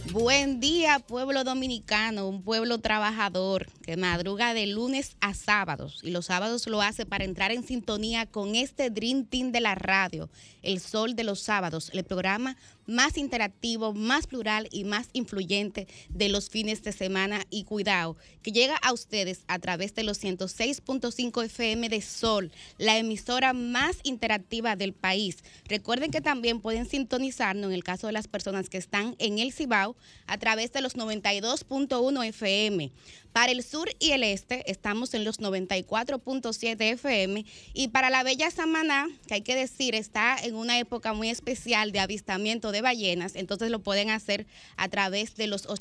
Buen día, pueblo dominicano, un pueblo trabajador que madruga de lunes a sábados y los sábados lo hace para entrar en sintonía con este Dream Team de la radio, El Sol de los Sábados, el programa más interactivo, más plural y más influyente de los fines de semana y cuidado, que llega a ustedes a través de los 106.5 FM de Sol, la emisora más interactiva del país. Recuerden que también pueden sintonizarnos en el caso de las personas que están en el Cibao a través de los 92.1 FM. Para el sur y el este estamos en los 94.7 FM y para la bella Samaná, que hay que decir está en una época muy especial de avistamiento de ballenas, entonces lo pueden hacer a través de los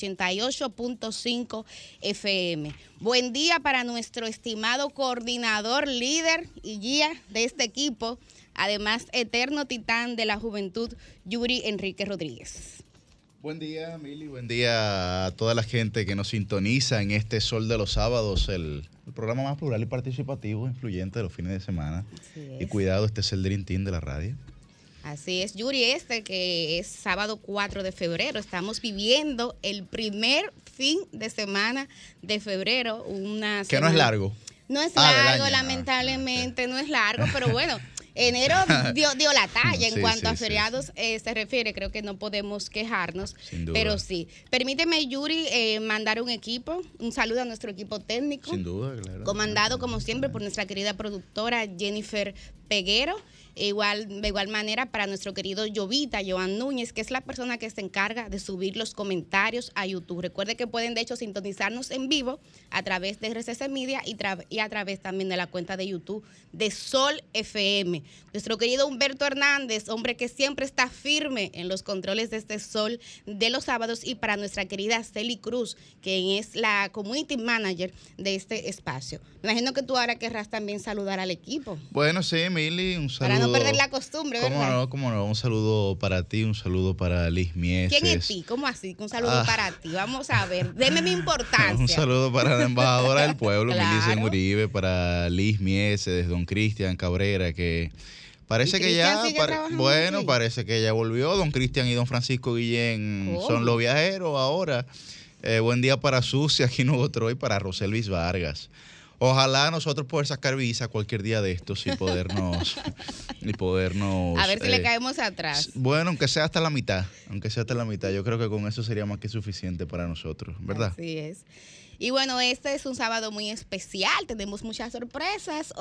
88.5 FM. Buen día para nuestro estimado coordinador, líder y guía de este equipo, además eterno titán de la juventud, Yuri Enrique Rodríguez. Buen día, Mili, buen día a toda la gente que nos sintoniza en este Sol de los Sábados, el programa más plural y participativo, influyente de los fines de semana. Y cuidado, este es el Dream Team de la radio. Así es, Yuri, que es sábado 4 de febrero. Estamos viviendo el primer fin de semana de febrero. Que no es largo. No es largo, lamentablemente, no es largo, pero bueno. Enero dio la talla en cuanto a feriados se refiere, creo que no podemos quejarnos, pero sí. Permíteme, Yuri, mandar un saludo a nuestro equipo técnico. Sin duda, claro. Comandado, como siempre, por nuestra querida productora Jennifer Peguero. De igual manera para nuestro querido Joan Núñez, que es la persona que se encarga de subir los comentarios a YouTube. Recuerde que pueden de hecho sintonizarnos en vivo a través de RCC Media y a través también de la cuenta de YouTube de Sol FM. Nuestro querido Humberto Hernández, hombre que siempre está firme en los controles de este Sol de los Sábados, y para nuestra querida Celi Cruz, quien es la Community Manager de este espacio. Me imagino que tú ahora querrás también saludar al equipo. Bueno, sí, Mili, un saludo. Para no perder la costumbre, ¿verdad? Cómo no, un saludo para ti, un saludo para Liz Mieses. ¿Quién es ti? ¿Cómo así? Un saludo para ti. Vamos a ver, deme mi importancia. Un saludo para la embajadora del pueblo, claro. Milisen Uribe, para Liz Mieses, don Cristian Cabrera, que parece que ya, parece que ya volvió. Don Cristian y don Francisco Guillén son los viajeros ahora. Buen día para Susi, Aquino Botroy, para Roselvis Vargas. Ojalá nosotros poder sacar visa cualquier día de estos y podernos a ver si le caemos atrás. Bueno, aunque sea hasta la mitad, yo creo que con eso sería más que suficiente para nosotros, ¿verdad? Así es. Y bueno, este es un sábado muy especial, tenemos muchas sorpresas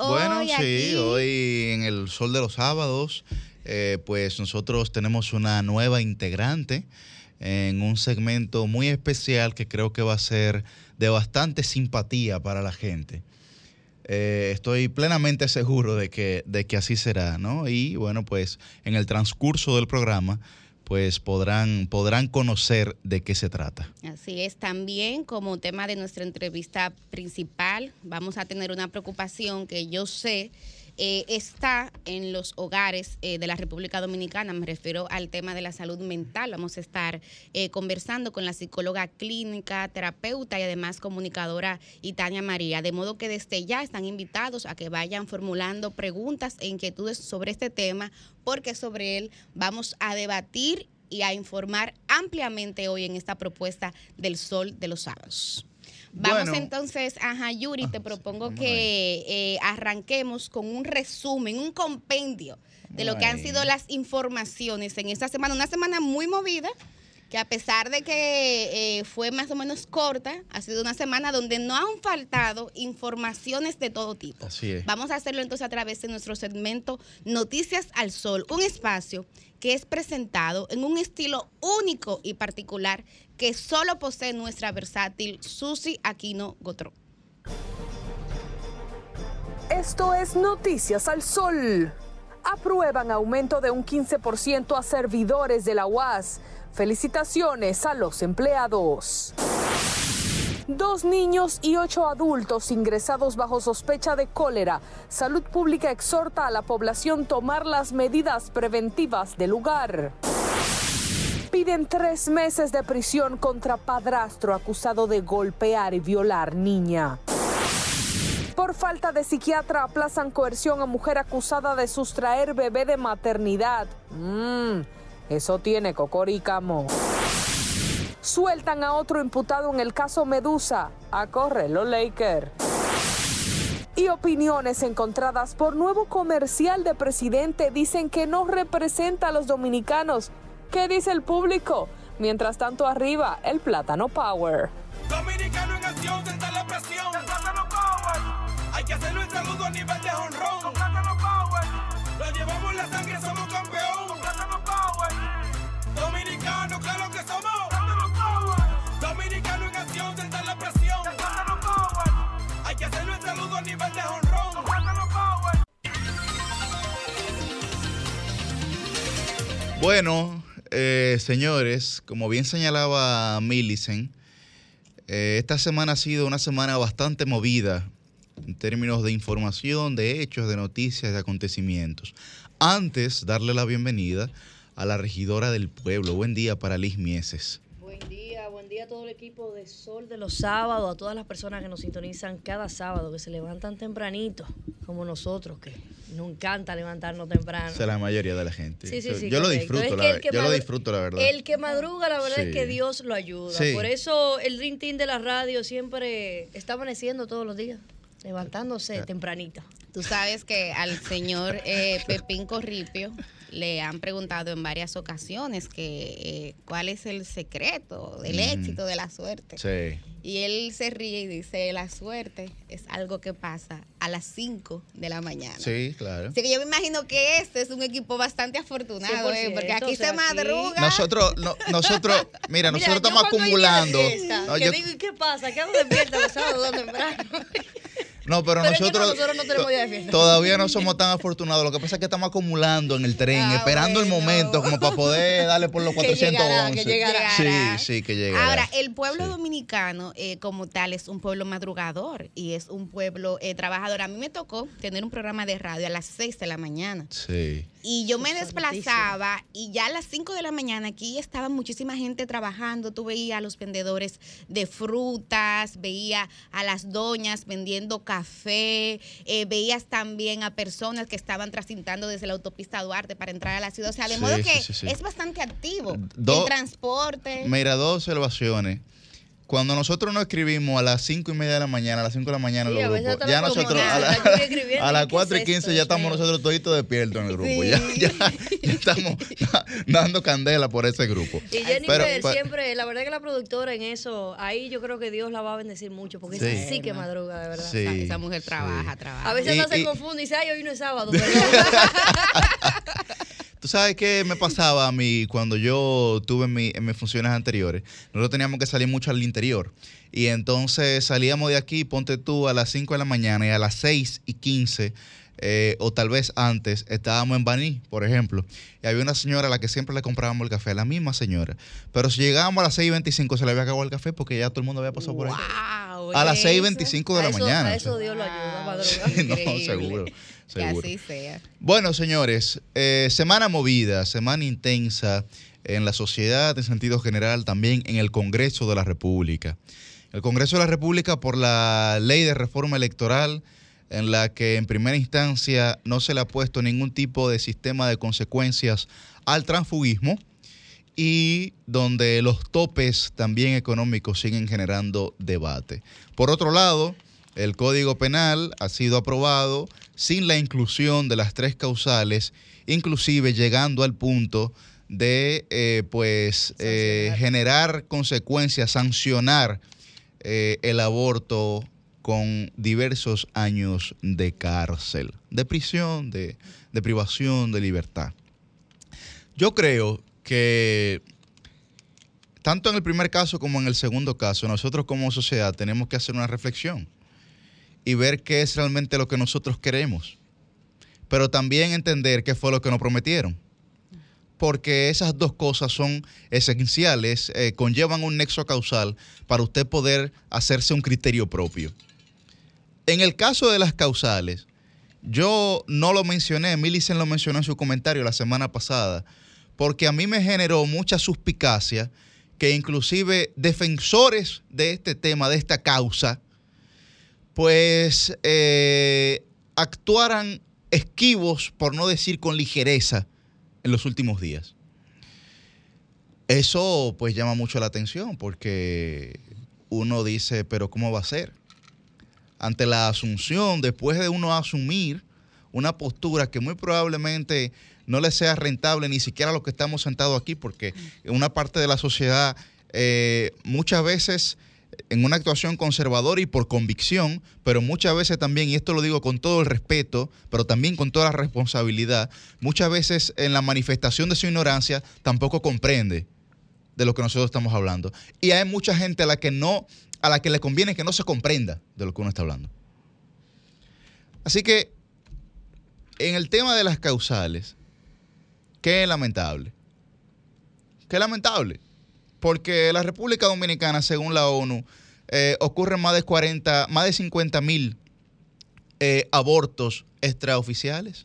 hoy en el Sol de los Sábados, pues nosotros tenemos una nueva integrante en un segmento muy especial que creo que va a ser de bastante simpatía para la gente. Estoy plenamente seguro de que así será, ¿no? Y bueno, pues en el transcurso del programa, pues podrán conocer de qué se trata. Así es, también como tema de nuestra entrevista principal, vamos a tener una preocupación que yo sé está en los hogares de la República Dominicana. Me refiero al tema de la salud mental. Vamos a estar conversando con la psicóloga clínica, terapeuta y además comunicadora Itania María. De modo que desde ya están invitados a que vayan formulando preguntas e inquietudes sobre este tema, porque sobre él vamos a debatir y a informar ampliamente hoy en esta propuesta del Sol de los Sábados. Vamos entonces, Yuri, te propongo que arranquemos con un resumen, un compendio de lo que han sido las informaciones en esta semana. Una semana muy movida, que a pesar de que fue más o menos corta, ha sido una semana donde no han faltado informaciones de todo tipo. Así es. Vamos a hacerlo entonces a través de nuestro segmento Noticias al Sol, un espacio que es presentado en un estilo único y particular que solo posee nuestra versátil Susi Aquino Gotró. Esto es Noticias al Sol. Aprueban aumento de un 15% a servidores de la UAS. Felicitaciones a los empleados. 2 niños y 8 adultos ingresados bajo sospecha de cólera. Salud Pública exhorta a la población tomar las medidas preventivas del lugar. Piden 3 meses de prisión contra padrastro acusado de golpear y violar niña. Por falta de psiquiatra aplazan coerción a mujer acusada de sustraer bebé de maternidad. Eso tiene cocoricamo. Sueltan a otro imputado en el caso Medusa. A correr los Lakers. Y opiniones encontradas por nuevo comercial de presidente dicen que no representa a los dominicanos. ¿Qué dice el público? Mientras tanto arriba, el Plátano Power. Dominicano en acción, sentar la presión. El Plátano Power. Hay que hacerlo en saludo a nivel de jonrón. El Plátano Power. Lo llevamos en la sangre, somos campeón. El Plátano Power. Dominicano, claro que somos. El Plátano Power. Dominicano en acción, sentar la presión. El Plátano Power. Hay que hacerlo en saludo a nivel de jonrón. El Plátano Power. Bueno, señores, como bien señalaba Millicent, esta semana ha sido una semana bastante movida en términos de información, de hechos, de noticias, de acontecimientos. Antes, darle la bienvenida a la regidora del pueblo. Buen día para Liz Mieses. Buen día a todo el equipo de Sol de los Sábados, a todas las personas que nos sintonizan cada sábado, que se levantan tempranito, como nosotros, que nos encanta levantarnos temprano. O sea, la mayoría de la gente. Sí, yo lo disfruto, lo disfruto, la verdad. El que madruga, la verdad es que Dios lo ayuda. Sí. Por eso el Dream Team de la radio siempre está amaneciendo todos los días, levantándose tempranito. Tú sabes que al señor Pepín Corripio le han preguntado en varias ocasiones que cuál es el secreto del éxito, de la suerte. Sí. Y él se ríe y dice, la suerte es algo que pasa a las 5 de la mañana. Sí, claro. Así que yo me imagino que este es un equipo bastante afortunado, 100%, porque aquí se madruga. Nosotros estamos acumulando. Digo, ¿y qué pasa? ¿Qué hago despierta los sábados temprano? No, pero nosotros no tenemos día de fiesta. Todavía no somos tan afortunados. Lo que pasa es que estamos acumulando en el tren, esperando el momento como para poder darle por los 411. Que llegará. Sí, que llegará. Ahora, el pueblo dominicano como tal es un pueblo madrugador y es un pueblo trabajador. A mí me tocó tener un programa de radio a las 6 de la mañana. Sí. Y yo me desplazaba y ya a las 5 de la mañana aquí estaba muchísima gente trabajando. Tú veías a los vendedores de frutas, veías a las doñas vendiendo café, veías también a personas que estaban transitando desde la autopista Duarte para entrar a la ciudad. O sea, de modo que es bastante activo el transporte. Mira, 2 observaciones. Cuando nosotros nos escribimos a las 5:30 de la mañana, a las 5 de la mañana, los grupos, ya nosotros a las 4:15 ya estamos nosotros toditos despiertos en el grupo. Sí. Ya estamos dando candela por ese grupo. Y Jennifer siempre, la verdad que la productora en eso, ahí yo creo que Dios la va a bendecir mucho, porque esa sí que madruga, de verdad. Sí, esa mujer trabaja. A veces no se confunde y dice, ay, hoy no es sábado, pero... ¿Tú sabes qué me pasaba a mí cuando yo tuve en mis funciones anteriores? Nosotros teníamos que salir mucho al interior. Y entonces salíamos de aquí, ponte tú, a las 5 de la mañana y a las 6:15, o tal vez antes, estábamos en Baní, por ejemplo. Y había una señora a la que siempre le comprábamos el café, la misma señora. Pero si llegábamos a las 6:25 se le había acabado el café porque ya todo el mundo había pasado por ahí. A las 6:25 de la mañana. A eso Dios lo ayuda, madrugar. Sí, no, seguro. Que así sea. Bueno, señores, semana movida, semana intensa en la sociedad en sentido general, también en el Congreso de la República. El Congreso de la República por la ley de reforma electoral, en la que en primera instancia no se le ha puesto ningún tipo de sistema de consecuencias al transfugismo y donde los topes también económicos siguen generando debate. Por otro lado, el Código Penal ha sido aprobado sin la inclusión de las 3 causales, inclusive llegando al punto de generar consecuencias, sancionar el aborto con diversos años de cárcel, de prisión, de privación de libertad. Yo creo que tanto en el primer caso como en el segundo caso, nosotros como sociedad tenemos que hacer una reflexión y ver qué es realmente lo que nosotros queremos, pero también entender qué fue lo que nos prometieron, porque esas dos cosas son esenciales, conllevan un nexo causal para usted poder hacerse un criterio propio. En el caso de las causales, yo no lo mencioné, Millicent lo mencionó en su comentario la semana pasada, porque a mí me generó mucha suspicacia que inclusive defensores de este tema, de esta causa, pues actuaran esquivos, por no decir con ligereza, en los últimos días. Eso pues llama mucho la atención porque uno dice, pero ¿cómo va a ser? Ante la asunción, después de uno asumir una postura que muy probablemente no le sea rentable ni siquiera a los que estamos sentados aquí, porque una parte de la sociedad muchas veces en una actuación conservadora y por convicción, pero muchas veces también, y esto lo digo con todo el respeto, pero también con toda la responsabilidad, muchas veces en la manifestación de su ignorancia tampoco comprende de lo que nosotros estamos hablando. Y hay mucha gente a la que le conviene que no se comprenda de lo que uno está hablando. Así que, en el tema de las causales, qué lamentable. Qué lamentable. Porque la República Dominicana, según la ONU, ocurren más de 50,000 abortos extraoficiales.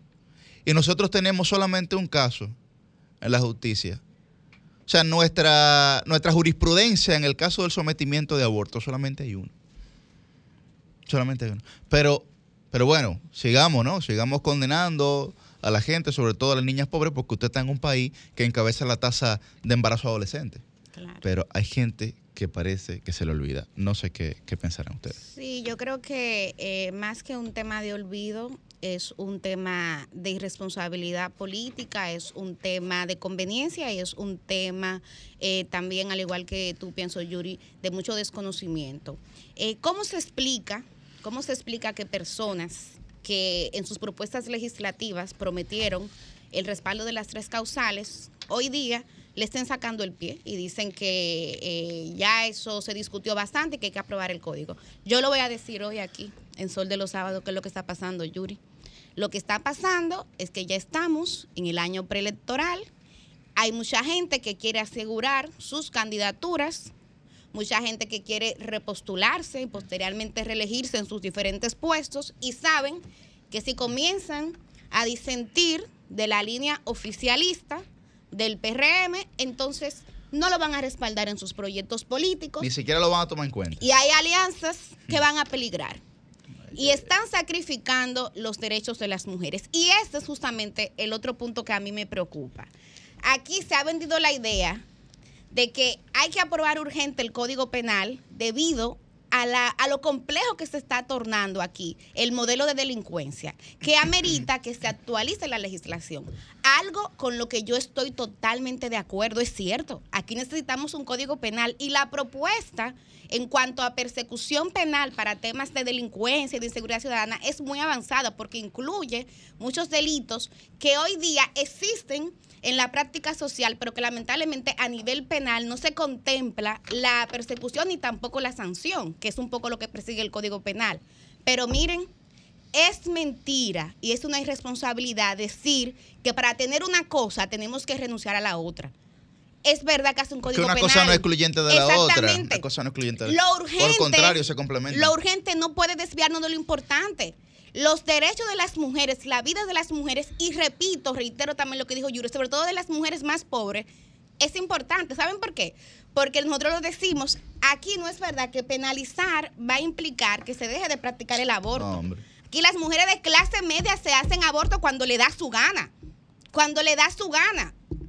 Y nosotros tenemos solamente un caso en la justicia. O sea, nuestra jurisprudencia en el caso del sometimiento de aborto, solamente hay uno. Solamente hay uno. Pero bueno, sigamos, ¿no? Sigamos condenando a la gente, sobre todo a las niñas pobres, porque usted está en un país que encabeza la tasa de embarazo adolescente. Claro. Pero hay gente que parece que se le olvida. No sé qué pensarán ustedes. Sí, yo creo que más que un tema de olvido, es un tema de irresponsabilidad política, es un tema de conveniencia y es un tema también, al igual que tú pienso, Yuri, de mucho desconocimiento. ¿Cómo se explica que personas que en sus propuestas legislativas prometieron el respaldo de las 3 causales, hoy día le estén sacando el pie y dicen que ya eso se discutió bastante y que hay que aprobar el código? Yo lo voy a decir hoy aquí, en Sol de los Sábados, qué es lo que está pasando, Yuri. Lo que está pasando es que ya estamos en el año preelectoral, hay mucha gente que quiere asegurar sus candidaturas, mucha gente que quiere repostularse y posteriormente reelegirse en sus diferentes puestos y saben que si comienzan a disentir de la línea oficialista del PRM, entonces no lo van a respaldar en sus proyectos políticos. Ni siquiera lo van a tomar en cuenta. Y hay alianzas que van a peligrar. Y están sacrificando los derechos de las mujeres. Y este es justamente el otro punto que a mí me preocupa. Aquí se ha vendido la idea de que hay que aprobar urgente el Código Penal debido a lo complejo que se está tornando aquí el modelo de delincuencia, que amerita que se actualice la legislación. Algo con lo que yo estoy totalmente de acuerdo, es cierto. Aquí necesitamos un Código Penal y la propuesta en cuanto a persecución penal para temas de delincuencia y de inseguridad ciudadana es muy avanzada porque incluye muchos delitos que hoy día existen en la práctica social, pero que lamentablemente a nivel penal no se contempla la persecución ni tampoco la sanción, que es un poco lo que persigue el Código Penal. Pero miren, es mentira y es una irresponsabilidad decir que para tener una cosa tenemos que renunciar a la otra. Es verdad que hace un código penal. Que una cosa no es excluyente de la otra. Una cosa no es excluyente de la otra. Por el contrario, se complementan. Lo urgente no puede desviarnos de lo importante. Los derechos de las mujeres, la vida de las mujeres, y reitero también lo que dijo Yuri, sobre todo de las mujeres más pobres, es importante. ¿Saben por qué? Porque nosotros lo decimos, aquí no es verdad que penalizar va a implicar que se deje de practicar el aborto. No, hombre. Aquí las mujeres de clase media se hacen aborto cuando le da su gana. Cuando le da su gana.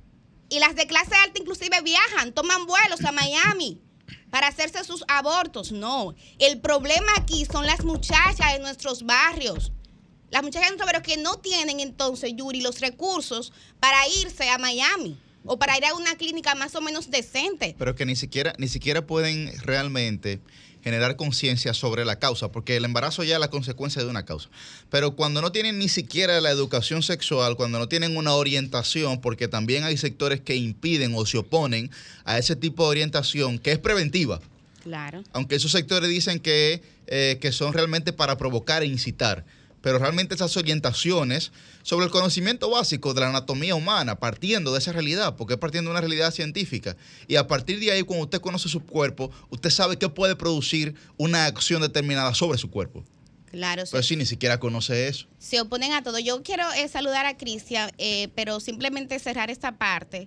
Y las de clase alta inclusive viajan, toman vuelos a Miami para hacerse sus abortos. No, el problema aquí son las muchachas de nuestros barrios. Las muchachas de nuestros barrios que no tienen entonces, Yuri, los recursos para irse a Miami o para ir a una clínica más o menos decente. Pero que ni siquiera pueden realmente generar conciencia sobre la causa, porque el embarazo ya es la consecuencia de una causa. Pero cuando no tienen ni siquiera la educación sexual, cuando no tienen una orientación, porque también hay sectores que impiden o se oponen a ese tipo de orientación que es preventiva. Claro. Aunque esos sectores dicen que son realmente para provocar e incitar. Pero realmente esas orientaciones sobre el conocimiento básico de la anatomía humana, partiendo de esa realidad, porque es partiendo de una realidad científica. Y a partir de ahí, cuando usted conoce su cuerpo, usted sabe qué puede producir una acción determinada sobre su cuerpo. Claro. Pero sí, ni siquiera conoce eso. Se oponen a todo. Yo quiero saludar a Cristian, pero simplemente cerrar esta parte.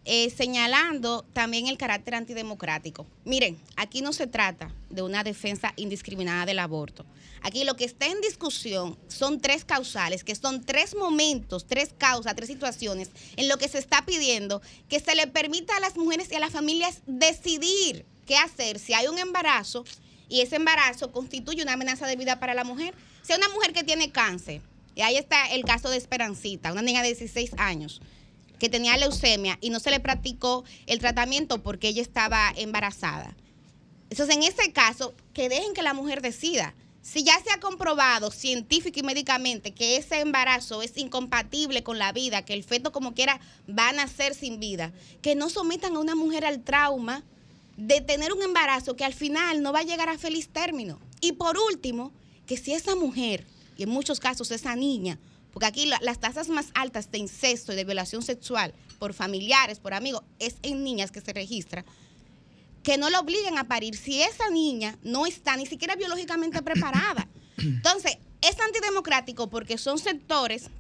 señalando también el carácter antidemocrático. Miren, aquí no se trata de una defensa indiscriminada del aborto. Aquí lo que está en discusión son 3 causales, que son 3 momentos, 3 causas, 3 situaciones en lo que se está pidiendo que se le permita a las mujeres y a las familias decidir qué hacer si hay un embarazo y ese embarazo constituye una amenaza de vida para la mujer. Si hay una mujer que tiene cáncer, y ahí está el caso de Esperancita, una niña de 16 años, que tenía leucemia y no se le practicó el tratamiento porque ella estaba embarazada. Entonces, en ese caso, que dejen que la mujer decida. Si ya se ha comprobado científico y médicamente que ese embarazo es incompatible con la vida, que el feto como quiera va a nacer sin vida, que no sometan a una mujer al trauma de tener un embarazo que al final no va a llegar a feliz término. Y por último, que si esa mujer, y en muchos casos esa niña, porque aquí las tasas más altas de incesto y de violación sexual por familiares, por amigos, es en niñas que se registra, que no la obliguen a parir si esa niña no está ni siquiera biológicamente preparada. Entonces, es antidemocrático porque son sectores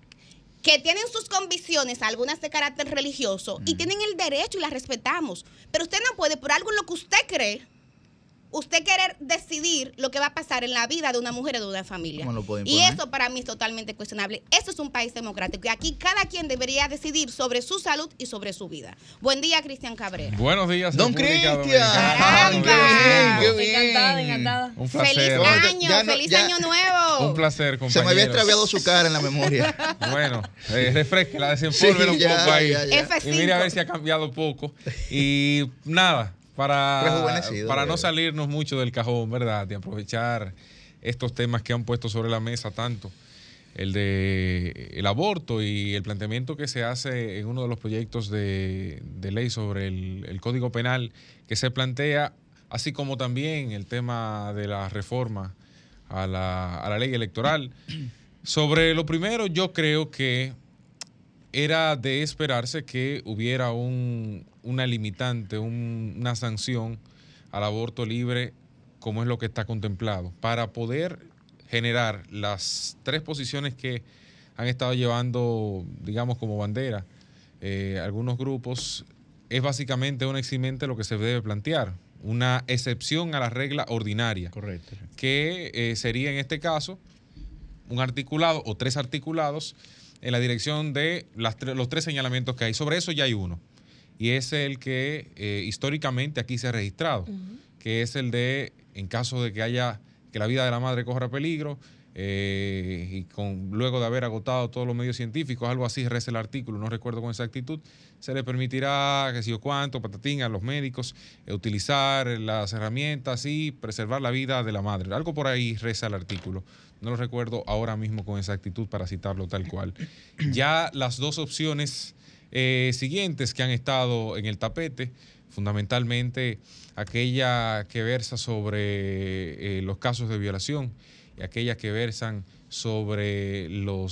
que tienen sus convicciones, algunas de carácter religioso, y tienen el derecho y las respetamos. Pero usted no puede, por algo en lo que usted cree, usted querer decidir lo que va a pasar en la vida de una mujer o de una familia. Y eso para mí es totalmente cuestionable. Eso es un país democrático y aquí cada quien debería decidir sobre su salud y sobre su vida. Buen día, Cristian Cabrera. Buenos días, Don Cristian. ¡Caramba! Encantada. Un placer. Feliz año nuevo. Un placer, compañeros. Se me había extraviado su cara en la memoria. Bueno, refresquela, desempólvela un poco ahí. F5. Y mire a ver si ha cambiado poco. Y nada, para no salirnos mucho del cajón, ¿verdad? Y aprovechar estos temas que han puesto sobre la mesa, tanto el de el aborto y el planteamiento que se hace en uno de los proyectos de ley sobre el Código Penal que se plantea, así como también el tema de la reforma a la ley electoral. Sobre lo primero, yo creo que era de esperarse que hubiera una limitante, una sanción al aborto libre, como es lo que está contemplado, para poder generar las 3 posiciones que han estado llevando, digamos, como bandera algunos grupos. Es básicamente una eximente lo que se debe plantear, una excepción a la regla ordinaria. Correcto. Que sería en este caso un articulado o 3 articulados en la dirección de los 3 señalamientos que hay. Sobre eso ya hay uno, y es el que históricamente aquí se ha registrado, que es el de, en caso de que la vida de la madre corra peligro, y luego de haber agotado todos los medios científicos, algo así reza el artículo, no recuerdo con exactitud, se le permitirá, qué sé yo cuánto, patatín, a los médicos utilizar las herramientas y preservar la vida de la madre. Algo por ahí reza el artículo. No lo recuerdo ahora mismo con exactitud para citarlo tal cual. Ya las 2 opciones siguientes que han estado en el tapete, fundamentalmente aquella que versa sobre los casos de violación y aquellas que versan sobre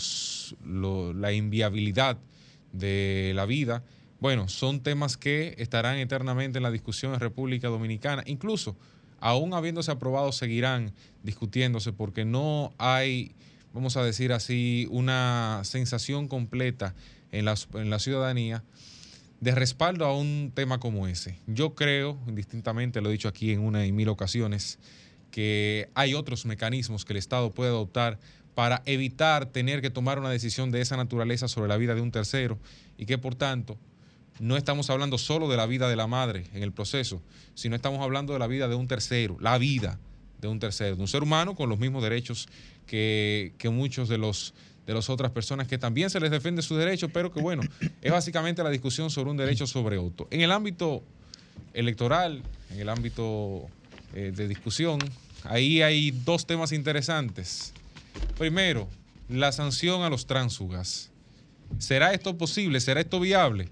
la inviabilidad de la vida, bueno, son temas que estarán eternamente en la discusión en República Dominicana. Incluso, aún habiéndose aprobado, seguirán discutiéndose porque no hay, vamos a decir así, una sensación completa en la ciudadanía de respaldo a un tema como ese. Yo creo, indistintamente, lo he dicho aquí en una y 1000 ocasiones, que hay otros mecanismos que el Estado puede adoptar para evitar tener que tomar una decisión de esa naturaleza sobre la vida de un tercero y que, por tanto, no estamos hablando solo de la vida de la madre en el proceso, sino estamos hablando de la vida de un tercero, la vida de un tercero, de un ser humano con los mismos derechos que muchos de las otras personas que también se les defiende sus derechos, pero que, bueno, es básicamente la discusión sobre un derecho sobre otro. En el ámbito electoral, en el ámbito de discusión, ahí hay 2 temas interesantes. Primero, la sanción a los tránsfugas. ¿Será esto posible? ¿Será esto viable?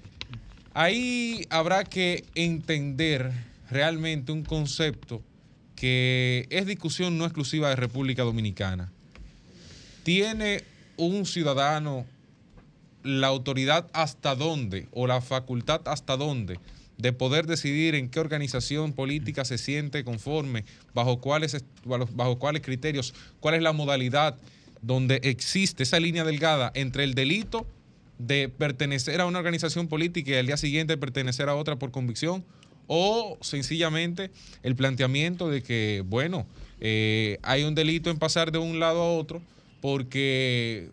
Ahí habrá que entender realmente un concepto que es discusión no exclusiva de República Dominicana. ¿Tiene un ciudadano la autoridad hasta dónde o la facultad hasta dónde de poder decidir en qué organización política se siente conforme, bajo cuáles criterios, cuál es la modalidad donde existe esa línea delgada entre el delito de pertenecer a una organización política y al día siguiente pertenecer a otra por convicción, o sencillamente el planteamiento de que, bueno, hay un delito en pasar de un lado a otro porque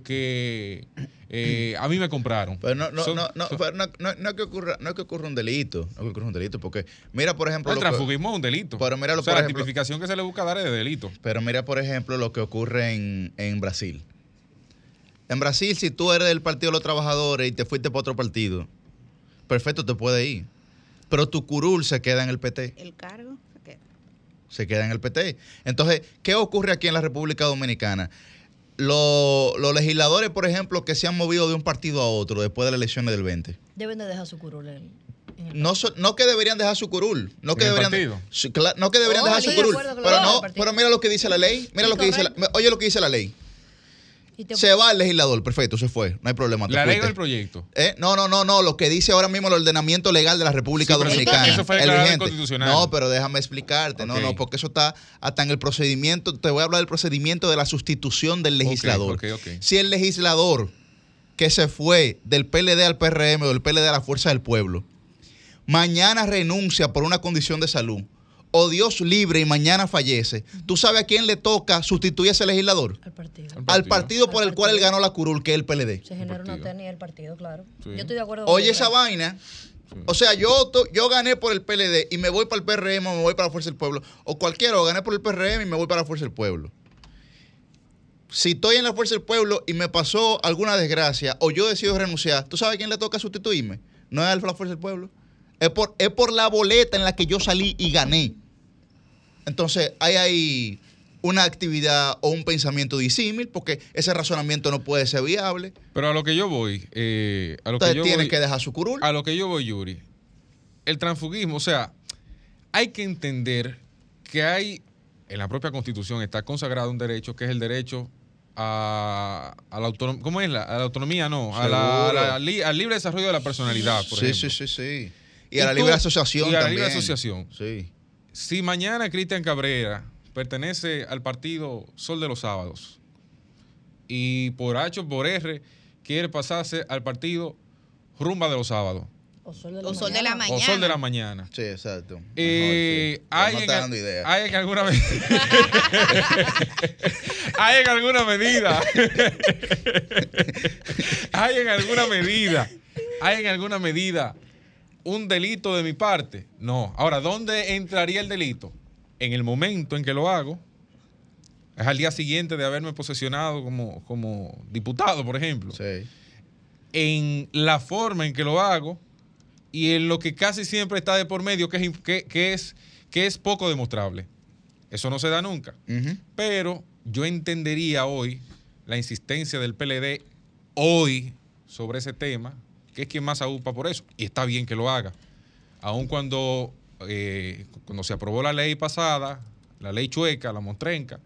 a mí me compraron. Pero no es que ocurra un delito, porque mira, por ejemplo, el transfugismo es un delito. Pero mira, la tipificación que se le busca dar es de delito. Pero mira, por ejemplo, lo que ocurre en Brasil. En Brasil, si tú eres del Partido de los Trabajadores y te fuiste para otro partido, perfecto, te puede ir. Pero tu curul se queda en el PT. ¿El cargo? Se queda en el PT. Entonces, ¿qué ocurre aquí en la República Dominicana? Los legisladores, por ejemplo, que se han movido de un partido a otro después de las elecciones del 20. Deben de dejar su curul no que deberían dejar su curul. No que deberían dejar su curul. Pero mira lo que dice la ley. Oye lo que dice la ley. Se va el legislador, perfecto, se fue, no hay problema. ¿La ley o el proyecto? No, lo que dice ahora mismo el ordenamiento legal de la República Dominicana. Eso fue declarado inconstitucional. No, pero déjame explicarte, okay. Porque eso está hasta en el procedimiento, te voy a hablar del procedimiento de la sustitución del legislador. Okay. Si el legislador que se fue del PLD al PRM o del PLD a la Fuerza del Pueblo, mañana renuncia por una condición de salud, o Dios libre y mañana fallece, ¿tú sabes a quién le toca sustituir a ese legislador? Al partido por el cual él ganó la curul, que es el PLD. Se genera una terna del partido, claro. Sí. Yo estoy de acuerdo. Oye, esa vaina. Sí. O sea, yo gané por el PLD y me voy para el PRM o me voy para la Fuerza del Pueblo. O cualquiera, o gané por el PRM y me voy para la Fuerza del Pueblo. Si estoy en la Fuerza del Pueblo y me pasó alguna desgracia o yo decido renunciar, ¿tú sabes a quién le toca sustituirme? No es a la Fuerza del Pueblo. Es por la boleta en la que yo salí y gané. Entonces, hay una actividad o un pensamiento disímil, porque ese razonamiento no puede ser viable. Pero a lo que yo voy... Entonces tiene que dejar su curul. A lo que yo voy, Yuri, el transfugismo, o sea, hay que entender que hay, en la propia Constitución está consagrado un derecho, que es el derecho a la autonomía. ¿Cómo es? A la autonomía, no. Al libre desarrollo de la personalidad, por ejemplo. Sí. Y a la libre asociación también. Y a la libre asociación. Sí. Si mañana Cristian Cabrera pertenece al partido Sol de los Sábados y por H o por R quiere pasarse al partido Rumba de los Sábados. O Sol de la Mañana. Sí, exacto. Hay en alguna medida un delito de mi parte. No. Ahora, ¿dónde entraría el delito? En el momento en que lo hago, es al día siguiente de haberme posesionado como diputado, por ejemplo. Sí. En la forma en que lo hago y en lo que casi siempre está de por medio, que es poco demostrable. Eso no se da nunca. Uh-huh. Pero yo entendería hoy la insistencia del PLD hoy sobre ese tema, que es quien más aúpa por eso, y está bien que lo haga. Aun cuando se aprobó la ley pasada, la ley chueca, la mostrenca,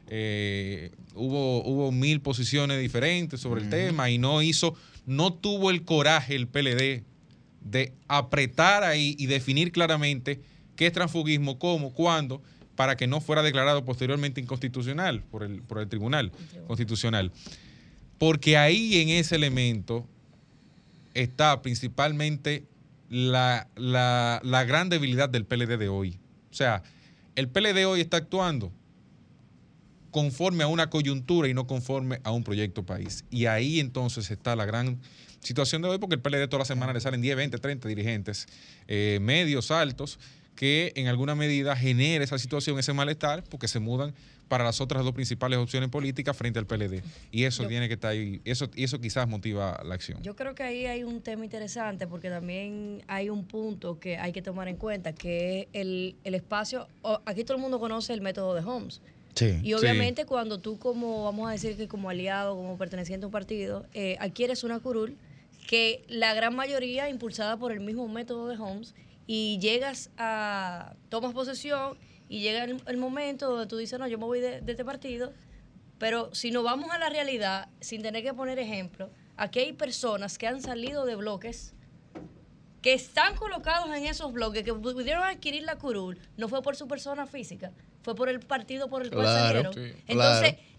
hubo 1000 posiciones diferentes sobre el tema y no tuvo el coraje el PLD de apretar ahí y definir claramente qué es transfugismo, cómo, cuándo, para que no fuera declarado posteriormente inconstitucional por el Tribunal Constitucional. Porque ahí en ese elemento está principalmente la gran debilidad del PLD de hoy. O sea, el PLD hoy está actuando conforme a una coyuntura y no conforme a un proyecto país. Y ahí entonces está la gran situación de hoy, porque el PLD toda la semana le salen 10, 20, 30 dirigentes medios, altos, que en alguna medida genera esa situación, ese malestar, porque se mudan para las otras dos principales opciones políticas frente al PLD. Y eso tiene que estar ahí, eso quizás motiva la acción. Yo creo que ahí hay un tema interesante, porque también hay un punto que hay que tomar en cuenta, que es el espacio. Aquí todo el mundo conoce el método de Homs. Sí. Y obviamente cuando tú, como vamos a decir que como aliado, como perteneciente a un partido, adquieres una curul que la gran mayoría impulsada por el mismo método de Homs, y tomas posesión y llega el momento donde tú dices, no, yo me voy de este partido, pero si nos vamos a la realidad, sin tener que poner ejemplos, aquí hay personas que han salido de bloques, que están colocados en esos bloques, que pudieron adquirir la curul, no fue por su persona física, fue por el partido por el cual salieron. Sí, Entonces,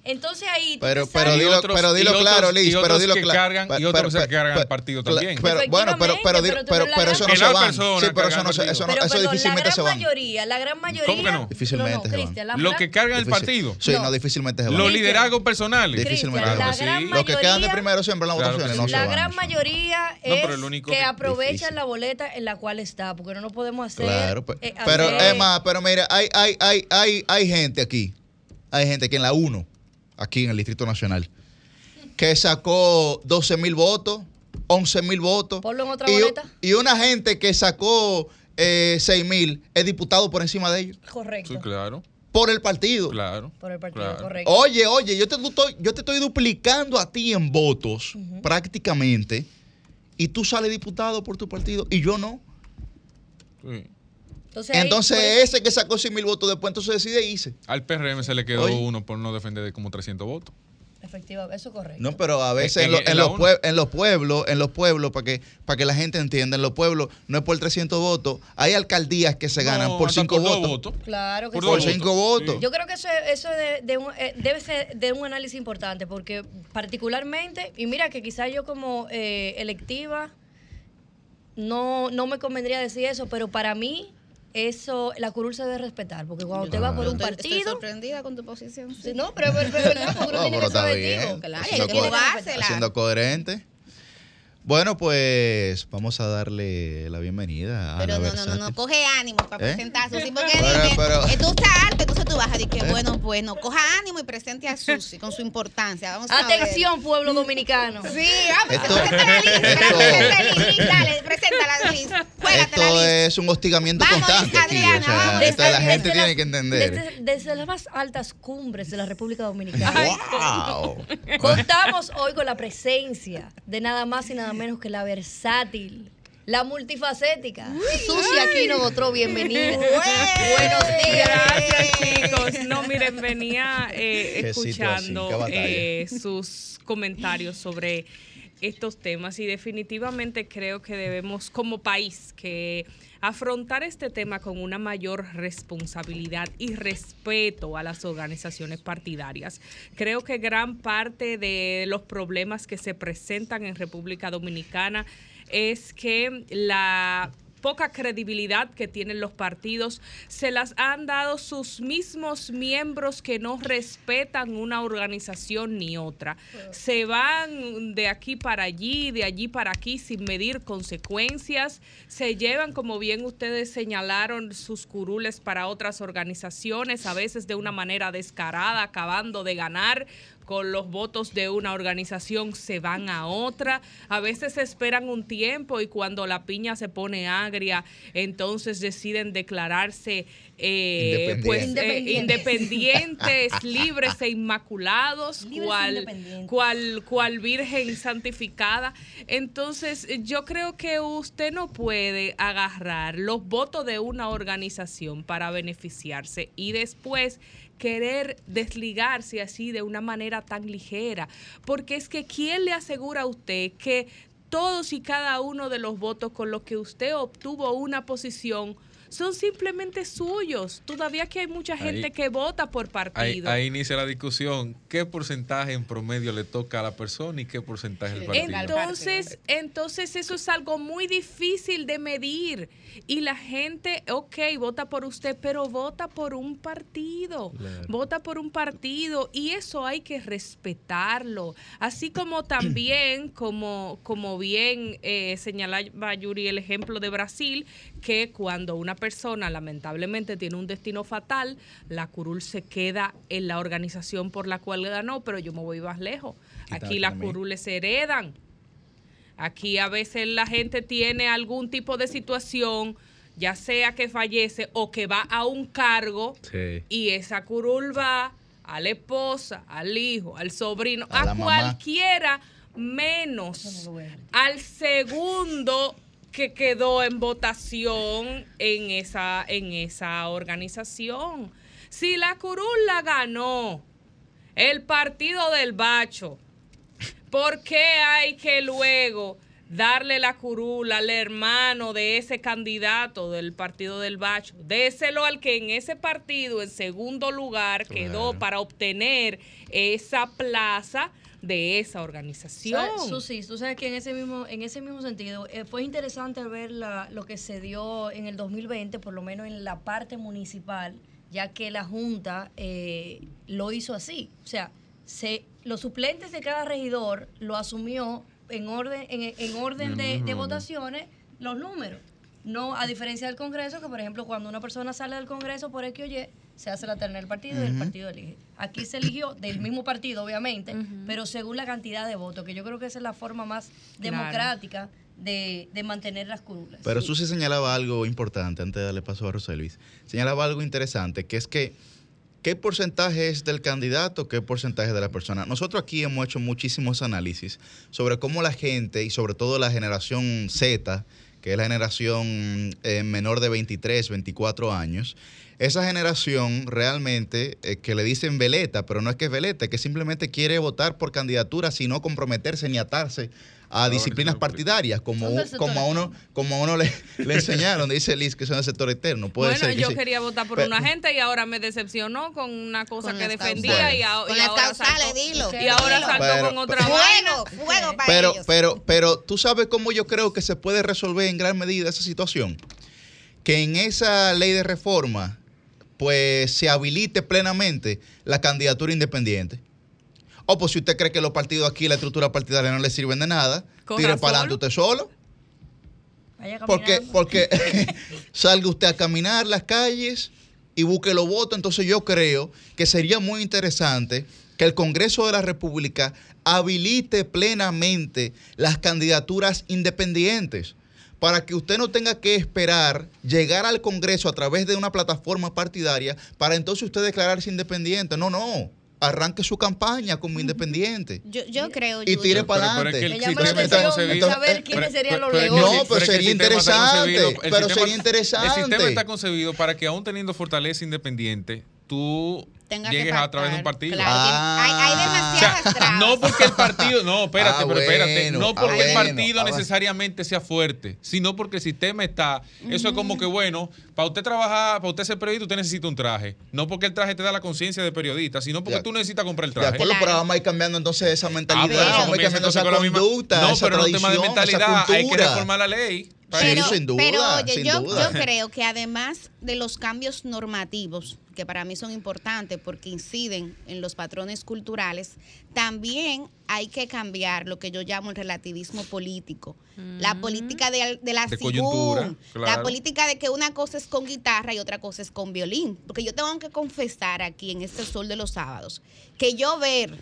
Entonces ahí... Pero dilo claro, Liz. Pero dilo claro. Y otros se cargan el partido también. Pero eso no se va. Sí, pero eso difícilmente se va. La gran mayoría... ¿Cómo que no? Difícilmente se van. Los que cargan el partido. Sí, no, difícilmente se van. Los liderazgos personales. Difícilmente se van. Los que quedan de primero siempre en las votaciones no se van. La gran mayoría es que aprovechan la boleta en la cual está, porque no nos podemos hacer... Claro, pero Emma, pero mira, hay gente aquí. Hay gente que en la 1, aquí en el Distrito Nacional, que sacó 12,000 votos, 11,000 votos. Ponlo en otra boleta. Y una gente que sacó 6,000 es diputado por encima de ellos. Correcto. Sí, claro. Por el partido. Claro. Por el partido, claro. correcto. Oye, yo te estoy duplicando a ti en votos, prácticamente, y tú sales diputado por tu partido y yo no. Sí. Entonces ese que sacó 100,000 votos después entonces decide irse. Al PRM se le quedó uno por no defender de como 300 votos. Efectivamente, eso es correcto. No, pero a veces en los pueblos, para que la gente entienda, en los pueblos no es por 300 votos, hay alcaldías que se ganan por 5 votos. Claro que por 5 votos. Sí. Yo creo que eso debe ser de un análisis importante, porque particularmente, y mira que quizás yo como electiva no me convendría decir eso, pero para mí eso, la curul se debe respetar, porque cuando usted va por un partido... Estoy sorprendida con tu posición. Sí. No, pero es verdad, porque uno tiene que saber, digo. Claro, siendo coherente. Bueno, pues vamos a darle la bienvenida a pero la no, coge ánimo para presentarse. Sí, porque pero tú estás alto, entonces tú vas a decir que bueno, pues no, coja ánimo y presente a Susi con su importancia. Vamos a Atención, pueblo dominicano. Sí, vamos, dale, preséntala, Liz. Esto es un hostigamiento constante aquí. La gente tiene que entender. Desde las más altas cumbres de la República Dominicana. ¡Wow! Contamos hoy con la presencia de nada más y nada menos que la versátil, la multifacética, Susi Aquino Botró, bienvenida. Buenos días. Gracias, chicos. No, miren, venía escuchando sus comentarios sobre estos temas y definitivamente creo que debemos como país que afrontar este tema con una mayor responsabilidad y respeto a las organizaciones partidarias. Creo que gran parte de los problemas que se presentan en República Dominicana es que la poca credibilidad que tienen los partidos se las han dado sus mismos miembros que no respetan una organización ni otra. Se van de aquí para allí, de allí para aquí sin medir consecuencias. Se llevan, como bien ustedes señalaron, sus curules para otras organizaciones, a veces de una manera descarada, acabando de ganar. Con los votos de una organización se van a otra, a veces esperan un tiempo y cuando la piña se pone agria, entonces deciden declararse independientes, libres e inmaculados, cual virgen santificada. Entonces yo creo que usted no puede agarrar los votos de una organización para beneficiarse y después querer desligarse así de una manera tan ligera, porque es que ¿quién le asegura a usted que todos y cada uno de los votos con los que usted obtuvo una posición son simplemente suyos? Todavía que hay mucha gente que vota por partido. Ahí inicia la discusión. ¿Qué porcentaje en promedio le toca a la persona y qué porcentaje al partido? Entonces eso es algo muy difícil de medir. Y la gente, vota por usted, pero vota por un partido. Claro. Vota por un partido y eso hay que respetarlo. Así como también, como bien señalaba Yuri el ejemplo de Brasil, que cuando una persona lamentablemente tiene un destino fatal, la curul se queda en la organización por la cual ganó, pero yo me voy más lejos. Aquí las curules se heredan. Aquí a veces la gente tiene algún tipo de situación, ya sea que fallece o que va a un cargo, y esa curul va a la esposa, al hijo, al sobrino, a cualquiera menos al segundo que quedó en votación en esa organización. Si la curul la ganó el partido del Bacho, ¿por qué hay que luego darle la curul al hermano de ese candidato del partido del Bacho, déselo al que en ese partido en segundo lugar quedó para obtener esa plaza de esa organización. Susi, tú sabes que en ese mismo sentido fue interesante ver lo que se dio en el 2020, por lo menos en la parte municipal, ya que la Junta lo hizo así. O sea, los suplentes de cada regidor lo asumió en orden de votaciones los números. No, a diferencia del Congreso, que por ejemplo cuando una persona sale del Congreso por X o Y, se hace la terna del partido y el partido elige. Aquí se eligió del mismo partido, obviamente, pero según la cantidad de votos, que yo creo que esa es la forma más democrática de mantener las curulas. Pero Susi señalaba algo importante, antes de darle paso a Roselvis. Señalaba algo interesante, que es que ¿qué porcentaje es del candidato? ¿Qué porcentaje de la persona? Nosotros aquí hemos hecho muchísimos análisis sobre cómo la gente, y sobre todo la generación Z, que es la generación menor de 23, 24 años, esa generación realmente que le dicen veleta, pero no es que es veleta, es que simplemente quiere votar por candidatura sin no comprometerse ni atarse a disciplinas partidarias, como a uno le enseñaron, dice Liz, que son el sector externo. Puede ser yo quería votar por una gente y ahora me decepcionó con una cosa que defendía y ahora saltó con otra fuego para ellos. Pero tú sabes cómo yo creo que se puede resolver en gran medida esa situación, que en esa ley de reforma pues se habilite plenamente la candidatura independiente. O pues si usted cree que los partidos aquí, la estructura partidaria no le sirven de nada, tire para adelante usted solo. Porque salga usted a caminar las calles y busque los votos. Entonces yo creo que sería muy interesante que el Congreso de la República habilite plenamente las candidaturas independientes, para que usted no tenga que esperar llegar al Congreso a través de una plataforma partidaria para entonces usted declararse independiente. No. Arranque su campaña como independiente. Yo creo. Y tire para adelante. Me llama la atención saber quiénes serían los leones. No, pero sería interesante. El sistema está concebido para que aún teniendo fortaleza independiente, tú llegues a través de un partido. Claro, hay demasiadas trabas. No porque el partido, no porque el partido necesariamente sea fuerte, sino porque el sistema está, eso es como que bueno, para usted trabajar, para usted ser periodista, usted necesita un traje. No porque el traje te da la conciencia de periodista, sino porque tú necesitas comprar el traje. De acuerdo, pero vamos a ir cambiando entonces esa mentalidad, vamos a ir cambiando esa conducta, esa pero no tema de mentalidad, hay que reformar la ley. Pero oye, yo creo que además de los cambios normativos, que para mí son importantes porque inciden en los patrones culturales, también hay que cambiar lo que yo llamo el relativismo político. La política de la coyuntura, la política de que una cosa es con guitarra y otra cosa es con violín. Porque yo tengo que confesar aquí en este Sol de los Sábados que yo ver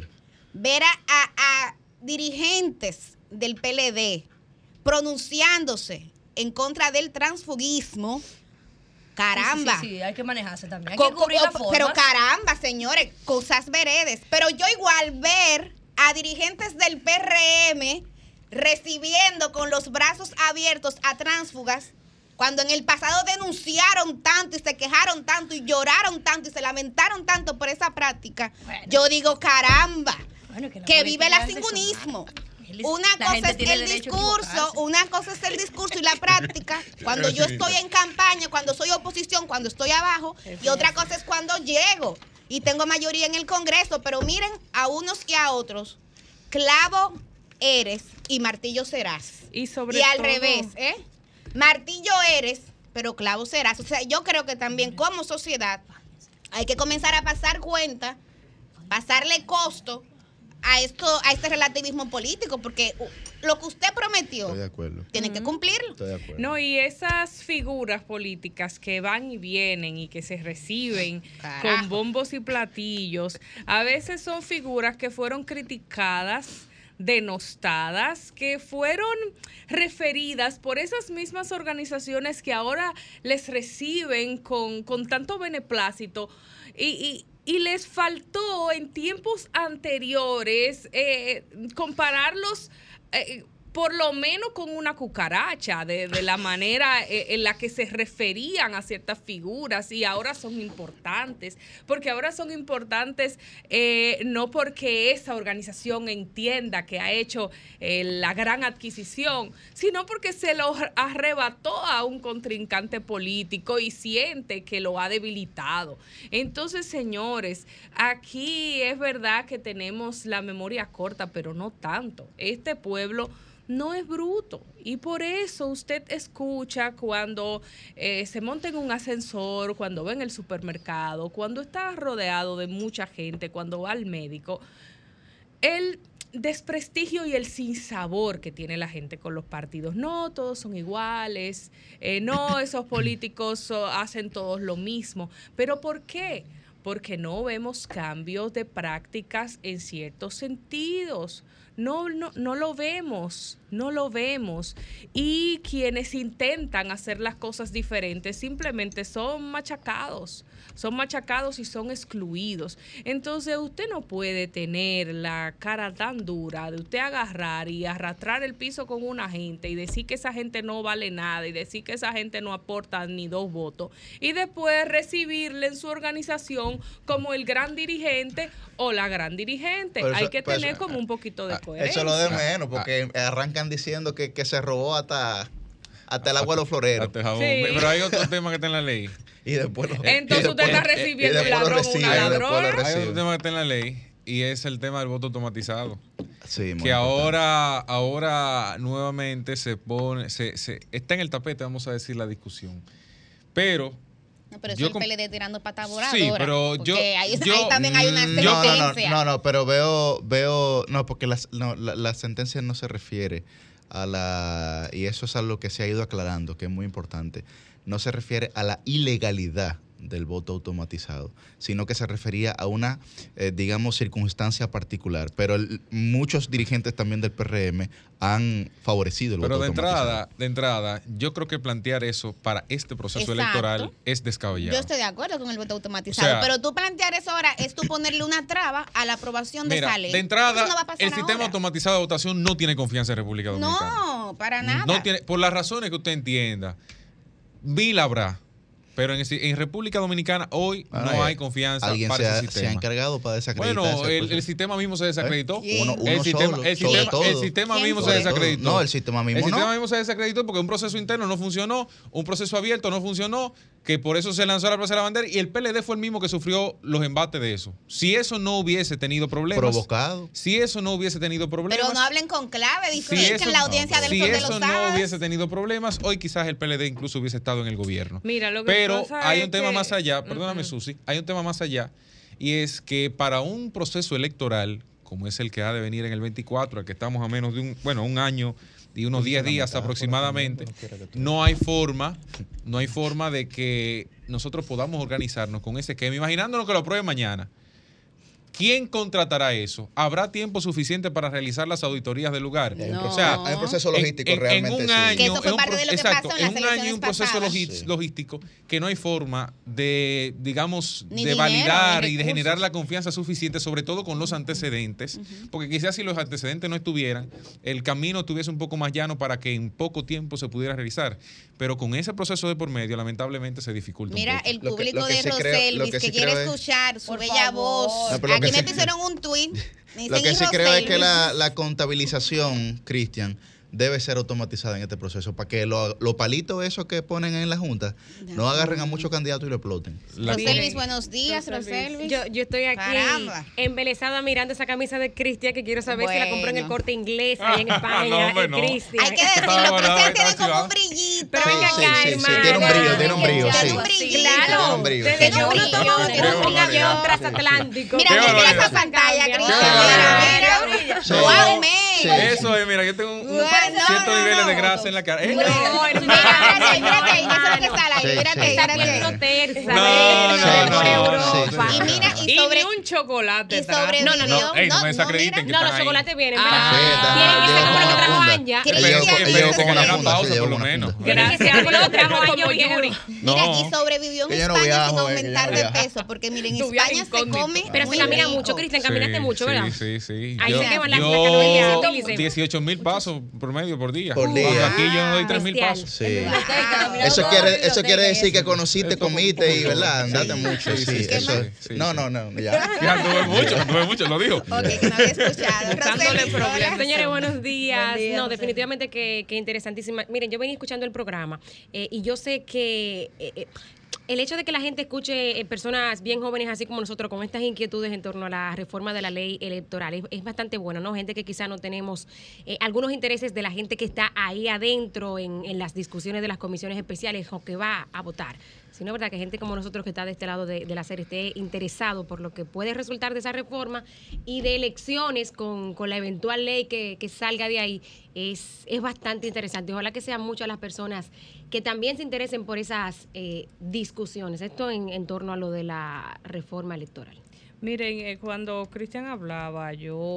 a dirigentes del PLD pronunciándose en contra del transfugismo, caramba. Sí, hay que manejarse también. Hay que cubrir la forma. Pero caramba, señores, cosas veredes. Pero yo igual ver a dirigentes del PRM recibiendo con los brazos abiertos a tránsfugas, cuando en el pasado denunciaron tanto y se quejaron tanto y lloraron tanto y se lamentaron tanto por esa práctica, yo digo, caramba, que vive el asingunismo. Una cosa es el discurso y la práctica, cuando yo estoy en campaña, cuando soy oposición, cuando estoy abajo, y otra cosa es cuando llego y tengo mayoría en el Congreso. Pero miren a unos y a otros, clavo eres y martillo serás. Y al revés, martillo eres, pero clavo serás. O sea, yo creo que también como sociedad hay que comenzar a pasar cuenta, pasarle costo a este relativismo político, porque lo que usted prometió, estoy de acuerdo, tiene que cumplirlo. Estoy de acuerdo. No, y esas figuras políticas que van y vienen y que se reciben con bombos y platillos, a veces son figuras que fueron criticadas, denostadas, que fueron referidas por esas mismas organizaciones que ahora les reciben con tanto beneplácito y les faltó en tiempos anteriores compararlos por lo menos con una cucaracha, de la manera en la que se referían a ciertas figuras, y ahora son importantes, porque ahora son importantes no porque esa organización entienda que ha hecho la gran adquisición, sino porque se lo arrebató a un contrincante político y siente que lo ha debilitado. Entonces, señores, aquí es verdad que tenemos la memoria corta, pero no tanto. Este pueblo no es bruto, y por eso usted escucha cuando se monta en un ascensor, cuando va en el supermercado, cuando está rodeado de mucha gente, cuando va al médico, el desprestigio y el sinsabor que tiene la gente con los partidos. No, todos son iguales, no, esos políticos hacen todos lo mismo. ¿Pero por qué? Porque no vemos cambios de prácticas en ciertos sentidos. No lo vemos, no lo vemos. Y quienes intentan hacer las cosas diferentes simplemente son machacados y son excluidos. Entonces usted no puede tener la cara tan dura de usted agarrar y arrastrar el piso con una gente y decir que esa gente no vale nada y decir que esa gente no aporta ni 2 votos y después recibirle en su organización como el gran dirigente o la gran dirigente. Eso, hay que tener como un poquito de coherencia. Eso lo de menos, porque arrancan diciendo que se robó hasta el agua de los floreros. Sí. Pero hay otro tema que está en la ley. Y después entonces usted está recibiendo un ladrón, una ladrona. Hay otro tema que está en la ley y es el tema del voto automatizado. Sí, que ahora nuevamente se está en el tapete, vamos a decir, la discusión. Pero eso es el PLD tirando pata voladora. Sí, pero ahí también hay una sentencia. No, pero veo no, porque la sentencia no se refiere a la, y eso es algo que se ha ido aclarando, que es muy importante, no se refiere a la ilegalidad del voto automatizado, sino que se refería a una, digamos, circunstancia particular. Pero muchos dirigentes también del PRM han favorecido el voto automatizado. Pero de entrada, yo creo que plantear eso para este proceso electoral es descabellado. Yo estoy de acuerdo con el voto automatizado, pero tú plantear eso ahora es tú ponerle una traba a la aprobación de esa ley. De entrada, el sistema automatizado de votación no tiene confianza en República Dominicana. No, para nada. No tiene, por las razones que usted entienda. Mil habrá. Pero en República Dominicana hoy no hay confianza para ese sistema. ¿Se ha encargado para desacreditar? Bueno, el sistema mismo se desacreditó. El sistema mismo se desacreditó. No, el sistema mismo no. El sistema mismo se desacreditó porque un proceso interno no funcionó, un proceso abierto no funcionó, que por eso se lanzó a la Plaza de la Bandera, y el PLD fue el mismo que sufrió los embates de eso. Si eso no hubiese tenido problemas. Provocado. Si eso no hubiese tenido problemas. Pero no hablen con clave, disfruten la audiencia del Sol de los Sábados. Si eso no hubiese tenido problemas, hoy quizás el PLD incluso hubiese estado en el gobierno. Mira, lo que pero hay un tema más allá, perdóname, Susi, hay un tema más allá, y es que para un proceso electoral, como es el que ha de venir en el 24, al que estamos a menos de un año y unos 10 días aproximadamente, no hay forma de que nosotros podamos organizarnos con ese esquema, imaginándonos que lo apruebe mañana. ¿Quién contratará eso? ¿Habrá tiempo suficiente para realizar las auditorías del lugar? No. O sea, hay un proceso logístico realmente. En un año, que eso fue parte de lo que pasó en las elecciones un proceso pasadas. logístico que no hay forma de, digamos, ni de dinero, validar ni y de generar la confianza suficiente, sobre todo con los antecedentes, porque quizás si los antecedentes no estuvieran, el camino estuviese un poco más llano para que en poco tiempo se pudiera realizar. Pero con ese proceso de por medio, lamentablemente, se dificulta Mira, un poco. El público de Roselvis que quiere escuchar su bella voz. Aquí me pusieron un tweet. Lo que sí creo es que la contabilización, Cristian, debe ser automatizada en este proceso para que los palitos esos que ponen en la Junta no agarren a muchos candidatos y lo exploten. Roselvis, buenos días, Roselvis. Yo estoy aquí embelesada mirando esa camisa de Cristian, que quiero saber si la compró en el Corte Inglés ahí en España. Cristian. Hay que decirlo, pero usted tiene como un brillito. Pero venga acá, hermano. Tiene un brillo, sí. Claro. Desde un avión transatlántico. Mira esa pantalla, Cristian. Wow, eso es, mira, yo tengo ciertos niveles de grasa en la cara. Mira, espérate, eso es lo que está al aire. Espérate. Y mira, y sobre un chocolate. Y sobre no me desacrediten. No, los chocolates vienen. Tienen que ser como lo que trajo Anya. Ellos con una funda, por lo menos. Gracias. Lo que trajo Anya como Yuri. Mira, y sobrevivió en España sin aumentar de peso, porque miren, en España se come. Pero se camina mucho, Cristian, caminaste mucho, ¿verdad? Sí. Ahí se queman las calorías. 18,000 pasos promedio por día. Aquí yo no doy 3,000 pasos. Sí. Eso quiere decir que conociste, comiste y, ¿verdad? Andaste mucho. Sí, eso. No, ya. Anduve mucho, lo dijo. Ok, que no había escuchado. Dándole problemas. Señores, buenos días. No, definitivamente que interesantísima. Miren, yo venía escuchando el programa y yo sé que el hecho de que la gente escuche personas bien jóvenes así como nosotros con estas inquietudes en torno a la reforma de la ley electoral es bastante bueno, ¿no? Gente que quizá no tenemos algunos intereses de la gente que está ahí adentro en las discusiones de las comisiones especiales o que va a votar. Sino, ¿verdad? Que gente como nosotros que está de este lado de la serie esté interesado por lo que puede resultar de esa reforma y de elecciones con la eventual ley que salga de ahí, es bastante interesante. Ojalá que sean muchas las personas que también se interesen por esas discusiones. Esto en torno a lo de la reforma electoral. Miren, cuando Cristian hablaba,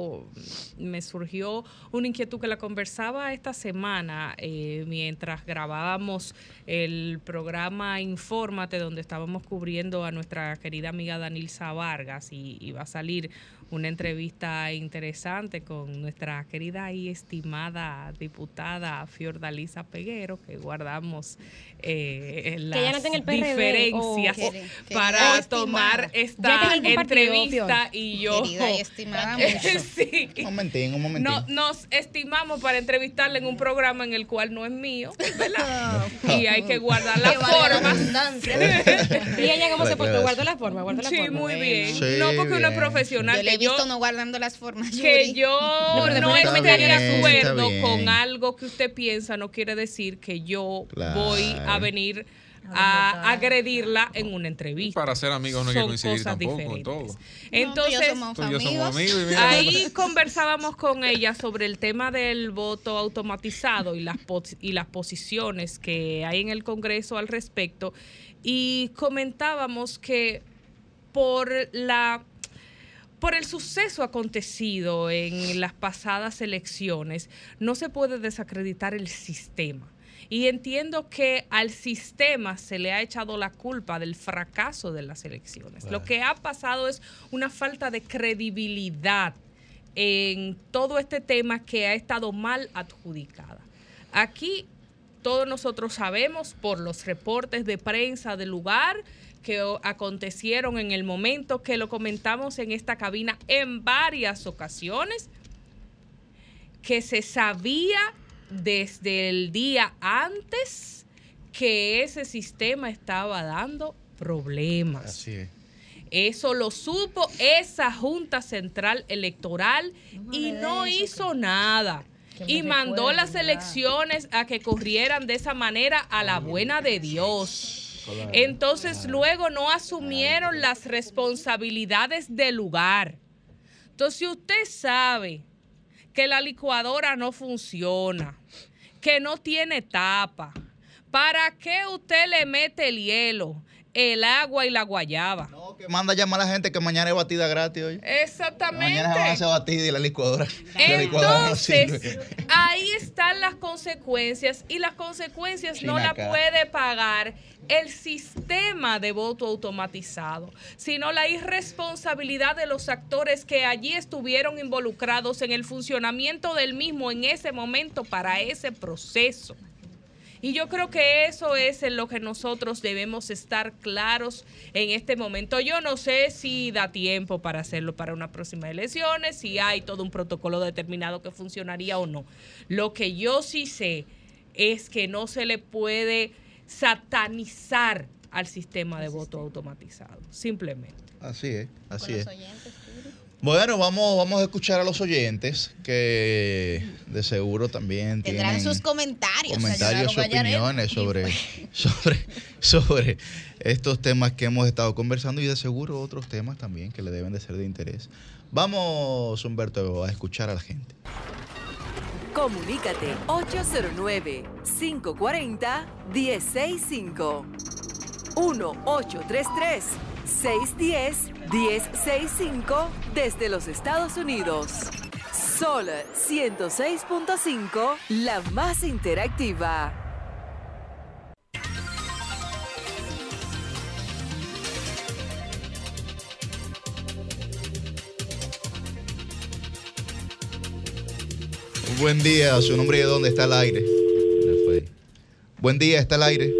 me surgió una inquietud que la conversaba esta semana mientras grabábamos el programa Infórmate, donde estábamos cubriendo a nuestra querida amiga Danilza Vargas, y va a salir una entrevista interesante con nuestra querida y estimada diputada Fiordalisa Peguero, que guardamos las diferencias para tomar esta entrevista y yo. Querida y estimada mucho. Sí. Un momentín. Nos estimamos para entrevistarla en un programa en el cual no es mío, ¿verdad? Y hay que guardar la forma. ¿Y ella cómo se portó? ¿Guardó la forma? Sí, muy bien. No, porque uno es profesional. Yo le he visto no guardando las formas. Que yo no esté de acuerdo con algo que usted piensa, no quiere decir que yo voy a venir a agredirla en una entrevista. Para ser amigos no hay que coincidir tampoco en todo. Entonces, somos amigos. Ahí conversábamos con ella sobre el tema del voto automatizado y las posiciones que hay en el Congreso al respecto, y comentábamos que por el suceso acontecido en las pasadas elecciones, no se puede desacreditar el sistema. Y entiendo que al sistema se le ha echado la culpa del fracaso de las elecciones. Lo que ha pasado es una falta de credibilidad en todo este tema que ha estado mal adjudicada. Aquí todos nosotros sabemos por los reportes de prensa del lugar que acontecieron en el momento, que lo comentamos en esta cabina en varias ocasiones, que se sabía desde el día antes que ese sistema estaba dando problemas. Así es. Eso lo supo esa Junta Central Electoral y no hizo nada. Y mandó las elecciones a que corrieran de esa manera a la buena de Dios. Entonces luego no asumieron las responsabilidades del lugar. Entonces, si usted sabe que la licuadora no funciona, que no tiene tapa, ¿para qué usted le mete el hielo, el agua y la guayaba? No, que manda a llamar a la gente que mañana hay batida gratis hoy. Exactamente. Mañana van a hacer batida y la licuadora. Entonces, ahí están las consecuencias, y las consecuencias no las puede pagar el sistema de voto automatizado, sino la irresponsabilidad de los actores que allí estuvieron involucrados en el funcionamiento del mismo en ese momento para ese proceso. Y yo creo que eso es en lo que nosotros debemos estar claros en este momento. Yo no sé si da tiempo para hacerlo para unas próximas elecciones, si hay todo un protocolo determinado que funcionaría o no. Lo que yo sí sé es que no se le puede satanizar al sistema de voto automatizado, simplemente. Así es, así es. Bueno, vamos a escuchar a los oyentes que de seguro también tendrán sus comentarios y opiniones sobre estos temas que hemos estado conversando, y de seguro otros temas también que le deben de ser de interés. Vamos, Humberto, a escuchar a la gente. Comunícate 809-540-1065. 1-833-610-1065 desde los Estados Unidos. Sol 106.5, la más interactiva. Buen día, su nombre y de dónde está el aire. Buen día, está el aire.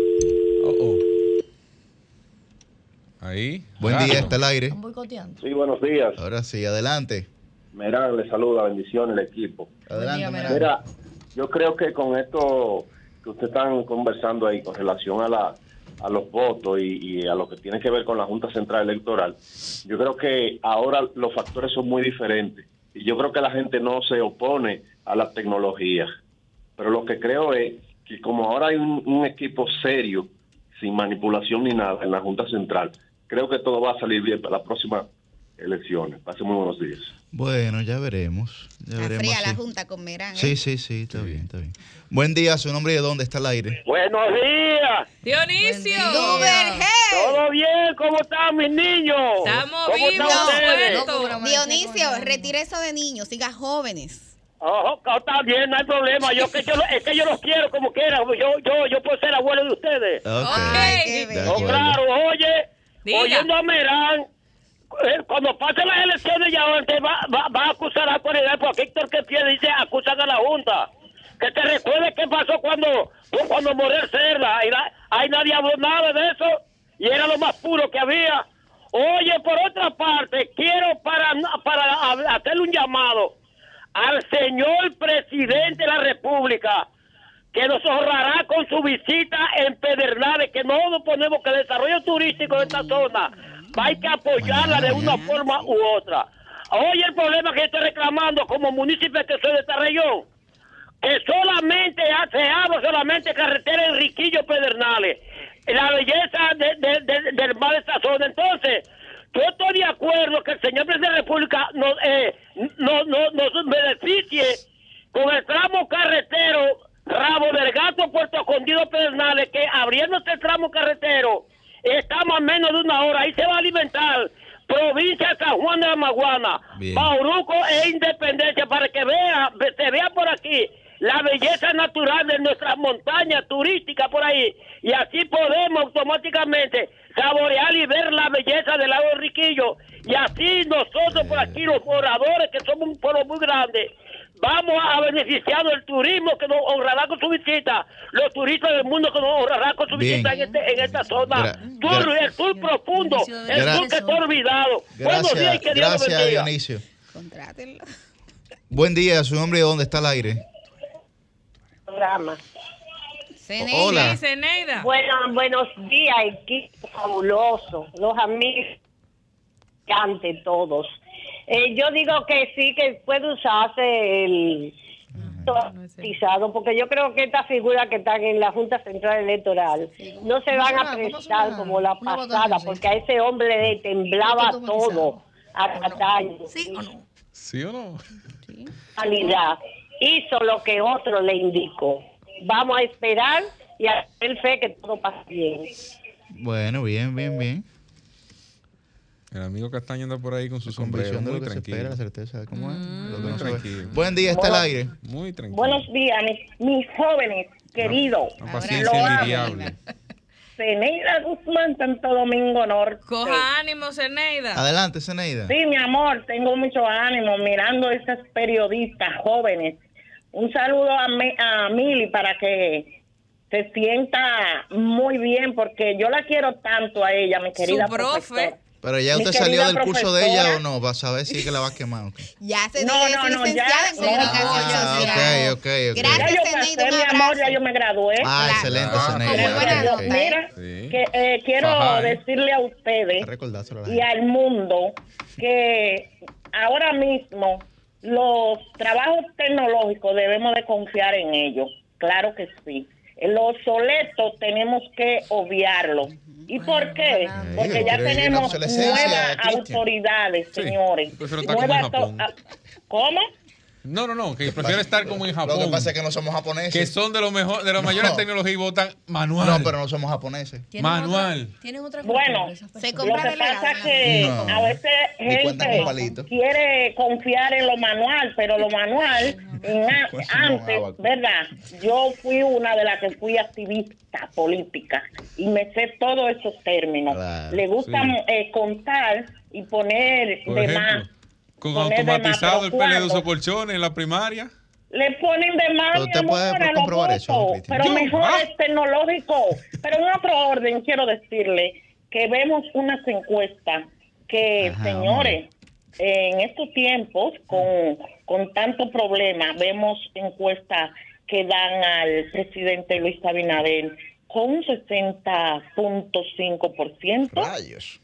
Ahí. Buen día, está el aire. Sí, buenos días. Ahora sí, adelante. Merán, le saluda, bendiciones al equipo. Adelante, Merán. Mira, yo creo que con esto que ustedes están conversando ahí con relación a los votos y a lo que tiene que ver con la Junta Central Electoral, yo creo que ahora los factores son muy diferentes. Y yo creo que la gente no se opone a la tecnología. Pero lo que creo es que como ahora hay un equipo serio, sin manipulación ni nada en la Junta Central, creo que todo va a salir bien para las próximas elecciones. Pasen muy buenos días. Bueno, ya veremos. Fría la Junta con Merán. Sí, está bien, está bien. Buen día, su nombre y de dónde está el aire. Buenos días. Dionisio. ¿Todo bien? ¿Cómo están mis niños? Estamos vivos. Dionisio, retire eso de niños, siga jóvenes. Está bien, no hay problema. Es que yo los quiero como quiera. Yo puedo ser abuelo de ustedes. Claro, oyendo a Merán, cuando pasen las elecciones ya antes va a acusar a Correa, porque Héctor que pierde dice acusan a la Junta. Que te recuerdes qué pasó cuando Morel Cerda. Ahí nadie habló nada de eso y era lo más puro que había. Oye, por otra parte, quiero para hacerle un llamado al señor presidente de la República, que nos honrará con su visita en Pedernales, que no nos ponemos que el desarrollo turístico de esta zona hay que apoyarla de una forma u otra. Oye, el problema que estoy reclamando como municipio que soy de esta región, que solamente se habla solamente carretera Enriquillo Pedernales, la belleza del mar de esta zona. Entonces, yo estoy de acuerdo que el señor presidente de la República nos beneficie con el tramo carretero Rabo del Gato, Puerto Escondido, Pedernales, que abriéndose el tramo carretero estamos a menos de una hora. Ahí se va a alimentar provincia de San Juan de la Maguana, Bauruco e Independencia, para que se vea por aquí la belleza natural de nuestras montañas turísticas por ahí, y así podemos automáticamente saborear y ver la belleza del lago Enriquillo, y así nosotros por aquí, los moradores, que somos un pueblo muy grande, vamos a beneficiar del turismo que nos honrará con su visita, los turistas del mundo que nos honrará con su visita en esta zona. El sur profundo, el sur que está olvidado. Buenos días y que Dios los bendiga. Dionisio. Contrátenlo. Buen día, su nombre y dónde está el aire. Programa. Hola. Zeneida. Buenos días, equipo fabuloso, los amigos, ante todos. Yo digo que sí, que puede usarse el automatizado, porque yo creo que estas figuras que están en la Junta Central Electoral no se van a prestar como la pasada, porque a ese hombre le temblaba todo a Cataño. ¿Sí o no? ¿Sí o no? Calidad. Hizo lo que otro le indicó. Vamos a esperar y a hacer fe que todo pase bien. Bueno, bien. El amigo Castaño anda por ahí con su sombrero, muy tranquilo. La certeza, ¿cómo es? Lo que no tranquilo. Buen día, está el aire. Muy tranquilo. Buenos días, mis jóvenes queridos. Una paciencia envidiable. Zeneida Guzmán, Santo Domingo Norte. Coja ánimo, Zeneida. Adelante, Zeneida. Sí, mi amor, tengo mucho ánimo mirando a esas periodistas jóvenes. Un saludo a Mili para que se sienta muy bien, porque yo la quiero tanto a ella, mi querida profesora. Pero ya usted salió del curso de ella o no, vas a ver si es que la va a quemar. Okay. Ya se licenciada en comunicación social. Ok. Gracias, ya yo pasé, mi amor, ya yo me gradué. Excelente, Zeneida. Mira, que quiero decirle a ustedes y al mundo que ahora mismo los trabajos tecnológicos debemos de confiar en ellos. Claro que sí. Los obsoletos tenemos que obviarlo. ¿Y por qué? Porque ya tenemos nuevas autoridades, señores. ¿Cómo? No, que prefiero estar como en Japón. Lo que pasa es que no somos japoneses. Que son de los mejores, de las mayores tecnologías y votan manual. No, pero no somos japoneses. Manual. ¿Tienen otra bueno, se compra lo que pasa es que a veces gente quiere confiar en lo manual, pero lo manual, antes, ¿verdad? Yo fui una de las que fui activista política y me sé todos esos términos. Claro, le gusta contar y poner de más. Con automatizado el PLD usó colchones en la primaria. le ponen de más. Usted puede comprobar eso, pero mejor es tecnológico. Pero en otro orden, quiero decirle que vemos unas encuestas que, señores, en estos tiempos, con tanto problema, vemos encuestas que dan al presidente Luis Abinader con un 60.5%. Rayos.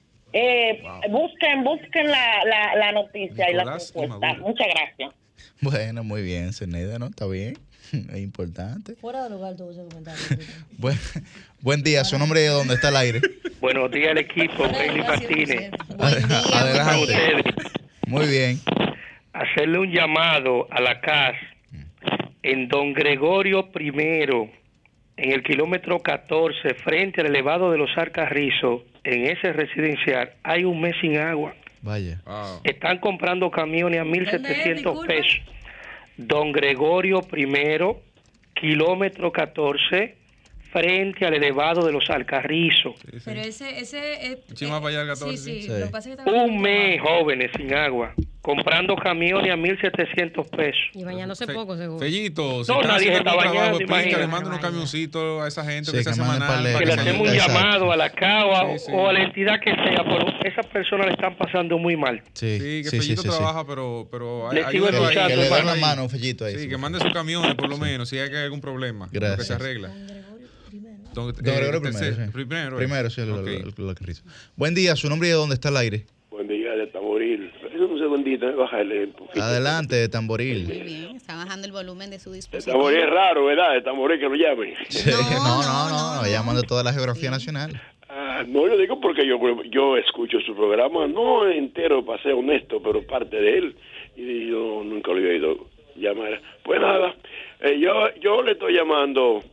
Busquen la noticia y las encuestas. Muchas gracias. Bueno, muy bien, Zeneida, ¿no? Está bien. Es importante. Fuera de lugar tuvo ese comentario. Buen día, su nombre y de dónde está el aire. Buenos días al equipo, Feli Martínez. Adelante. Muy bien. Hacerle un llamado a la CAS en Don Gregorio I, en el kilómetro 14, frente al elevado de los Alcarrizos, en ese residencial, hay un mes sin agua. Vaya. Están comprando camiones a 1.700 pesos. Don Gregorio I, kilómetro 14, frente al elevado de los Alcarrizos. Sí. Pero ese es... Más para allá el 14. Sí. Lo que pasa es que un mes, jóvenes, sin agua. Comprando camiones a 1.700 pesos. Y bañándose poco, seguro. Fellito, si nadie se está bañando, le manda unos camioncitos a esa gente que se hace que le hacemos un llamado a la CAO o a la entidad que sea, pero esas personas le están pasando muy mal. Sí, que Fellito trabaja, pero le sigo escuchando. Que le den la mano, Fellito, ahí. Sí, que mande sus camiones, por lo menos, si hay algún problema. Gracias. Que se arregla. Don Gregorio primero, sí, lo que risa. Buen día, su nombre y de dónde está el aire. Buen día, de Tamboril. Un segundito, bájale un poquito. Adelante, de Tamboril. Muy bien, está bajando el volumen de su dispositivo. De Tamboril es raro, ¿verdad? De Tamboril que lo llamen. Sí. No, llaman de toda la geografía nacional. No, yo digo porque yo escucho su programa, no entero, para ser honesto, pero parte de él. Y yo nunca lo he oído llamar. Pues nada, yo le estoy llamando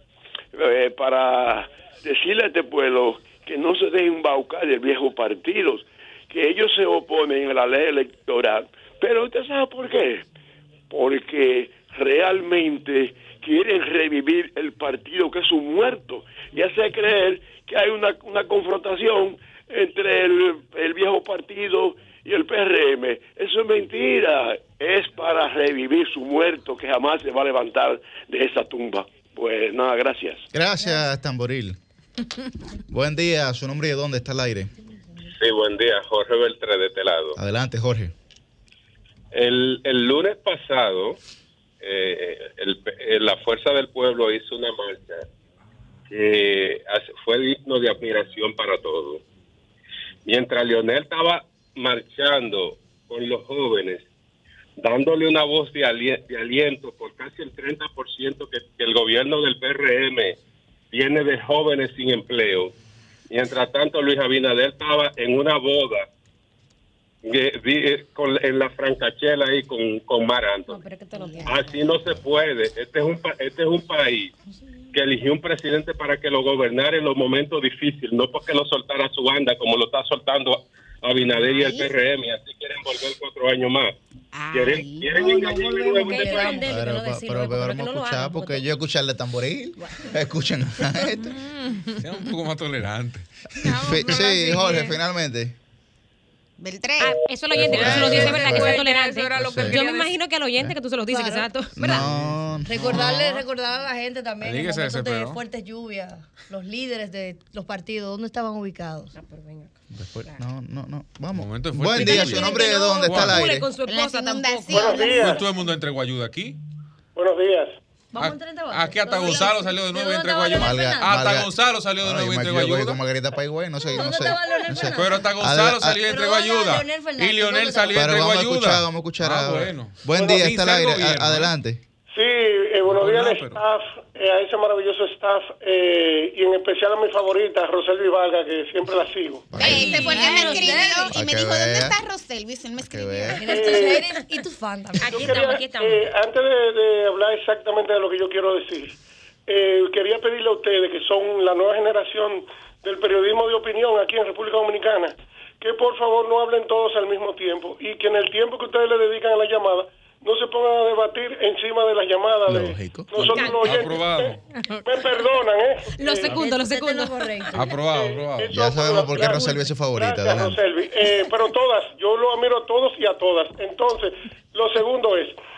para decirle a este pueblo que no se dejen embaucar del viejo partido, que ellos se oponen a la ley electoral. Pero ¿usted sabe por qué? Porque realmente quieren revivir el partido que es un muerto y hacer creer que hay una confrontación entre el viejo partido y el PRM. Eso es mentira. Es para revivir su muerto que jamás se va a levantar de esa tumba. Pues nada, gracias. Gracias, Tamboril. Buen día, su nombre y de dónde está el aire. Sí, buen día, Jorge Beltré de este lado. Adelante, Jorge. El lunes pasado, la Fuerza del Pueblo hizo una marcha que fue digno de admiración para todos. Mientras Leonel estaba marchando con los jóvenes, dándole una voz de aliento por casi el 30% que el gobierno del PRM tiene de jóvenes sin empleo. Mientras tanto, Luis Abinader estaba en una boda en la Francachela ahí con Mar Anthony. Así no se puede. Este es un país que eligió un presidente para que lo gobernara en los momentos difíciles, no porque lo soltara su banda como lo está soltando Abinader y el PRM, y así quieren volver 4 años más. Quieren engañar de nuevo este país. Pero vamos a escuchar, porque yo escucharle Tamboril. Escuchen a esto. Sea un poco más tolerante. Sí, Jorge, finalmente. Beltré. Eso al oyente que tú se lo dices, ¿verdad? Que sea tolerante. Yo me imagino que al oyente que tú se lo dices, que sea ¿verdad? No. Recordar a la gente también en momentos de fuertes lluvias, los líderes de los partidos, ¿dónde estaban ubicados? Pero venga. Después, no. Vamos. Buen día, su nombre de dónde está el aire. Con su esposa tampoco. Buenos días. Todo el mundo entregó ayuda aquí. Buenos días. Aquí hasta Gonzalo salió de nuevo y entregó ayuda. Hasta Gonzalo salió de nuevo y entregó ayuda. Con Margarita Paigüey, no sé. Pero hasta Gonzalo salió y entregó ayuda. Y Leonel salió y entregó ayuda. Vamos a escuchar ahora. Buen día, está el aire. Adelante. Sí, buenos días al staff, a ese maravilloso staff, y en especial a mi favorita, Roselvi Vargas, que siempre la sigo. Ese fue el que me escribió y me dijo, ¿dónde está Roselvi? Él me escribió. Y tu fan también. Aquí estamos. Antes de hablar exactamente de lo que yo quiero decir, quería pedirle a ustedes, que son la nueva generación del periodismo de opinión aquí en República Dominicana, que por favor no hablen todos al mismo tiempo y que en el tiempo que ustedes le dedican a la llamada, no se pongan a debatir encima de las llamadas. Lógico. Nosotros los oyentes. Aprobado. Me perdonan, Los segundos. Aprobado. Ya sabemos por qué Roselvi es su favorita. Gracias, Roselvi. Pero todas, yo lo admiro a todos y a todas. Entonces, lo segundo es,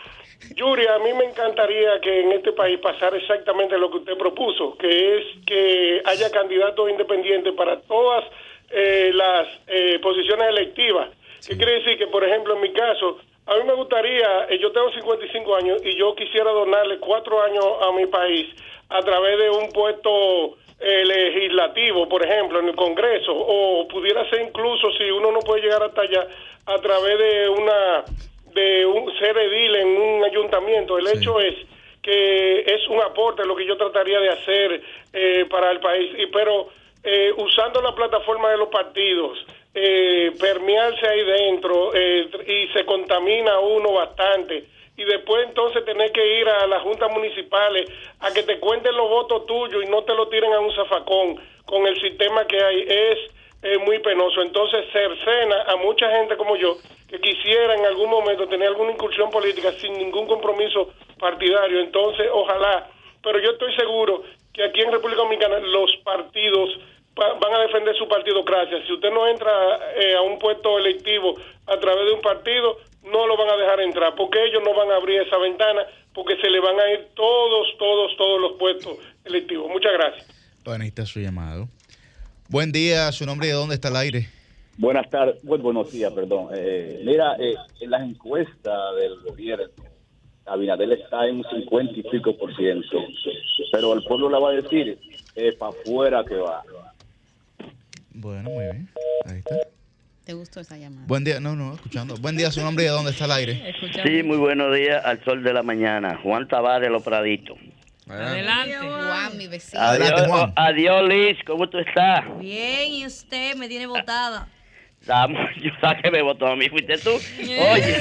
Yuri, a mí me encantaría que en este país pasara exactamente lo que usted propuso, que es que haya candidatos independientes para todas las posiciones electivas. ¿Qué quiere decir? Que, por ejemplo, en mi caso, a mí me gustaría, yo tengo 55 años y yo quisiera donarle 4 años a mi país a través de un puesto legislativo, por ejemplo, en el Congreso, o pudiera ser incluso, si uno no puede llegar hasta allá, a través de un ser edil en un ayuntamiento. El hecho es que es un aporte lo que yo trataría de hacer para el país, pero usando la plataforma de los partidos, permearse ahí dentro y se contamina uno bastante, y después entonces tener que ir a las juntas municipales a que te cuenten los votos tuyos y no te lo tiren a un zafacón con el sistema que hay, es muy penoso. Entonces cercena a mucha gente como yo que quisiera en algún momento tener alguna incursión política sin ningún compromiso partidario. Entonces ojalá, pero yo estoy seguro que aquí en República Dominicana los partidos van a defender su partidocracia. Si usted no entra a un puesto electivo a través de un partido, no lo van a dejar entrar, porque ellos no van a abrir esa ventana, porque se le van a ir todos los puestos electivos. Muchas gracias. Bueno, ahí está su llamado. Buen día, su nombre y de dónde está el aire. Buenas tardes, buenos días, perdón. Mira, en las encuestas del gobierno, Abinader está en un 50 y pico %, pero el pueblo le va a decir, para afuera que va. Bueno, muy bien. Ahí está. ¿Te gustó esa llamada? Buen día, no, escuchando. Buen día, su nombre y de dónde está el aire. Sí, muy buenos días al sol de la mañana. Juan Tavares, Los Praditos. Adelante, Juan, mi vecino. Adelante, Juan. Adiós, Liz, ¿cómo tú estás? Bien, y usted me tiene botada. Yo sabía que me votó a mí, fuiste tú. Oye,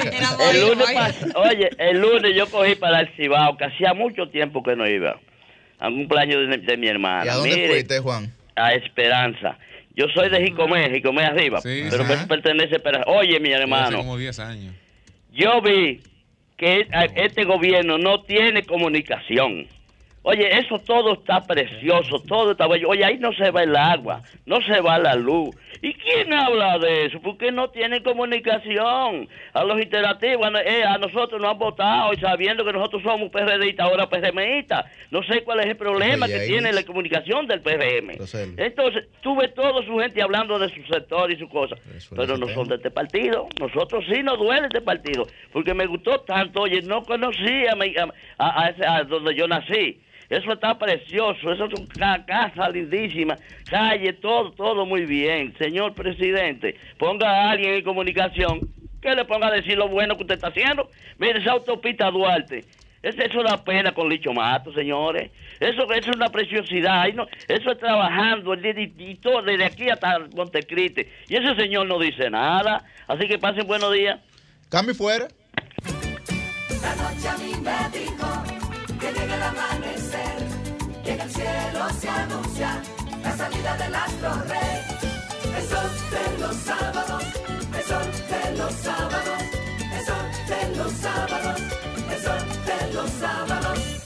el lunes yo cogí para el Cibao, que hacía mucho tiempo que no iba. A un cumpleaños de mi hermana. ¿Y a dónde fuiste, Juan? A Esperanza. Yo soy de Jicomé arriba, pero me pertenece a Esperanza. Oye, mi hermano. Hace como 10 años. Yo vi que este gobierno no tiene comunicación. Oye, eso todo está precioso, todo está bello. Oye, ahí no se va el agua, no se va la luz. ¿Y quién habla de eso? Porque no tiene comunicación. A los interactivos, a nosotros nos han votado y sabiendo que nosotros somos PRDistas, ahora PRMistas. No sé cuál es el problema que tiene la comunicación del PRM. Entonces, tuve toda su gente hablando de su sector y su cosa, pero no son de este partido. Nosotros sí nos duele este partido, porque me gustó tanto. Oye, no conocí a donde yo nací. Eso está precioso, eso es una casa lindísima, calle, todo muy bien. Señor presidente, ponga a alguien en comunicación que le ponga a decir lo bueno que usted está haciendo. Mire, esa autopista Duarte, eso da pena con Licho Mato, señores. Eso es una preciosidad. Eso es trabajando y todo, desde aquí hasta Montecristi. Y ese señor no dice nada. Así que pasen buenos días. Cambio fuera. La noche a mí me dijo que llega el amanecer, que en el cielo se anuncia la salida del astro rey. El sol de los sábados, el sol de los sábados, el sol de los sábados, el sol de los sábados.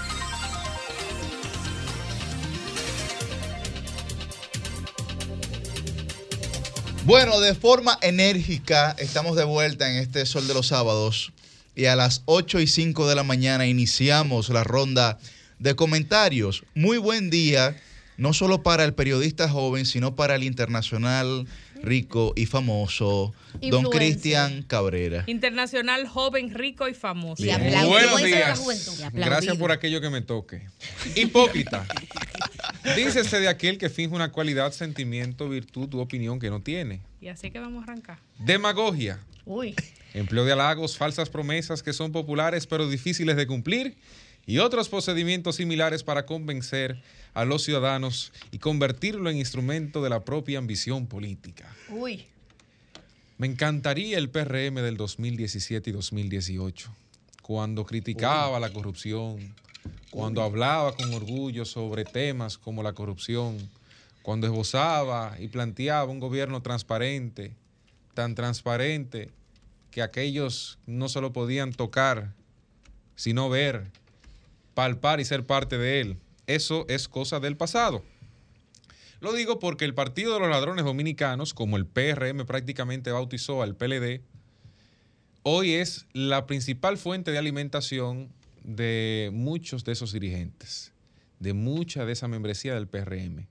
Bueno, de forma enérgica estamos de vuelta en este Sol de los Sábados. Y a las 8:05 de la mañana iniciamos la ronda de comentarios. Muy buen día, no solo para el periodista joven, sino para el internacional rico y famoso, don Cristian Cabrera. Internacional joven, rico y famoso. Buenos días. Gracias por aquello que me toque. Hipócrita. Dícese de aquel que finge una cualidad, sentimiento, virtud u opinión que no tiene. Y así que vamos a arrancar. Demagogia. Uy. Empleo de halagos, falsas promesas que son populares pero difíciles de cumplir y otros procedimientos similares para convencer a los ciudadanos y convertirlo en instrumento de la propia ambición política. Uy. Me encantaría el PRM del 2017 y 2018, cuando criticaba la corrupción, cuando hablaba con orgullo sobre temas como la corrupción, cuando esbozaba y planteaba un gobierno transparente, tan transparente que aquellos no solo podían tocar, sino ver, palpar y ser parte de él. Eso es cosa del pasado. Lo digo porque el Partido de los Ladrones Dominicanos, como el PRM prácticamente bautizó al PLD, hoy es la principal fuente de alimentación de muchos de esos dirigentes, de mucha de esa membresía del PRM.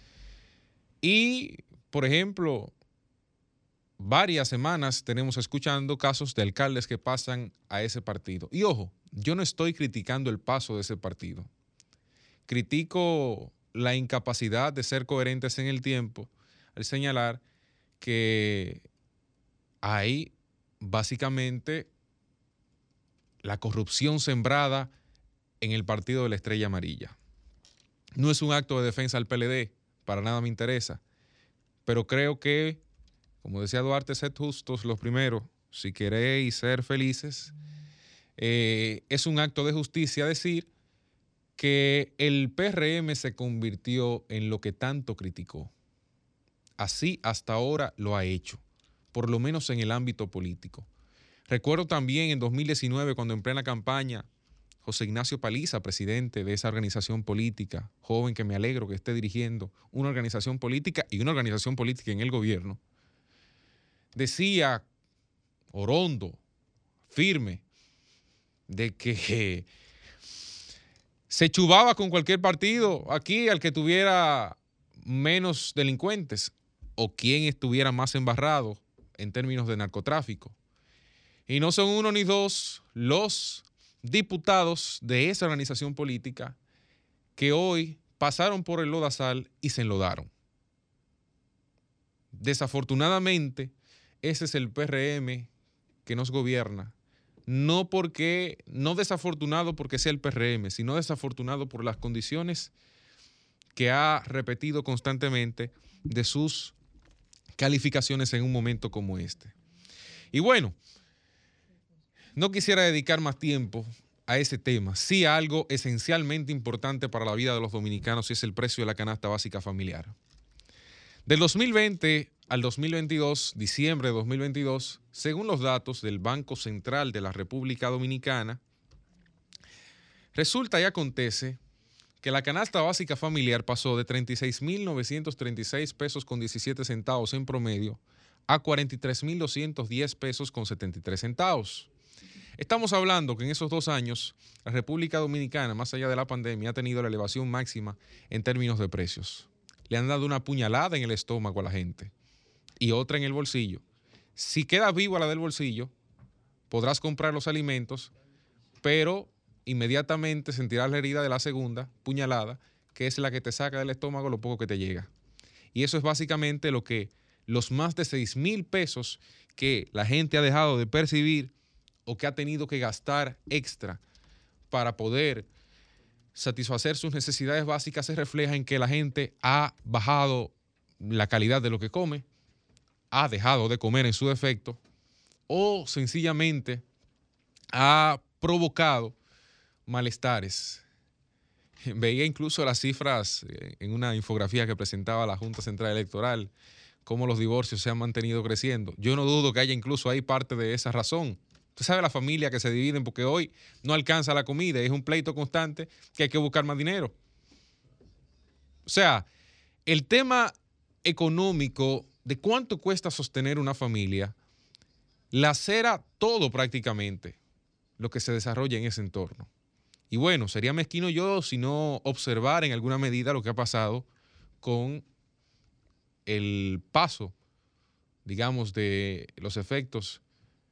Y, por ejemplo, varias semanas tenemos escuchando casos de alcaldes que pasan a ese partido. Y ojo, yo no estoy criticando el paso de ese partido. Critico la incapacidad de ser coherentes en el tiempo al señalar que hay básicamente la corrupción sembrada en el partido de la Estrella Amarilla. No es un acto de defensa al PLD, para nada me interesa, pero creo que, como decía Duarte, sed justos los primeros, si queréis ser felices. Es un acto de justicia decir que el PRM se convirtió en lo que tanto criticó. Así hasta ahora lo ha hecho, por lo menos en el ámbito político. Recuerdo también en 2019, cuando en plena campaña, José Ignacio Paliza, presidente de esa organización política, joven que me alegro que esté dirigiendo una organización política y una organización política en el gobierno, decía orondo, firme, de que se chubaba con cualquier partido aquí al que tuviera menos delincuentes o quien estuviera más embarrado en términos de narcotráfico. Y no son uno ni dos los diputados de esa organización política que hoy pasaron por el lodazal y se enlodaron. Desafortunadamente, ese es el PRM que nos gobierna. No desafortunado porque sea el PRM, sino desafortunado por las condiciones que ha repetido constantemente de sus calificaciones en un momento como este. Y bueno, no quisiera dedicar más tiempo a ese tema. Sí, a algo esencialmente importante para la vida de los dominicanos y es el precio de la canasta básica familiar. Del 2020 al 2022, diciembre de 2022, según los datos del Banco Central de la República Dominicana, resulta y acontece que la canasta básica familiar pasó de 36.936 pesos con 17 centavos en promedio a 43.210 pesos con 73 centavos. Estamos hablando que en esos 2 años la República Dominicana, más allá de la pandemia, ha tenido la elevación máxima en términos de precios. Le han dado una puñalada en el estómago a la gente y otra en el bolsillo. Si queda viva la del bolsillo, podrás comprar los alimentos, pero inmediatamente sentirás la herida de la segunda puñalada, que es la que te saca del estómago lo poco que te llega. Y eso es básicamente lo que los más de 6,000 pesos que la gente ha dejado de percibir o que ha tenido que gastar extra para poder satisfacer sus necesidades básicas se refleja en que la gente ha bajado la calidad de lo que come, ha dejado de comer en su defecto o sencillamente ha provocado malestares. Veía incluso las cifras en una infografía que presentaba la Junta Central Electoral, cómo los divorcios se han mantenido creciendo. Yo no dudo que haya incluso ahí parte de esa razón. Usted sabe la familia que se dividen porque hoy no alcanza la comida y es un pleito constante que hay que buscar más dinero. O sea, el tema económico de cuánto cuesta sostener una familia lacera todo prácticamente lo que se desarrolla en ese entorno. Y bueno, sería mezquino yo si no observar en alguna medida lo que ha pasado con el paso, digamos, de los efectos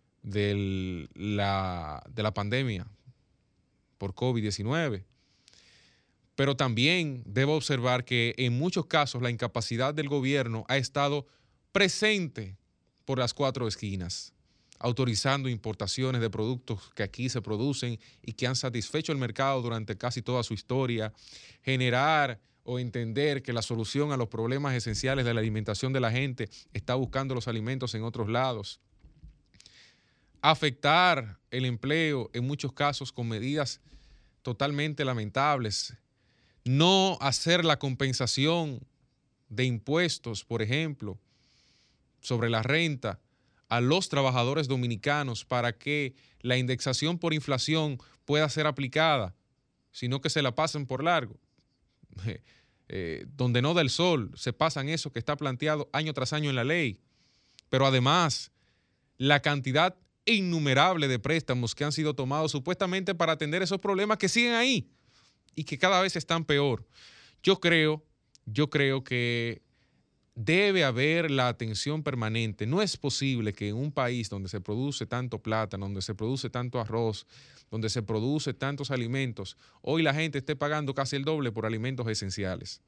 de la pandemia por COVID-19. Pero también debo observar que en muchos casos la incapacidad del gobierno ha estado presente por las 4 esquinas, autorizando importaciones de productos que aquí se producen y que han satisfecho el mercado durante casi toda su historia, generar o entender que la solución a los problemas esenciales de la alimentación de la gente está buscando los alimentos en otros lados, afectar el empleo en muchos casos con medidas totalmente lamentables, no hacer la compensación de impuestos, por ejemplo, sobre la renta a los trabajadores dominicanos para que la indexación por inflación pueda ser aplicada, sino que se la pasen por largo. Donde no da el sol, se pasan eso que está planteado año tras año en la ley. Pero además, la cantidad innumerables de préstamos que han sido tomados supuestamente para atender esos problemas que siguen ahí y que cada vez están peor. Yo creo que debe haber la atención permanente. No es posible que en un país donde se produce tanto plátano, donde se produce tanto arroz, donde se produce tantos alimentos, hoy la gente esté pagando casi el doble por alimentos esenciales.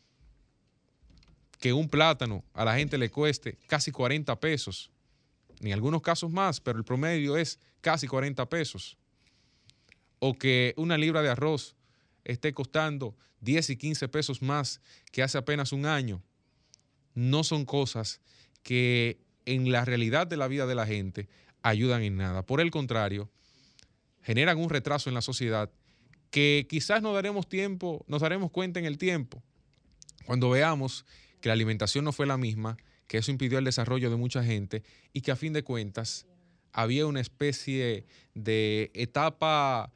Que un plátano a la gente le cueste casi 40 pesos. En algunos casos más, pero el promedio es casi 40 pesos. O que una libra de arroz esté costando 10 y 15 pesos más que hace apenas un año. No son cosas que en la realidad de la vida de la gente ayudan en nada. Por el contrario, generan un retraso en la sociedad que quizás nos daremos cuenta en el tiempo, cuando veamos que la alimentación no fue la misma, que eso impidió el desarrollo de mucha gente y que a fin de cuentas había una especie de etapa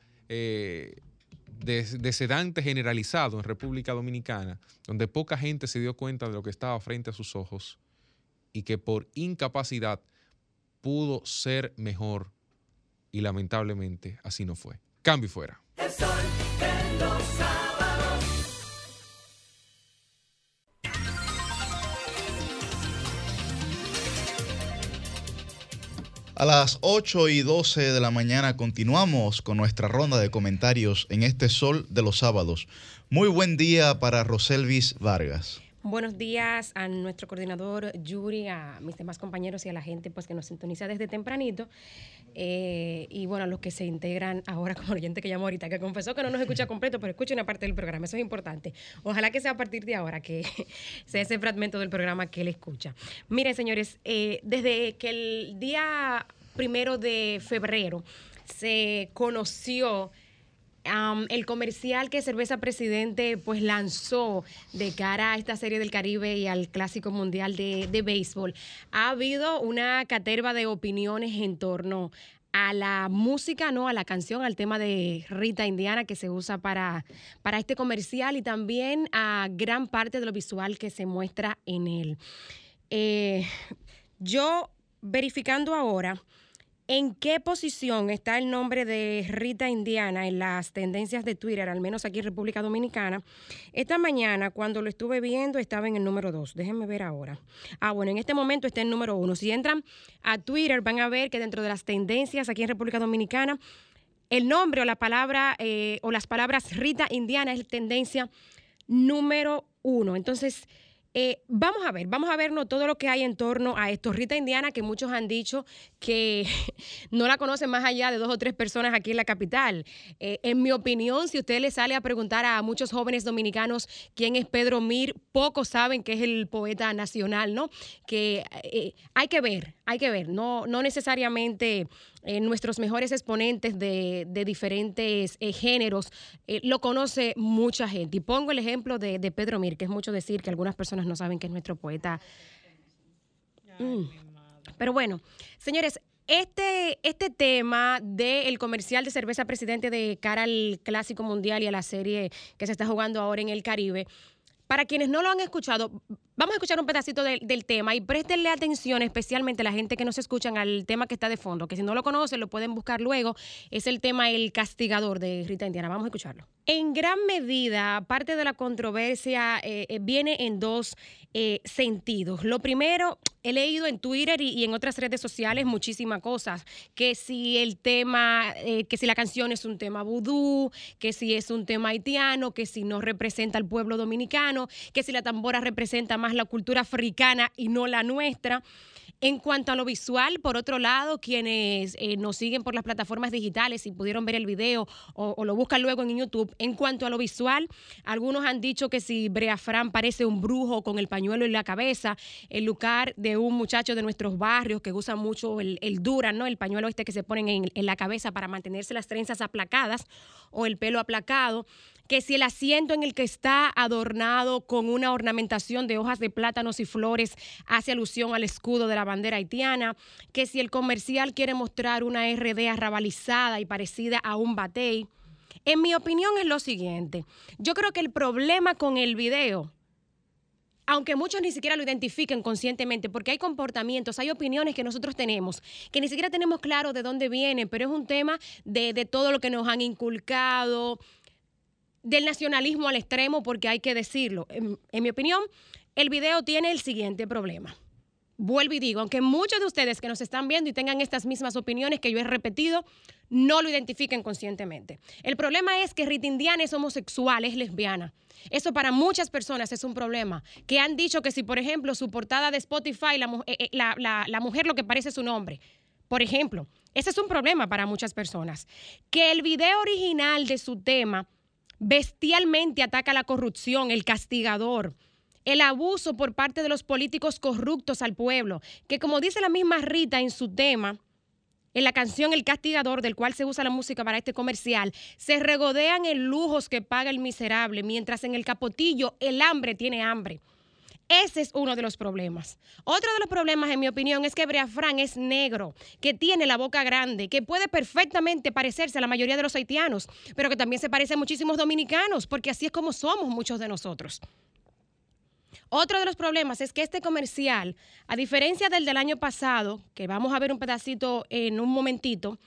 de sedante generalizado en República Dominicana, donde poca gente se dio cuenta de lo que estaba frente a sus ojos y que por incapacidad pudo ser mejor y lamentablemente así no fue. Cambio y fuera. El sol de los sábados. A las 8:12 de la mañana continuamos con nuestra ronda de comentarios en este Sol de los Sábados. Muy buen día para Roselvis Vargas. Buenos días a nuestro coordinador Yuri, a mis demás compañeros y a la gente pues que nos sintoniza desde tempranito. Y bueno, a los que se integran ahora como oyente que llamó ahorita, que confesó que no nos escucha completo, pero escucha una parte del programa. Eso es importante. Ojalá que sea a partir de ahora que sea ese fragmento del programa que él escucha. Miren, señores, desde que el día 1 de febrero se conoció el comercial que Cerveza Presidente pues lanzó de cara a esta Serie del Caribe y al Clásico Mundial de Béisbol, ha habido una caterva de opiniones en torno a la música, ¿no? A la canción, al tema de Rita Indiana que se usa para este comercial y también a gran parte de lo visual que se muestra en él. Yo verificando ahora ¿en qué posición está el nombre de Rita Indiana en las tendencias de Twitter, al menos aquí en República Dominicana? Esta mañana, cuando lo estuve viendo, estaba en el número 2. Déjenme ver ahora. Bueno, en este momento está en el número 1. Si entran a Twitter, van a ver que dentro de las tendencias aquí en República Dominicana, el nombre o la palabra o las palabras Rita Indiana es tendencia número 1. Entonces, vamos a vernos todo lo que hay en torno a esto. Rita Indiana, que muchos han dicho que no la conocen más allá de 2 o 3 personas aquí en la capital. En mi opinión, si usted le sale a preguntar a muchos jóvenes dominicanos quién es Pedro Mir, pocos saben que es el poeta nacional, ¿no? Que hay que ver, no necesariamente nuestros mejores exponentes de diferentes géneros lo conoce mucha gente. Y pongo el ejemplo de Pedro Mir, que es mucho decir que algunas personas no saben que es nuestro poeta. Pero bueno, señores, este tema del comercial de Cerveza Presidente de cara al Clásico Mundial y a la serie que se está jugando ahora en el Caribe, para quienes no lo han escuchado, vamos a escuchar un pedacito del tema y préstenle atención, especialmente la gente que nos escuchan, al tema que está de fondo, que si no lo conocen lo pueden buscar luego. Es el tema El Castigador de Rita Indiana. Vamos a escucharlo. En gran medida, parte de la controversia viene en 2 sentidos. Lo primero, he leído en Twitter y en otras redes sociales muchísimas cosas, que si el tema, que si la canción es un tema vudú, que si es un tema haitiano, que si no representa al pueblo dominicano, que si la tambora representa más la cultura africana y no la nuestra. En cuanto a lo visual, por otro lado, quienes nos siguen por las plataformas digitales y pudieron ver el video o lo buscan luego en YouTube, en cuanto a lo visual, algunos han dicho que si Brea Fran parece un brujo con el pañuelo en la cabeza, el lugar de un muchacho de nuestros barrios que usa mucho el Duran, ¿no? El pañuelo este que se ponen en la cabeza para mantenerse las trenzas aplacadas o el pelo aplacado, que si el asiento en el que está adornado con una ornamentación de hojas de plátanos y flores hace alusión al escudo de la bandera haitiana, que si el comercial quiere mostrar una RD arrabalizada y parecida a un batey. En mi opinión es lo siguiente. Yo creo que el problema con el video, aunque muchos ni siquiera lo identifiquen conscientemente, porque hay comportamientos, hay opiniones que nosotros tenemos, que ni siquiera tenemos claro de dónde vienen, pero es un tema de todo lo que nos han inculcado, del nacionalismo al extremo, porque hay que decirlo. En mi opinión, el video tiene el siguiente problema. Vuelvo y digo, aunque muchos de ustedes que nos están viendo y tengan estas mismas opiniones que yo he repetido, no lo identifiquen conscientemente. El problema es que Rita Indiana es homosexual, es lesbiana. Eso para muchas personas es un problema. Que han dicho que si, por ejemplo, su portada de Spotify, la mujer lo que parece es su nombre. Por ejemplo, ese es un problema para muchas personas. Que el video original de su tema bestialmente ataca la corrupción, el castigador, el abuso por parte de los políticos corruptos al pueblo, que como dice la misma Rita en su tema, en la canción El Castigador, del cual se usa la música para este comercial, se regodean en lujos que paga el miserable, mientras en el capotillo el hambre tiene hambre. Ese es uno de los problemas. Otro de los problemas, en mi opinión, es que Brea Frank es negro, que tiene la boca grande, que puede perfectamente parecerse a la mayoría de los haitianos, pero que también se parece a muchísimos dominicanos, porque así es como somos muchos de nosotros. Otro de los problemas es que este comercial, a diferencia del año pasado, que vamos a ver un pedacito en un momentito,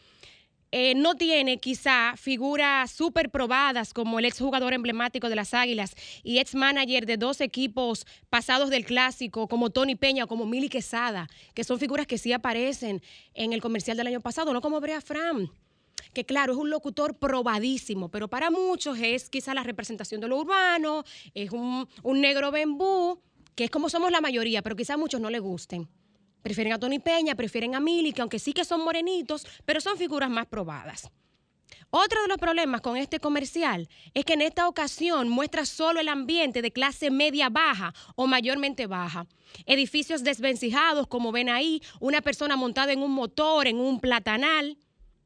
no tiene quizá figuras súper probadas como el exjugador emblemático de las Águilas y ex-manager de 2 equipos pasados del Clásico, como Tony Peña o como Mili Quesada, que son figuras que sí aparecen en el comercial del año pasado, no como Brea Frank, que claro, es un locutor probadísimo, pero para muchos es quizá la representación de lo urbano, es un negro bembú, que es como somos la mayoría, pero quizá a muchos no les gusten. Prefieren a Tony Peña, prefieren a Mili, que aunque sí que son morenitos, pero son figuras más probadas. Otro de los problemas con este comercial es que en esta ocasión muestra solo el ambiente de clase media baja o mayormente baja. Edificios desvencijados, como ven ahí, una persona montada en un motor, en un platanal,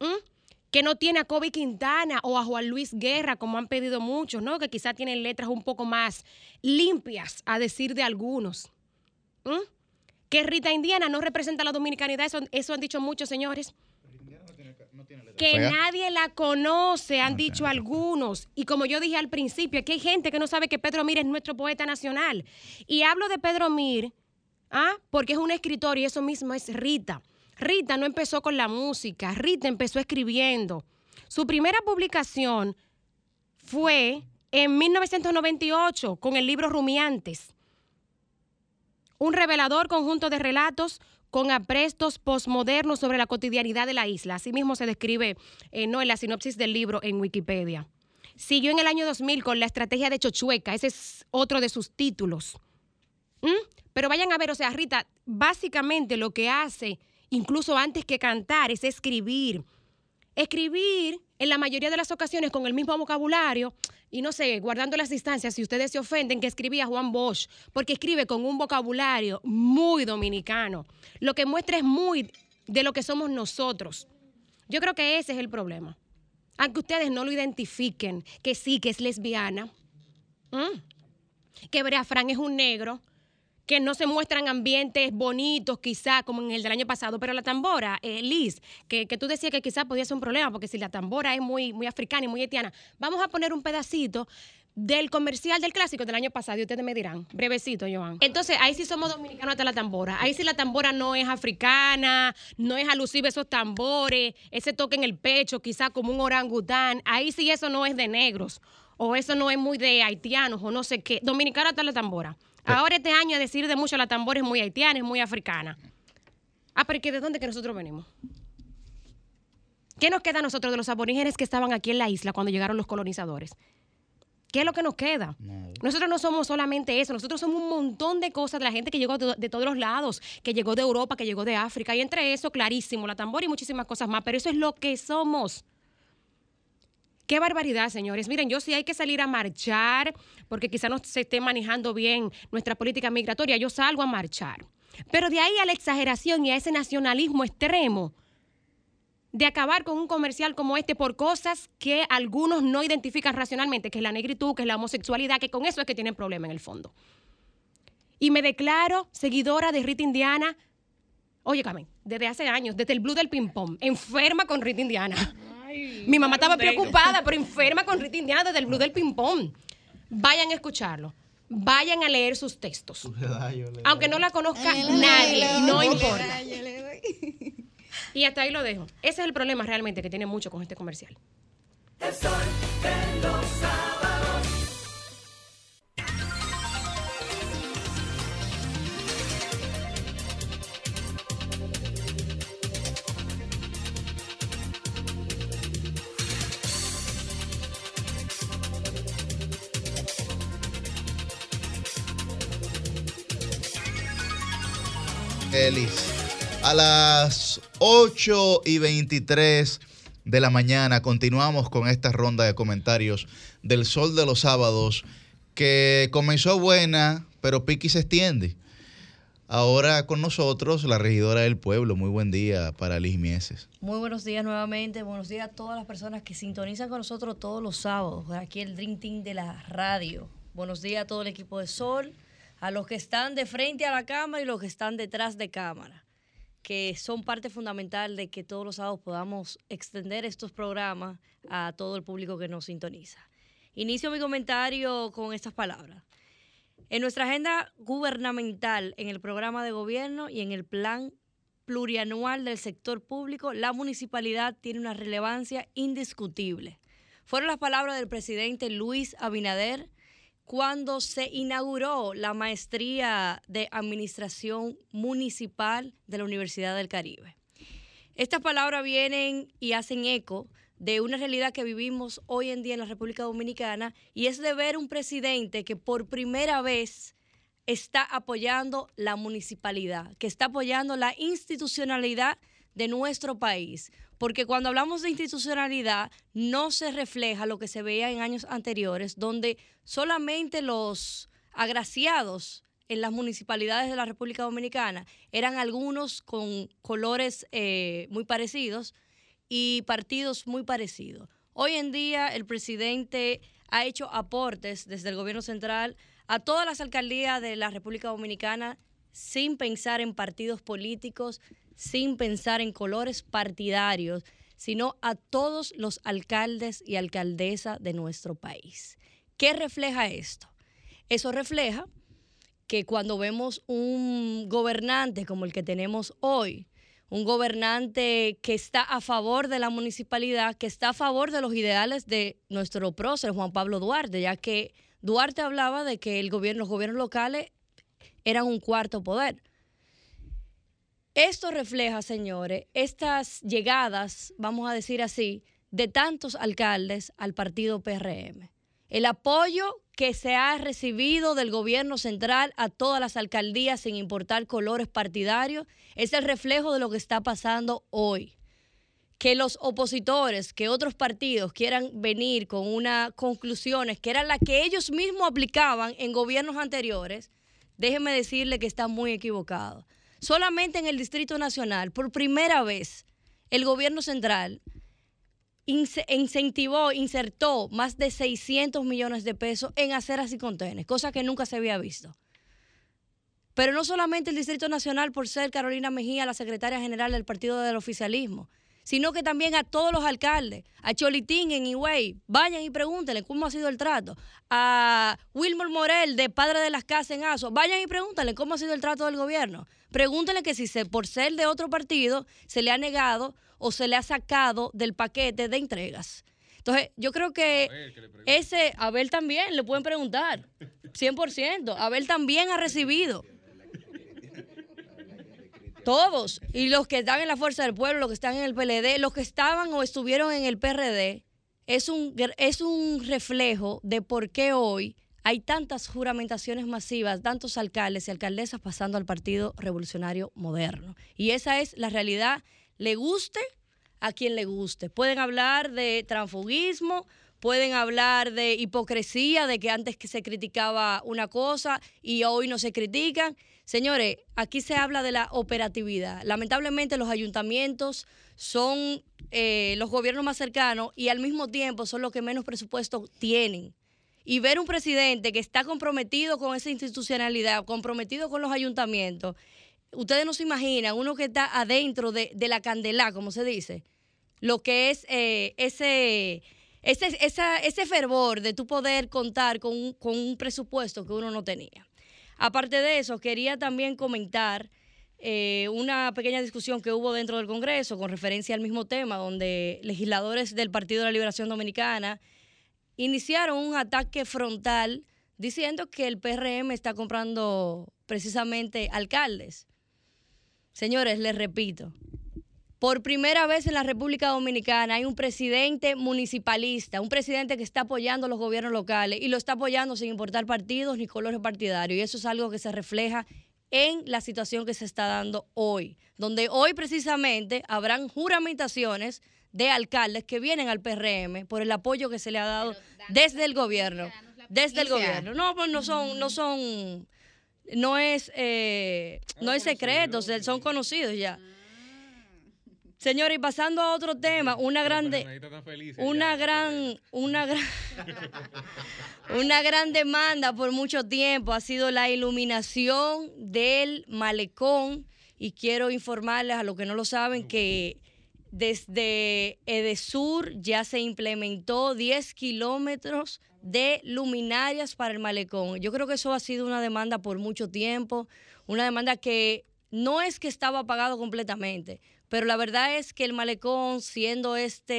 que no tiene a Kobe Quintana o a Juan Luis Guerra, como han pedido muchos, ¿no? Que quizá tienen letras un poco más limpias, a decir de algunos. Que Rita Indiana no representa la dominicanidad, eso han dicho muchos señores. Que nadie la conoce, han dicho algunos. Y como yo dije al principio, aquí hay gente que no sabe que Pedro Mir es nuestro poeta nacional. Y hablo de Pedro Mir, porque es un escritor y eso mismo es Rita. Rita no empezó con la música, Rita empezó escribiendo. Su primera publicación fue en 1998 con el libro Rumiantes. Un revelador conjunto de relatos con aprestos postmodernos sobre la cotidianidad de la isla. Así mismo se describe en la sinopsis del libro en Wikipedia. Siguió en el año 2000 con La estrategia de Chochueca. Ese es otro de sus títulos. Pero vayan a ver, o sea, Rita básicamente lo que hace, incluso antes que cantar, es escribir. Escribir en la mayoría de las ocasiones con el mismo vocabulario y no sé, guardando las distancias, si ustedes se ofenden, que escribía Juan Bosch, porque escribe con un vocabulario muy dominicano. Lo que muestra es muy de lo que somos nosotros. Yo creo que ese es el problema. Aunque ustedes no lo identifiquen, que sí, que es lesbiana, que Brea Frank es un negro, que no se muestran ambientes bonitos quizá como en el del año pasado, pero la tambora, Liz, que tú decías que quizá podía ser un problema, porque si la tambora es muy africana y muy haitiana, vamos a poner un pedacito del comercial del Clásico del año pasado y ustedes me dirán, brevecito, Joan. Entonces, ahí sí somos dominicanos hasta la tambora, ahí sí la tambora no es africana, no es alusiva a esos tambores, ese toque en el pecho, quizá como un orangután, ahí sí eso no es de negros, o eso no es muy de haitianos, o no sé qué, dominicano hasta la tambora. Ahora este año decir de mucho la tambora es muy haitiana, es muy africana. Pero ¿de dónde que nosotros venimos? ¿Qué nos queda a nosotros de los aborígenes que estaban aquí en la isla cuando llegaron los colonizadores? ¿Qué es lo que nos queda? No. Nosotros no somos solamente eso, nosotros somos un montón de cosas de la gente que llegó de todos los lados, que llegó de Europa, que llegó de África, y entre eso, clarísimo, la tambora y muchísimas cosas más, pero eso es lo que somos. ¡Qué barbaridad, señores! Miren, yo sí hay que salir a marchar, porque quizá no se esté manejando bien nuestra política migratoria, yo salgo a marchar. Pero de ahí a la exageración y a ese nacionalismo extremo, de acabar con un comercial como este por cosas que algunos no identifican racionalmente, que es la negritud, que es la homosexualidad, que con eso es que tienen problema en el fondo. Y me declaro seguidora de Rita Indiana, oye, Carmen, desde hace años, desde el Blue del Ping Pong, enferma con Rita Indiana. Mi mamá estaba preocupada, pero enferma con Rita Indiana desde el Blue del Ping Pong. Vayan a escucharlo. vayan a leer sus textos. Aunque no la conozca nadie, no importa. Y hasta ahí lo dejo. Ese es el problema realmente que tiene mucho con este comercial. El sol de los sábados. Elis. A las 8:23 de la mañana continuamos con esta ronda de comentarios del Sol de los Sábados, que comenzó buena, pero piqui se extiende. Ahora con nosotros la regidora del pueblo. Muy buen día para Liz Mieses. Muy buenos días nuevamente. Buenos días a todas las personas que sintonizan con nosotros todos los sábados. Aquí el Dream Team de la radio. Buenos días a todo el equipo de Sol, a los que están de frente a la cámara y los que están detrás de cámara, que son parte fundamental de que todos los sábados podamos extender estos programas a todo el público que nos sintoniza. Inicio mi comentario con estas palabras. En nuestra agenda gubernamental, en el programa de gobierno y en el plan plurianual del sector público, la municipalidad tiene una relevancia indiscutible. Fueron las palabras del presidente Luis Abinader cuando se inauguró la maestría de Administración Municipal de la Universidad del Caribe. Estas palabras vienen y hacen eco de una realidad que vivimos hoy en día en la República Dominicana, y es de ver un presidente que por primera vez está apoyando la municipalidad, que está apoyando la institucionalidad de nuestro país. Porque cuando hablamos de institucionalidad no se refleja lo que se veía en años anteriores, donde solamente los agraciados en las municipalidades de la República Dominicana eran algunos con colores muy parecidos y partidos muy parecidos. Hoy en día el presidente ha hecho aportes desde el gobierno central a todas las alcaldías de la República Dominicana sin pensar en partidos políticos, sin pensar en colores partidarios, sino a todos los alcaldes y alcaldesas de nuestro país. ¿Qué refleja esto? Eso refleja que cuando vemos un gobernante como el que tenemos hoy, un gobernante que está a favor de la municipalidad, que está a favor de los ideales de nuestro prócer Juan Pablo Duarte, ya que Duarte hablaba de que los gobiernos locales eran un cuarto poder. Esto refleja, señores, estas llegadas, vamos a decir así, de tantos alcaldes al partido PRM. El apoyo que se ha recibido del gobierno central a todas las alcaldías sin importar colores partidarios es el reflejo de lo que está pasando hoy. Que los opositores, que otros partidos quieran venir con unas conclusiones que eran las que ellos mismos aplicaban en gobiernos anteriores, déjenme decirle que están muy equivocados. Solamente en el Distrito Nacional, por primera vez, el gobierno central insertó más de 600 millones de pesos en aceras y contenes, cosa que nunca se había visto. Pero no solamente el Distrito Nacional, por ser Carolina Mejía la secretaria general del partido del oficialismo, sino que también a todos los alcaldes, a Cholitín en Higüey, vayan y pregúntenle cómo ha sido el trato, a Wilmer Morel de Padre de las Casas en Aso, vayan y pregúntenle cómo ha sido el trato del gobierno. Pregúntenle que si por ser de otro partido se le ha negado o se le ha sacado del paquete de entregas. Entonces, yo creo que Abel también le pueden preguntar, 100%. Abel también ha recibido. Todos. Y los que están en la Fuerza del Pueblo, los que están en el PLD, los que estaban o estuvieron en el PRD, es un reflejo de por qué hoy hay tantas juramentaciones masivas, tantos alcaldes y alcaldesas pasando al Partido Revolucionario Moderno. Y esa es la realidad, le guste a quien le guste. Pueden hablar de transfugismo, pueden hablar de hipocresía, de que antes que se criticaba una cosa y hoy no se critican. Señores, aquí se habla de la operatividad. Lamentablemente los ayuntamientos son los gobiernos más cercanos y al mismo tiempo son los que menos presupuesto tienen. Y ver un presidente que está comprometido con esa institucionalidad, comprometido con los ayuntamientos, ustedes no se imaginan, uno que está adentro de la candela, como se dice, lo que es ese fervor de tu poder contar con un presupuesto que uno no tenía. Aparte de eso, quería también comentar una pequeña discusión que hubo dentro del Congreso con referencia al mismo tema, donde legisladores del Partido de la Liberación Dominicana iniciaron un ataque frontal diciendo que el PRM está comprando precisamente alcaldes. Señores, les repito, por primera vez en la República Dominicana hay un presidente municipalista, un presidente que está apoyando a los gobiernos locales y lo está apoyando sin importar partidos ni colores partidarios. Y eso es algo que se refleja en la situación que se está dando hoy, donde hoy precisamente habrán juramentaciones de alcaldes que vienen al PRM por el apoyo que se le ha dado desde el gobierno. Desde el gobierno. No, pues no es secreto, son conocidos ya. Señores, y pasando a otro tema, una gran demanda por mucho tiempo ha sido la iluminación del malecón, y quiero informarles a los que no lo saben que desde Edesur ya se implementó 10 kilómetros de luminarias para el malecón. Yo creo que eso ha sido una demanda por mucho tiempo, una demanda que no es que estaba apagado completamente, pero la verdad es que el malecón, siendo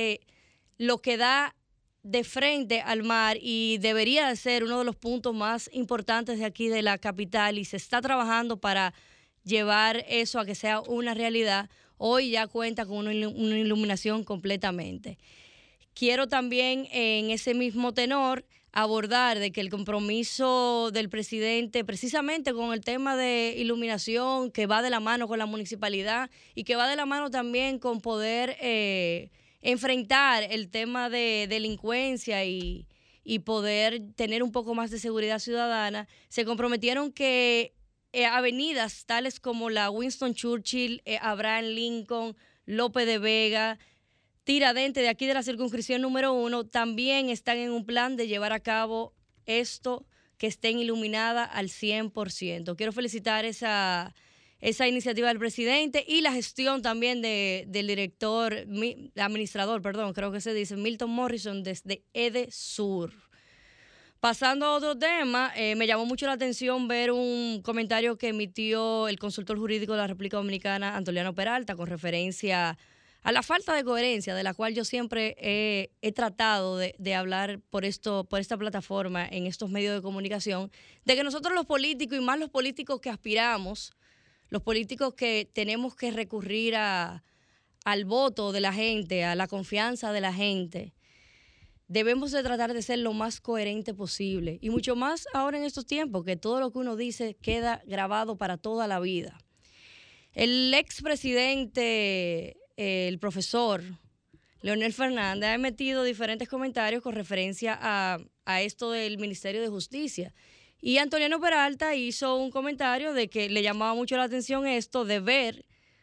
lo que da de frente al mar y debería de ser uno de los puntos más importantes de aquí de la capital, y se está trabajando para llevar eso a que sea una realidad, hoy ya cuenta con una iluminación completamente. Quiero también en ese mismo tenor abordar de que el compromiso del presidente precisamente con el tema de iluminación, que va de la mano con la municipalidad y que va de la mano también con poder enfrentar el tema de delincuencia y poder tener un poco más de seguridad ciudadana, se comprometieron que avenidas tales como la Winston Churchill, Abraham Lincoln, Lope de Vega, Tiradentes, de aquí de la circunscripción número 1, también están en un plan de llevar a cabo esto, que estén iluminadas al 100%. Quiero felicitar esa iniciativa del presidente y la gestión también del administrador, creo que se dice, Milton Morrison, desde Edesur. Pasando a otro tema, me llamó mucho la atención ver un comentario que emitió el consultor jurídico de la República Dominicana, Antoliano Peralta, con referencia a la falta de coherencia de la cual yo siempre he tratado de hablar por esta plataforma, en estos medios de comunicación, de que nosotros los políticos, y más los políticos que aspiramos, los políticos que tenemos que recurrir al voto de la gente, a la confianza de la gente, debemos de tratar de ser lo más coherente posible, y mucho más ahora en estos tiempos, que todo lo que uno dice queda grabado para toda la vida. El expresidente, el profesor Leonel Fernández, ha emitido diferentes comentarios con referencia a esto del Ministerio de Justicia. Y Antoliano Peralta hizo un comentario de que le llamaba mucho la atención esto de ver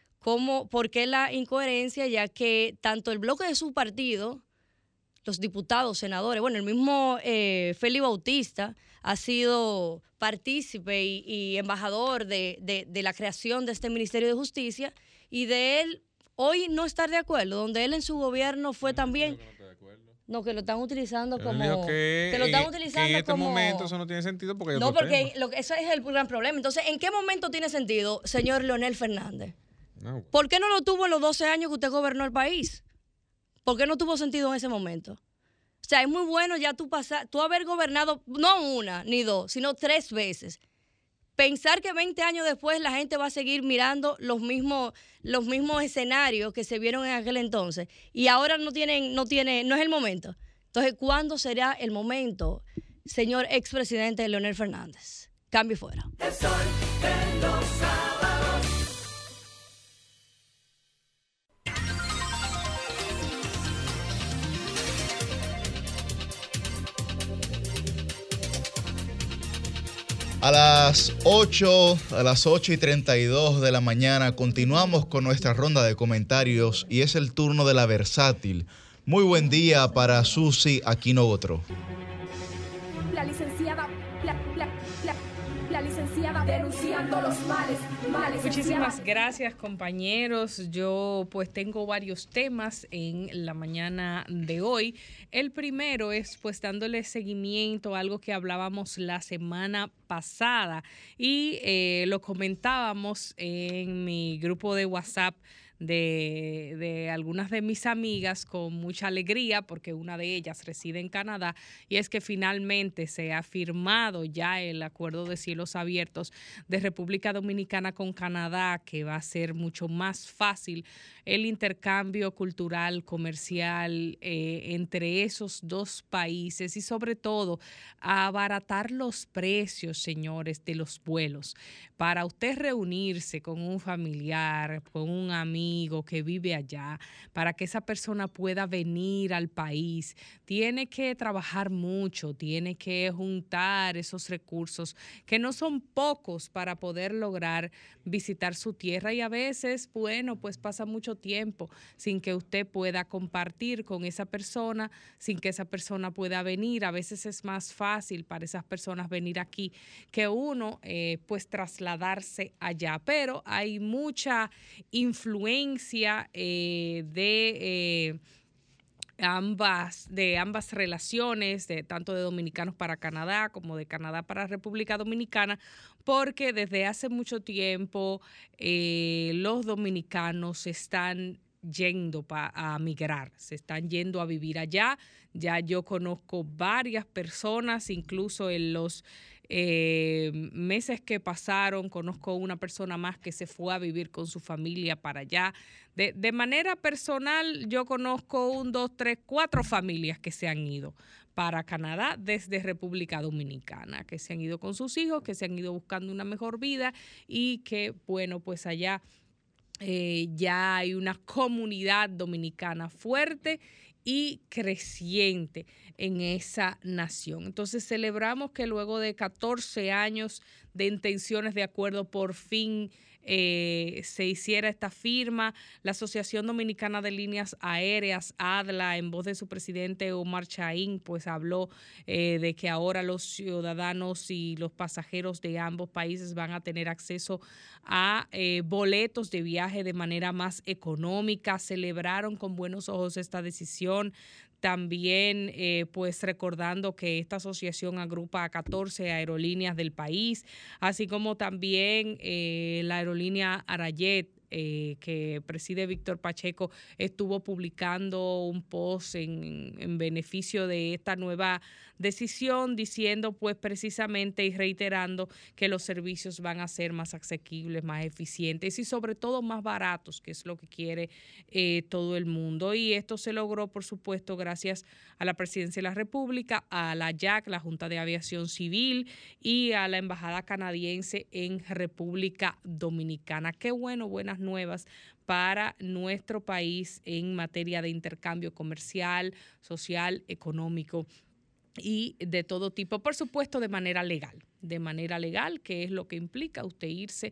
por qué la incoherencia, ya que tanto el bloque de su partido, los diputados, senadores, el mismo Félix Bautista ha sido partícipe y embajador de la creación de este Ministerio de Justicia, y de él hoy no estar de acuerdo, donde él en su gobierno fue también... No, que lo están utilizando como... Que lo están utilizando en este momento eso no tiene sentido porque... No, porque ese es el gran problema. Entonces, ¿en qué momento tiene sentido, señor Leonel Fernández? No. ¿Por qué no lo tuvo en los 12 años que usted gobernó el país? ¿Por qué no tuvo sentido en ese momento? O sea, es muy bueno ya tú haber gobernado, no una ni dos, sino 3 veces. Pensar que 20 años después la gente va a seguir mirando los mismos escenarios que se vieron en aquel entonces, y ahora no es el momento. Entonces, ¿cuándo será el momento, señor expresidente Leonel Fernández? Cambio fuera. El sol de los sábados. A las 8:32 de la mañana continuamos con nuestra ronda de comentarios y es el turno de la versátil. Muy buen día para Susi Aquino Botró. La licenciada licenciada denunciando los males. Muchísimas gracias, compañeros. Yo pues tengo varios temas en la mañana de hoy. El primero es pues dándole seguimiento a algo que hablábamos la semana pasada y lo comentábamos en mi grupo de WhatsApp de algunas de mis amigas con mucha alegría, porque una de ellas reside en Canadá, y es que finalmente se ha firmado ya el acuerdo de cielos abiertos de República Dominicana con Canadá, que va a ser mucho más fácil el intercambio cultural, comercial entre esos dos países y sobre todo abaratar los precios, señores, de los vuelos. Para usted reunirse con un familiar, con un amigo que vive allá, para que esa persona pueda venir al país, tiene que trabajar mucho, tiene que juntar esos recursos que no son pocos para poder lograr visitar su tierra, y a veces, bueno, pues pasa mucho tiempo sin que usted pueda compartir con esa persona, sin que esa persona pueda venir. A veces es más fácil para esas personas venir aquí que uno pues trasladarse allá, pero hay mucha influencia de ambas relaciones, tanto de dominicanos para Canadá como de Canadá para República Dominicana, porque desde hace mucho tiempo los dominicanos están yendo a migrar, se están yendo a vivir allá. Ya yo conozco varias personas, incluso en los meses que pasaron, conozco una persona más que se fue a vivir con su familia para allá. De manera personal, yo conozco 1, 2, 3, 4 familias que se han ido para Canadá desde República Dominicana, que se han ido con sus hijos, que se han ido buscando una mejor vida y que, bueno, pues allá ya hay una comunidad dominicana fuerte y creciente en esa nación. Entonces celebramos que luego de 14 años de intenciones de acuerdo, por fin se hiciera esta firma. La Asociación Dominicana de Líneas Aéreas, ADLA, en voz de su presidente Omar Chaín, pues habló de que ahora los ciudadanos y los pasajeros de ambos países van a tener acceso a boletos de viaje de manera más económica. Celebraron con buenos ojos esta decisión. También, pues recordando que esta asociación agrupa a 14 aerolíneas del país, así como también la aerolínea Arayet, que preside Víctor Pacheco, estuvo publicando un post en beneficio de esta nueva decisión, diciendo pues precisamente y reiterando que los servicios van a ser más asequibles, más eficientes y sobre todo más baratos, que es lo que quiere todo el mundo. Y esto se logró, por supuesto, gracias a la Presidencia de la República, a la JAC, la Junta de Aviación Civil, y a la Embajada Canadiense en República Dominicana. Qué bueno, buenas nuevas para nuestro país en materia de intercambio comercial, social, económico y de todo tipo, por supuesto de manera legal, que es lo que implica usted irse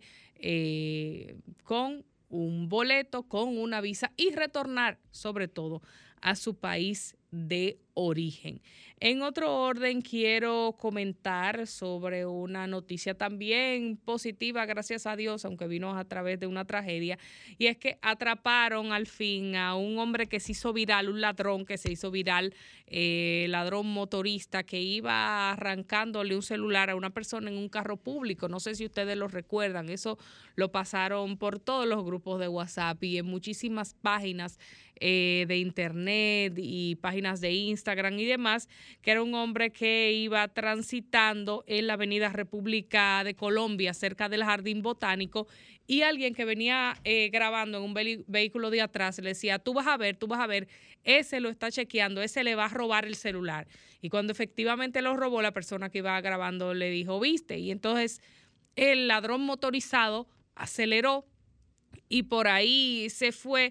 con un boleto, con una visa y retornar sobre todo a su país de origen. En otro orden, quiero comentar sobre una noticia también positiva, gracias a Dios, aunque vino a través de una tragedia, y es que atraparon al fin a un hombre que se hizo viral, un ladrón que se hizo viral, ladrón motorista que iba arrancándole un celular a una persona en un carro público. No sé si ustedes lo recuerdan, eso lo pasaron por todos los grupos de WhatsApp y en muchísimas páginas de internet y páginas de Instagram y demás, que era un hombre que iba transitando en la avenida República de Colombia, cerca del Jardín Botánico, y alguien que venía grabando en un vehículo de atrás le decía, tú vas a ver, ese lo está chequeando, ese le va a robar el celular. Y cuando efectivamente lo robó, la persona que iba grabando le dijo, ¿viste? Y entonces el ladrón motorizado aceleró y por ahí se fue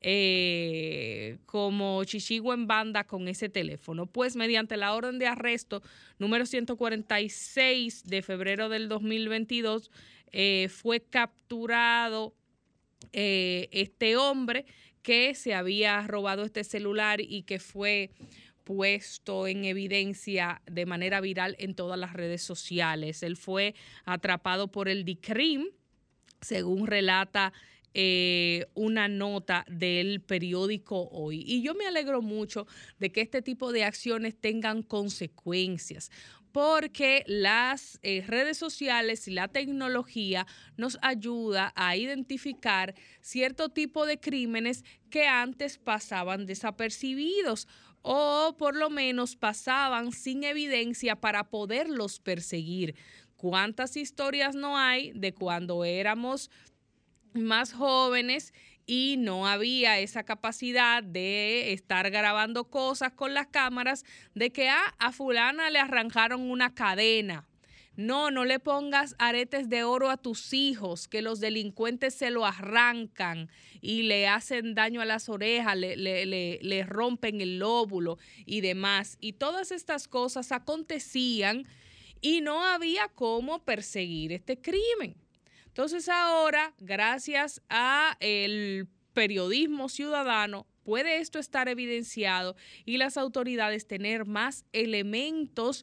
como chichigo en banda con ese teléfono. Pues mediante la orden de arresto número 146 de febrero del 2022 fue capturado este hombre que se había robado este celular y que fue puesto en evidencia de manera viral en todas las redes sociales. Él fue atrapado por el DICRIM, según relata una nota del periódico Hoy. Y yo me alegro mucho de que este tipo de acciones tengan consecuencias, porque las redes sociales y la tecnología nos ayuda a identificar cierto tipo de crímenes que antes pasaban desapercibidos o por lo menos pasaban sin evidencia para poderlos perseguir. ¿Cuántas historias no hay de cuando éramos más jóvenes y no había esa capacidad de estar grabando cosas con las cámaras, de que a fulana le arrancaron una cadena? No le pongas aretes de oro a tus hijos, que los delincuentes se lo arrancan y le hacen daño a las orejas, le rompen el lóbulo y demás. Y todas estas cosas acontecían y no había cómo perseguir este crimen. Entonces ahora, gracias a el periodismo ciudadano, puede esto estar evidenciado y las autoridades tener más elementos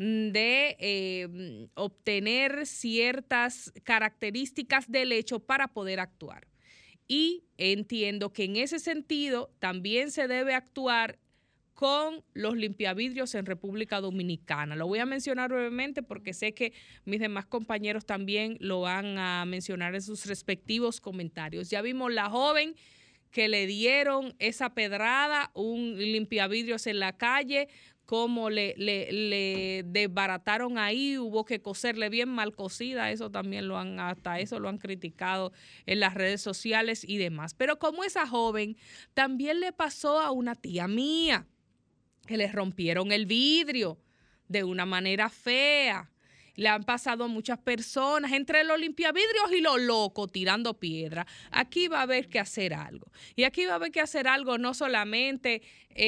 de obtener ciertas características del hecho para poder actuar. Y entiendo que en ese sentido también se debe actuar con los limpiavidrios en República Dominicana. Lo voy a mencionar brevemente porque sé que mis demás compañeros también lo van a mencionar en sus respectivos comentarios. Ya vimos la joven que le dieron esa pedrada, un limpiavidrios en la calle, cómo le desbarataron ahí, hubo que coserle bien mal cosida, eso también hasta eso lo han criticado en las redes sociales y demás. Pero como esa joven, también le pasó a una tía mía, que le rompieron el vidrio de una manera fea. Le han pasado a muchas personas, entre los limpiavidrios y los locos tirando piedra. Aquí va a haber que hacer algo. Y aquí va a haber que hacer algo no solamente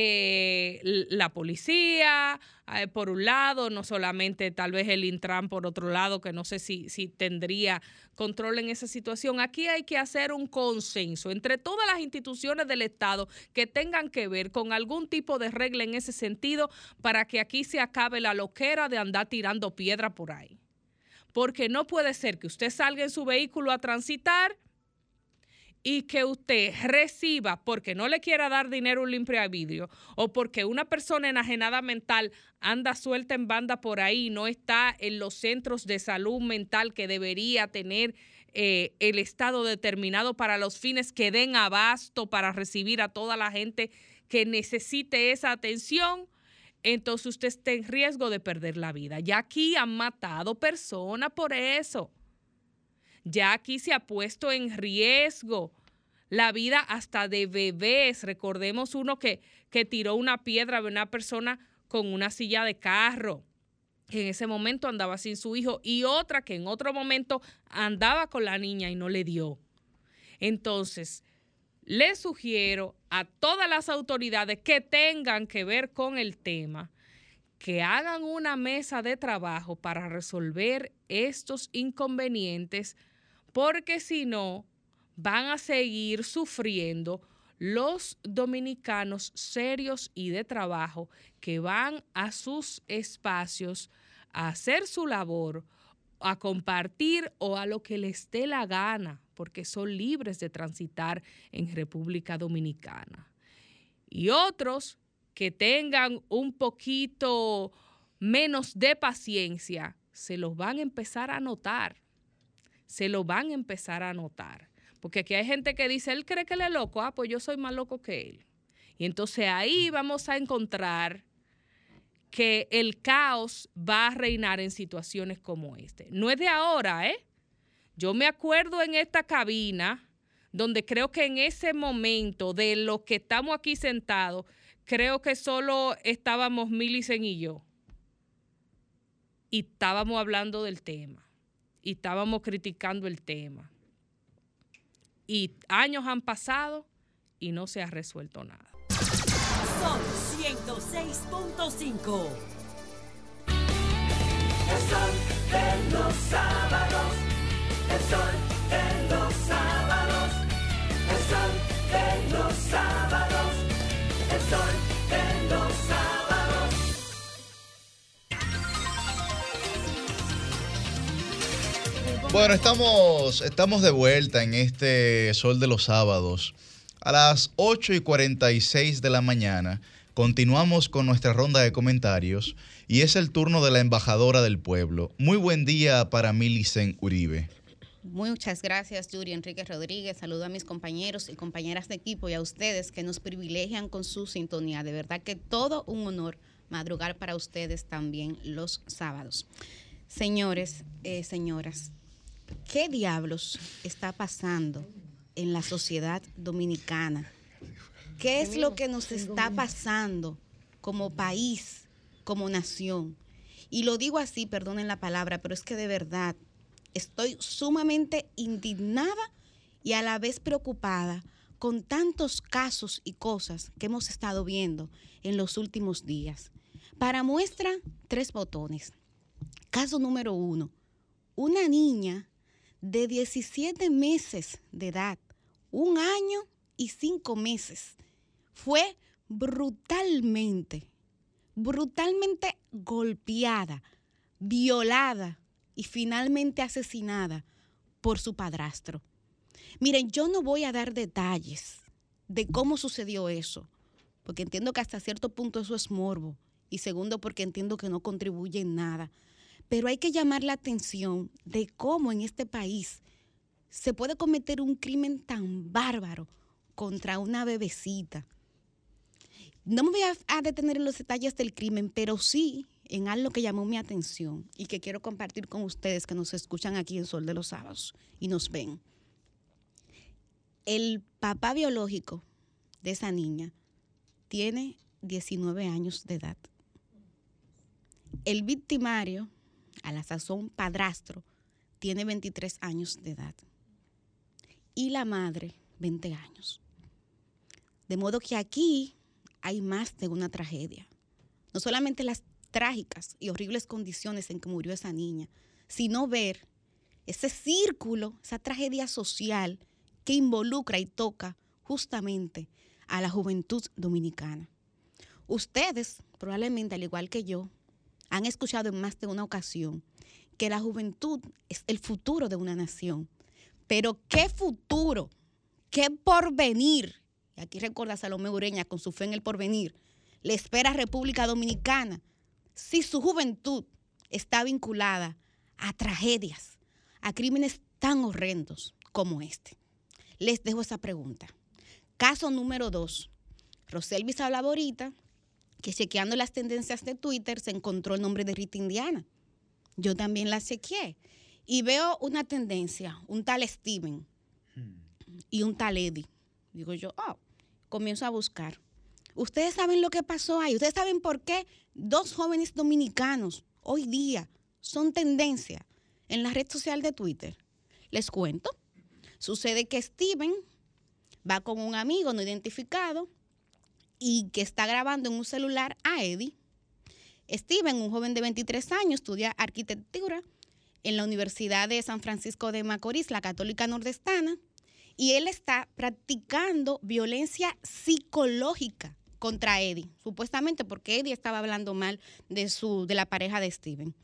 la policía, por un lado, no solamente tal vez el Intran por otro lado, que no sé si tendría control en esa situación. Aquí hay que hacer un consenso entre todas las instituciones del Estado que tengan que ver con algún tipo de regla en ese sentido para que aquí se acabe la loquera de andar tirando piedra por ahí. Porque no puede ser que usted salga en su vehículo a transitar y que usted reciba, porque no le quiera dar dinero a un limpiavidrio o porque una persona enajenada mental anda suelta en banda por ahí, no está en los centros de salud mental que debería tener el Estado determinado para los fines que den abasto para recibir a toda la gente que necesite esa atención, entonces usted está en riesgo de perder la vida. Ya aquí han matado personas por eso. Ya aquí se ha puesto en riesgo la vida hasta de bebés. Recordemos uno que tiró una piedra a una persona con una silla de carro, que en ese momento andaba sin su hijo, y otra que en otro momento andaba con la niña y no le dio. Entonces, le sugiero a todas las autoridades que tengan que ver con el tema que hagan una mesa de trabajo para resolver estos inconvenientes, porque si no, van a seguir sufriendo los dominicanos serios y de trabajo que van a sus espacios a hacer su labor, a compartir o a lo que les dé la gana, porque son libres de transitar en República Dominicana. Y otros que tengan un poquito menos de paciencia, se los van a empezar a notar. Se lo van a empezar a notar. Porque aquí hay gente que dice, él cree que él es loco, pues yo soy más loco que él. Y entonces ahí vamos a encontrar que el caos va a reinar en situaciones como este. No es de ahora, ¿eh? Yo me acuerdo en esta cabina, donde creo que en ese momento de los que estamos aquí sentados, creo que solo estábamos Millicent y yo. Y estábamos hablando del tema. Y estábamos criticando el tema. Y años han pasado y no se ha resuelto nada. Son 106.5. El sol de los sábados. El sol de los sábados. El sol de los sábados. El sol de los sábados. Bueno, estamos de vuelta en este Sol de los Sábados. A las 8:46 de la mañana continuamos con nuestra ronda de comentarios y es el turno de la embajadora del pueblo. Muy buen día para Milicen Uribe. Muchas gracias, Yuri Enrique Rodríguez. Saludo a mis compañeros y compañeras de equipo y a ustedes que nos privilegian con su sintonía. De verdad que todo un honor madrugar para ustedes también los sábados. Señores, señoras, ¿qué diablos está pasando en la sociedad dominicana? ¿Qué es lo que nos está pasando como país, como nación? Y lo digo así, perdonen la palabra, pero es que de verdad estoy sumamente indignada y a la vez preocupada con tantos casos y cosas que hemos estado viendo en los últimos días. Para muestra, 3 botones. Caso número 1, una niña de 17 meses de edad, 1 año y 5 meses, fue brutalmente golpeada, violada y finalmente asesinada por su padrastro. Miren, yo no voy a dar detalles de cómo sucedió eso, porque entiendo que hasta cierto punto eso es morbo, y segundo, porque entiendo que no contribuye en nada. Pero hay que llamar la atención de cómo en este país se puede cometer un crimen tan bárbaro contra una bebecita. No me voy a detener en los detalles del crimen, pero sí en algo que llamó mi atención y que quiero compartir con ustedes que nos escuchan aquí en Sol de los Sábados y nos ven. El papá biológico de esa niña tiene 19 años de edad. El victimario, a la sazón padrastro, tiene 23 años de edad. Y la madre, 20 años. De modo que aquí hay más de una tragedia. No solamente las trágicas y horribles condiciones en que murió esa niña, sino ver ese círculo, esa tragedia social que involucra y toca justamente a la juventud dominicana. Ustedes, probablemente al igual que yo, han escuchado en más de una ocasión que la juventud es el futuro de una nación. Pero ¿qué futuro? ¿Qué porvenir? Y aquí recuerda a Salomé Ureña con su fe en el porvenir. Le espera a República Dominicana si su juventud está vinculada a tragedias, a crímenes tan horrendos como este. Les dejo esa pregunta. Caso número 2. Roselvis hablaba ahorita que chequeando las tendencias de Twitter se encontró el nombre de Rita Indiana. Yo también la chequeé y veo una tendencia, un tal Steven y un tal Eddie. Digo yo, comienzo a buscar. Ustedes saben lo que pasó ahí. Ustedes saben por qué 2 jóvenes dominicanos hoy día son tendencia en la red social de Twitter. Les cuento. Sucede que Steven va con un amigo no identificado y que está grabando en un celular a Eddie. Steven, un joven de 23 años, estudia arquitectura en la Universidad de San Francisco de Macorís, la Católica Nordestana, y él está practicando violencia psicológica contra Eddie, supuestamente porque Eddie estaba hablando mal de la pareja de Steven.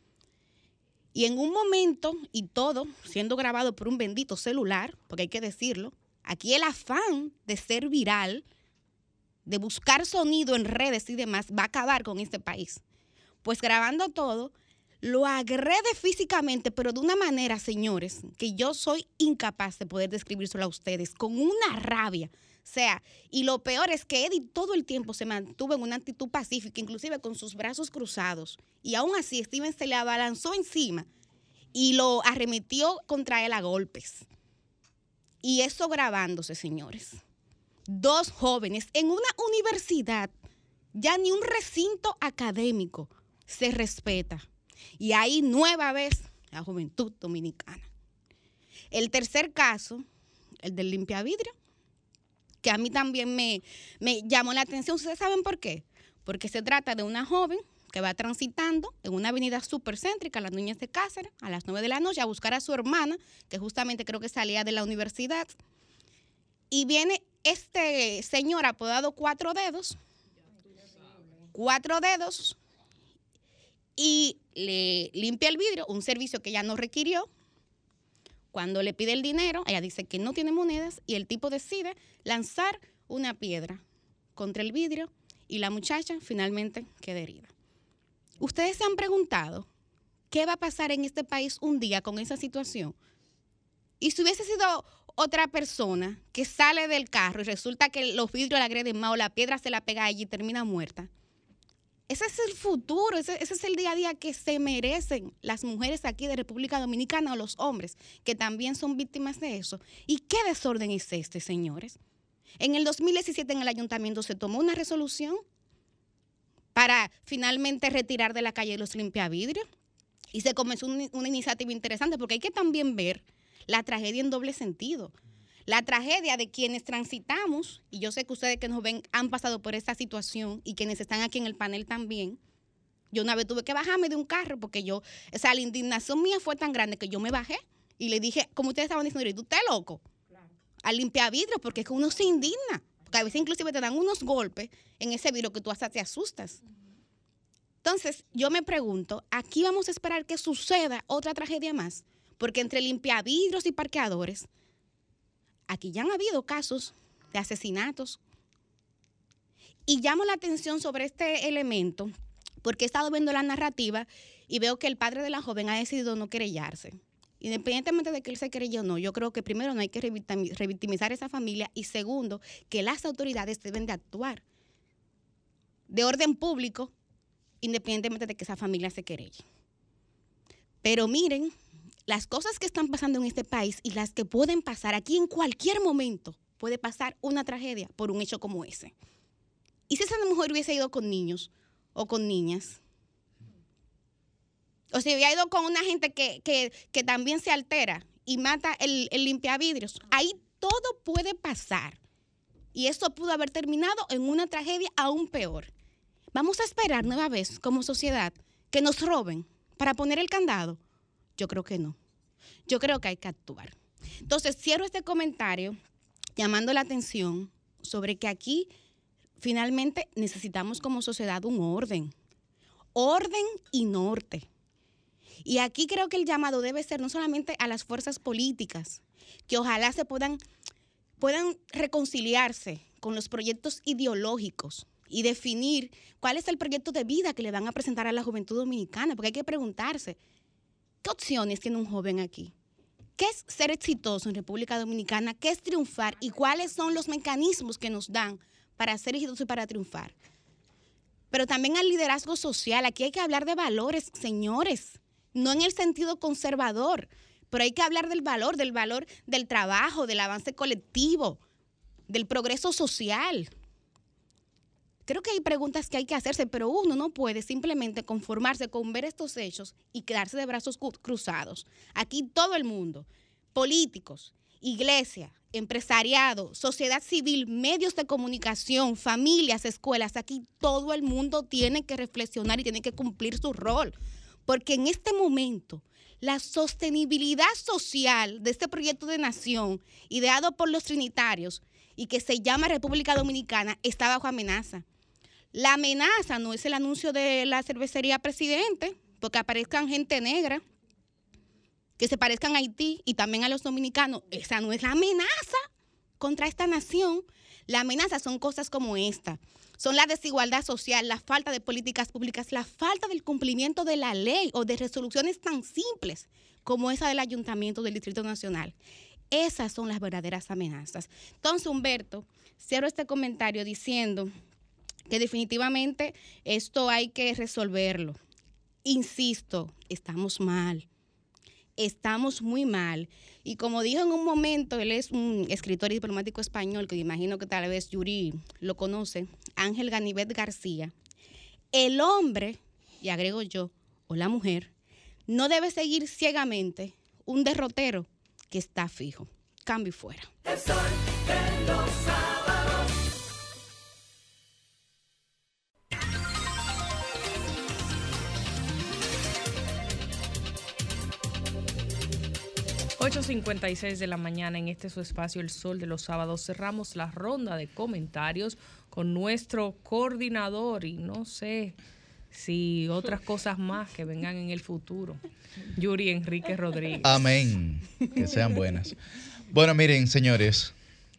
Y en un momento, y todo siendo grabado por un bendito celular, porque hay que decirlo, aquí el afán de ser viral, de buscar sonido en redes y demás, va a acabar con este país. Pues grabando todo, lo agrede físicamente, pero de una manera, señores, que yo soy incapaz de poder describírselo a ustedes, con una rabia. O sea, y lo peor es que Eddie todo el tiempo se mantuvo en una actitud pacífica, inclusive con sus brazos cruzados. Y aún así, Steven se le abalanzó encima y lo arremetió contra él a golpes. Y eso grabándose, señores. 2 jóvenes en una universidad, ya ni un recinto académico se respeta. Y ahí nueva vez la juventud dominicana. El tercer caso, el del limpiavidrio, que a mí también me llamó la atención. ¿Ustedes saben por qué? Porque se trata de una joven que va transitando en una avenida súper céntrica, las Núñez de Cáceres, a las 9 de la noche, a buscar a su hermana, que justamente creo que salía de la universidad. Y viene este señor apodado Cuatro Dedos, y le limpia el vidrio, un servicio que ella no requirió, Cuando le pide el dinero, ella dice que no tiene monedas y el tipo decide lanzar una piedra contra el vidrio y la muchacha finalmente queda herida. ¿Ustedes se han preguntado qué va a pasar en este país un día con esa situación? Y si hubiese sido otra persona que sale del carro y resulta que los vidrios la agreden más o la piedra se la pega a ella y termina muerta. Ese es el futuro, ese es el día a día que se merecen las mujeres aquí de República Dominicana o los hombres que también son víctimas de eso. ¿Y qué desorden es este, señores? En el 2017 en el ayuntamiento se tomó una resolución para finalmente retirar de la calle los limpiavidrios y se comenzó una iniciativa interesante porque hay que también ver la tragedia en doble sentido. La tragedia de quienes transitamos, y yo sé que ustedes que nos ven han pasado por esta situación y quienes están aquí en el panel también. Yo una vez tuve que bajarme de un carro porque la indignación mía fue tan grande que yo me bajé y le dije, como ustedes estaban diciendo, ¿tú estás loco? Claro. A limpiar vidrio, porque es que uno se indigna. Porque a veces inclusive te dan unos golpes en ese vidrio que tú hasta te asustas. Entonces, yo me pregunto, ¿aquí vamos a esperar que suceda otra tragedia más? Porque entre limpiavidrios y parqueadores, aquí ya han habido casos de asesinatos. Y llamo la atención sobre este elemento porque he estado viendo la narrativa y veo que el padre de la joven ha decidido no querellarse. Independientemente de que él se querelle o no, yo creo que primero no hay que revictimizar a esa familia y segundo, que las autoridades deben de actuar de orden público independientemente de que esa familia se querelle. Pero miren, las cosas que están pasando en este país y las que pueden pasar aquí en cualquier momento, puede pasar una tragedia por un hecho como ese. ¿Y si esa mujer hubiese ido con niños o con niñas? O si hubiera ido con una gente que también se altera y mata el limpiavidrios. Ahí todo puede pasar. Y esto pudo haber terminado en una tragedia aún peor. ¿Vamos a esperar nueva vez como sociedad que nos roben para poner el candado? Yo creo que no. Yo creo que hay que actuar. Entonces, cierro este comentario llamando la atención sobre que aquí finalmente necesitamos como sociedad un orden. Orden y norte. Y aquí creo que el llamado debe ser no solamente a las fuerzas políticas, que ojalá se puedan reconciliarse con los proyectos ideológicos y definir cuál es el proyecto de vida que le van a presentar a la juventud dominicana, porque hay que preguntarse, ¿qué opciones tiene un joven aquí? ¿Qué es ser exitoso en República Dominicana? ¿Qué es triunfar? ¿Y cuáles son los mecanismos que nos dan para ser exitosos y para triunfar? Pero también al liderazgo social. Aquí hay que hablar de valores, señores, no en el sentido conservador, pero hay que hablar del valor del trabajo, del avance colectivo, del progreso social. Creo que hay preguntas que hay que hacerse, pero uno no puede simplemente conformarse con ver estos hechos y quedarse de brazos cruzados. Aquí todo el mundo, políticos, iglesia, empresariado, sociedad civil, medios de comunicación, familias, escuelas, aquí todo el mundo tiene que reflexionar y tiene que cumplir su rol. Porque en este momento, la sostenibilidad social de este proyecto de nación, ideado por los trinitarios y que se llama República Dominicana, está bajo amenaza. La amenaza no es el anuncio de la cervecería Presidente, porque aparezcan gente negra, que se parezcan a Haití y también a los dominicanos. Esa no es la amenaza contra esta nación. La amenaza son cosas como esta. Son la desigualdad social, la falta de políticas públicas, la falta del cumplimiento de la ley o de resoluciones tan simples como esa del Ayuntamiento del Distrito Nacional. Esas son las verdaderas amenazas. Entonces, Humberto, cierro este comentario diciendo que definitivamente esto hay que resolverlo. Insisto, estamos mal. Estamos muy mal. Y como dijo en un momento, él es un escritor y diplomático español, que me imagino que tal vez Yuri lo conoce, Ángel Ganivet García. El hombre, y agrego yo, o la mujer, no debe seguir ciegamente un derrotero que está fijo. Cambio y fuera. El sol de los sábados. 8:56 de la mañana en este su espacio El Sol de los Sábados. Cerramos la ronda de comentarios con nuestro coordinador y no sé sí, otras cosas más que vengan en el futuro. Yuri Enrique Rodríguez. Amén. Que sean buenas. Bueno, miren, señores,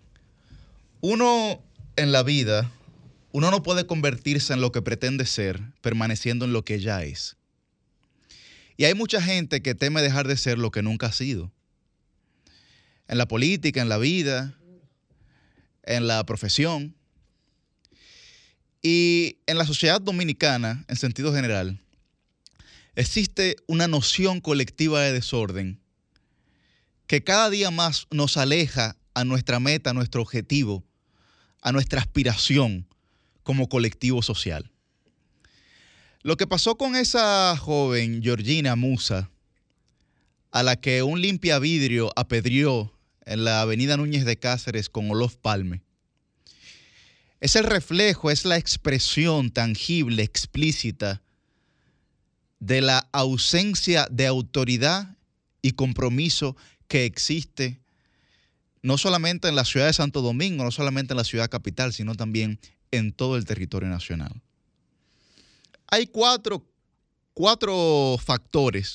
uno en la vida, uno no puede convertirse en lo que pretende ser permaneciendo en lo que ya es. Y hay mucha gente que teme dejar de ser lo que nunca ha sido. En la política, en la vida, en la profesión. Y en la sociedad dominicana, en sentido general, existe una noción colectiva de desorden que cada día más nos aleja a nuestra meta, a nuestro objetivo, a nuestra aspiración como colectivo social. Lo que pasó con esa joven, Georgina Musa, a la que un limpiavidrio apedreó en la avenida Núñez de Cáceres con Olof Palme, es el reflejo, es la expresión tangible, explícita, de la ausencia de autoridad y compromiso que existe no solamente en la ciudad de Santo Domingo, no solamente en la ciudad capital, sino también en todo el territorio nacional. Hay cuatro factores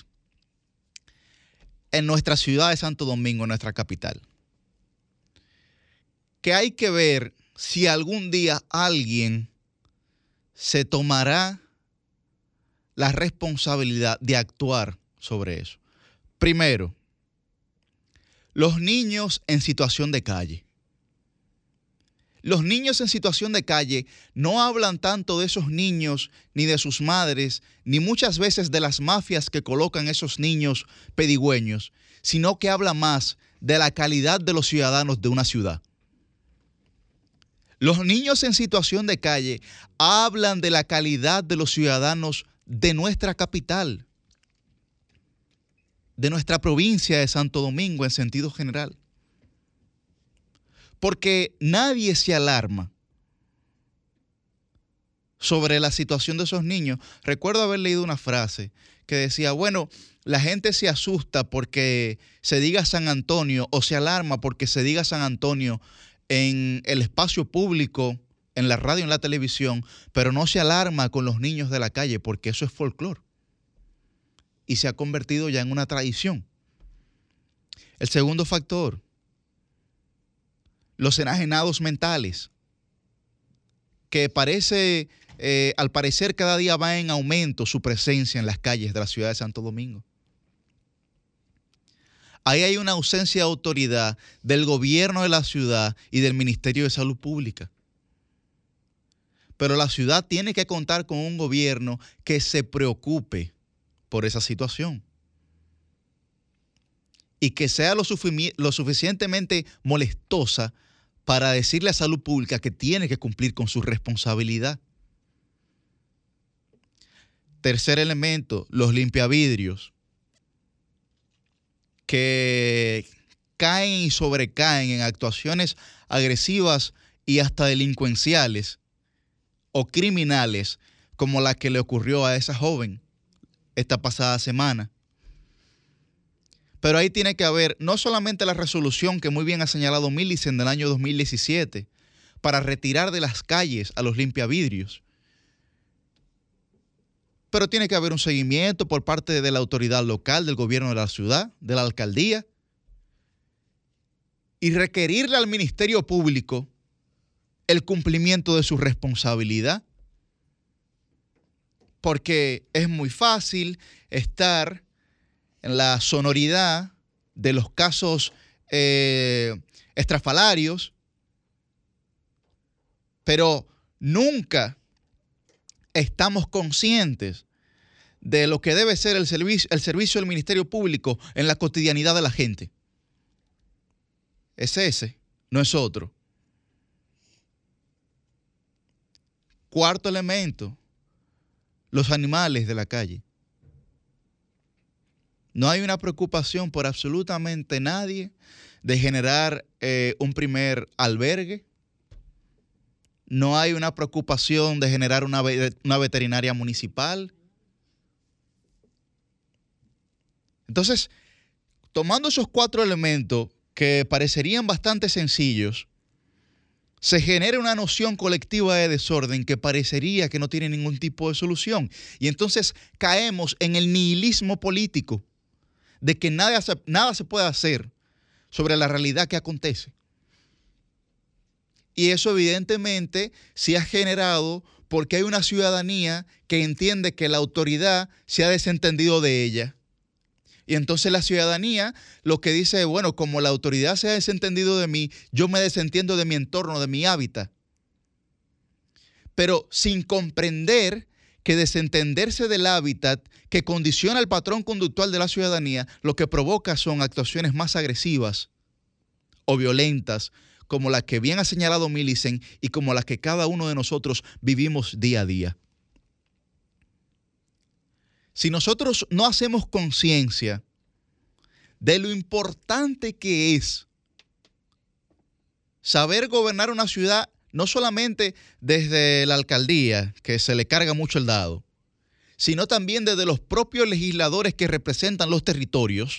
en nuestra ciudad de Santo Domingo, en nuestra capital, que hay que ver si algún día alguien se tomará la responsabilidad de actuar sobre eso. Primero, los niños en situación de calle. Los niños en situación de calle no hablan tanto de esos niños, ni de sus madres, ni muchas veces de las mafias que colocan esos niños pedigüeños, sino que habla más de la calidad de los ciudadanos de una ciudad. Los niños en situación de calle hablan de la calidad de los ciudadanos de nuestra capital, de nuestra provincia de Santo Domingo en sentido general. Porque nadie se alarma sobre la situación de esos niños. Recuerdo haber leído una frase que decía, bueno, la gente se asusta porque se diga San Antonio o se alarma porque se diga San Antonio en el espacio público, en la radio, en la televisión, pero no se alarma con los niños de la calle porque eso es folclore y se ha convertido ya en una tradición. El segundo factor, los enajenados mentales, que al parecer cada día va en aumento su presencia en las calles de la ciudad de Santo Domingo. Ahí hay una ausencia de autoridad del gobierno de la ciudad y del Ministerio de Salud Pública. Pero la ciudad tiene que contar con un gobierno que se preocupe por esa situación y que sea lo suficientemente molestosa para decirle a Salud Pública que tiene que cumplir con su responsabilidad. Tercer elemento, los limpiavidrios, que caen y sobrecaen en actuaciones agresivas y hasta delincuenciales o criminales como la que le ocurrió a esa joven esta pasada semana. Pero ahí tiene que haber no solamente la resolución que muy bien ha señalado Millicent del año 2017 para retirar de las calles a los limpiavidrios, pero tiene que haber un seguimiento por parte de la autoridad local, del gobierno de la ciudad, de la alcaldía, y requerirle al Ministerio Público el cumplimiento de su responsabilidad. Porque es muy fácil estar en la sonoridad de los casos estrafalarios, pero nunca estamos conscientes de lo que debe ser el servicio del Ministerio Público en la cotidianidad de la gente. Es ese, no es otro. Cuarto elemento, los animales de la calle. No hay una preocupación por absolutamente nadie de generar un primer albergue. No hay una preocupación de generar una veterinaria municipal. Entonces, tomando esos cuatro elementos que parecerían bastante sencillos, se genera una noción colectiva de desorden que parecería que no tiene ningún tipo de solución. Y entonces caemos en el nihilismo político de que nada se puede hacer sobre la realidad que acontece. Y eso evidentemente se ha generado porque hay una ciudadanía que entiende que la autoridad se ha desentendido de ella. Y entonces la ciudadanía lo que dice, bueno, como la autoridad se ha desentendido de mí, yo me desentiendo de mi entorno, de mi hábitat. Pero sin comprender que desentenderse del hábitat que condiciona el patrón conductual de la ciudadanía, lo que provoca son actuaciones más agresivas o violentas, como las que bien ha señalado Millicent y como las que cada uno de nosotros vivimos día a día. Si nosotros no hacemos conciencia de lo importante que es saber gobernar una ciudad, no solamente desde la alcaldía, que se le carga mucho el dado, sino también desde los propios legisladores que representan los territorios,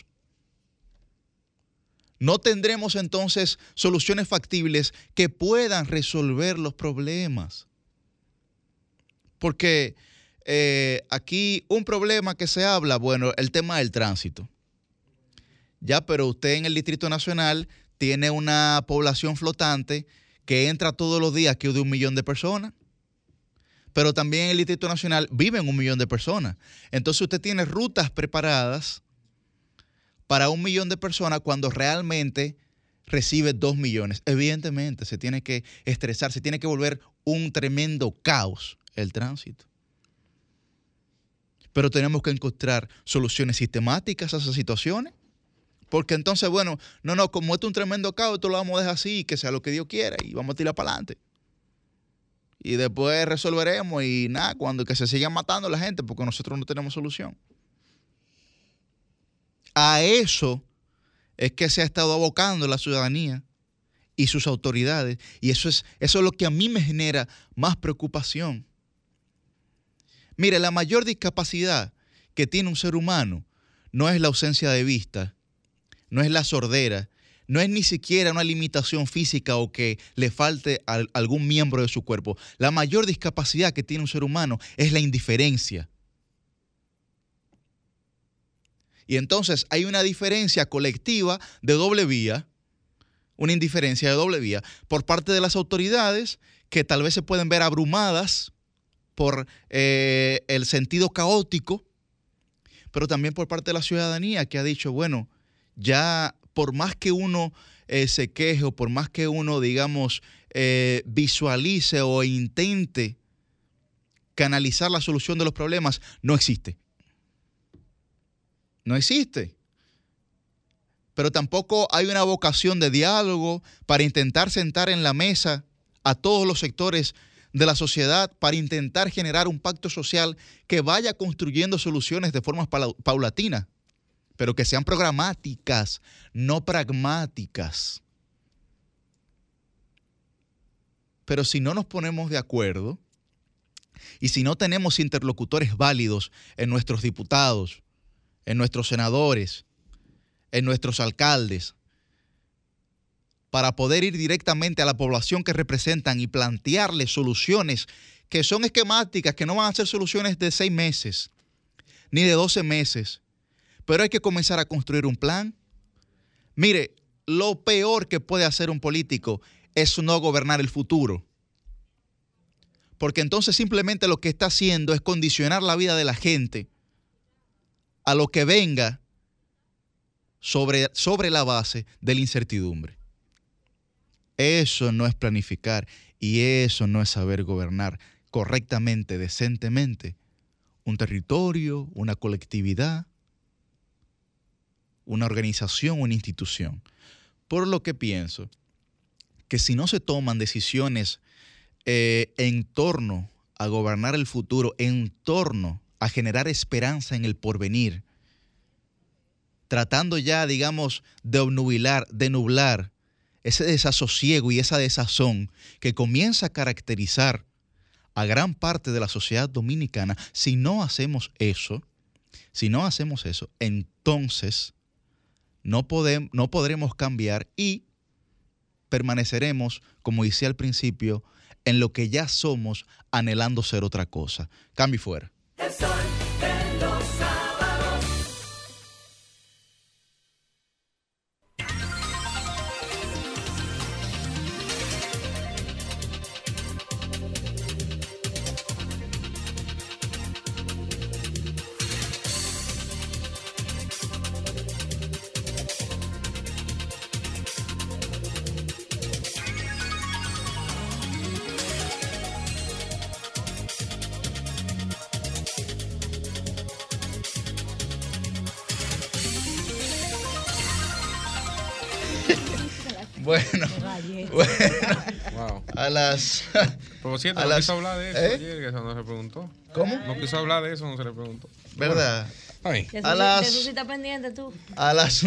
no tendremos entonces soluciones factibles que puedan resolver los problemas. Porque aquí un problema que se habla, bueno, el tema del tránsito. Ya, pero usted en el Distrito Nacional tiene una población flotante que entra todos los días aquí de 1 millón de personas. Pero también en el Distrito Nacional viven 1 millón de personas. Entonces usted tiene rutas preparadas para 1 millón de personas cuando realmente recibe 2 millones. Evidentemente se tiene que estresar, se tiene que volver un tremendo caos el tránsito. Pero tenemos que encontrar soluciones sistemáticas a esas situaciones. Porque entonces, bueno, no, como esto es un tremendo caos, esto lo vamos a dejar así, que sea lo que Dios quiera y vamos a tirar para adelante. Y después resolveremos y nada, cuando que se sigan matando la gente porque nosotros no tenemos solución. A eso es que se ha estado abocando la ciudadanía y sus autoridades. Y eso es lo que a mí me genera más preocupación. Mire, la mayor discapacidad que tiene un ser humano no es la ausencia de vista, no es la sordera, no es ni siquiera una limitación física o que le falte a algún miembro de su cuerpo. La mayor discapacidad que tiene un ser humano es la indiferencia. Y entonces hay una diferencia colectiva de doble vía, una indiferencia de doble vía por parte de las autoridades que tal vez se pueden ver abrumadas por el sentido caótico, pero también por parte de la ciudadanía que ha dicho, bueno, ya por más que uno se queje o por más que uno, digamos, visualice o intente canalizar la solución de los problemas, no existe. No existe. Pero tampoco hay una vocación de diálogo para intentar sentar en la mesa a todos los sectores de la sociedad para intentar generar un pacto social que vaya construyendo soluciones de forma paulatina, pero que sean programáticas, no pragmáticas. Pero si no nos ponemos de acuerdo y si no tenemos interlocutores válidos en nuestros diputados, en nuestros senadores, en nuestros alcaldes, para poder ir directamente a la población que representan y plantearles soluciones que son esquemáticas, que no van a ser soluciones de 6 meses, ni de 12 meses, pero hay que comenzar a construir un plan. Mire, lo peor que puede hacer un político es no gobernar el futuro, porque entonces simplemente lo que está haciendo es condicionar la vida de la gente a lo que venga sobre la base de la incertidumbre. Eso no es planificar y eso no es saber gobernar correctamente, decentemente, un territorio, una colectividad, una organización, una institución. Por lo que pienso que si no se toman decisiones en torno a gobernar el futuro, en torno a generar esperanza en el porvenir, tratando ya, digamos, de nublar ese desasosiego y esa desazón que comienza a caracterizar a gran parte de la sociedad dominicana, si no hacemos eso, entonces no podremos cambiar y permaneceremos, como decía al principio, en lo que ya somos, anhelando ser otra cosa. Cambio y fuera. El sol de los sábados. Bueno, wow. A las... Por cierto, no quiso hablar de eso ayer, que eso no se preguntó. ¿Cómo? No quiso hablar de eso, no se le preguntó. ¿Verdad? Ay. De eso sí está pendiente tú. A las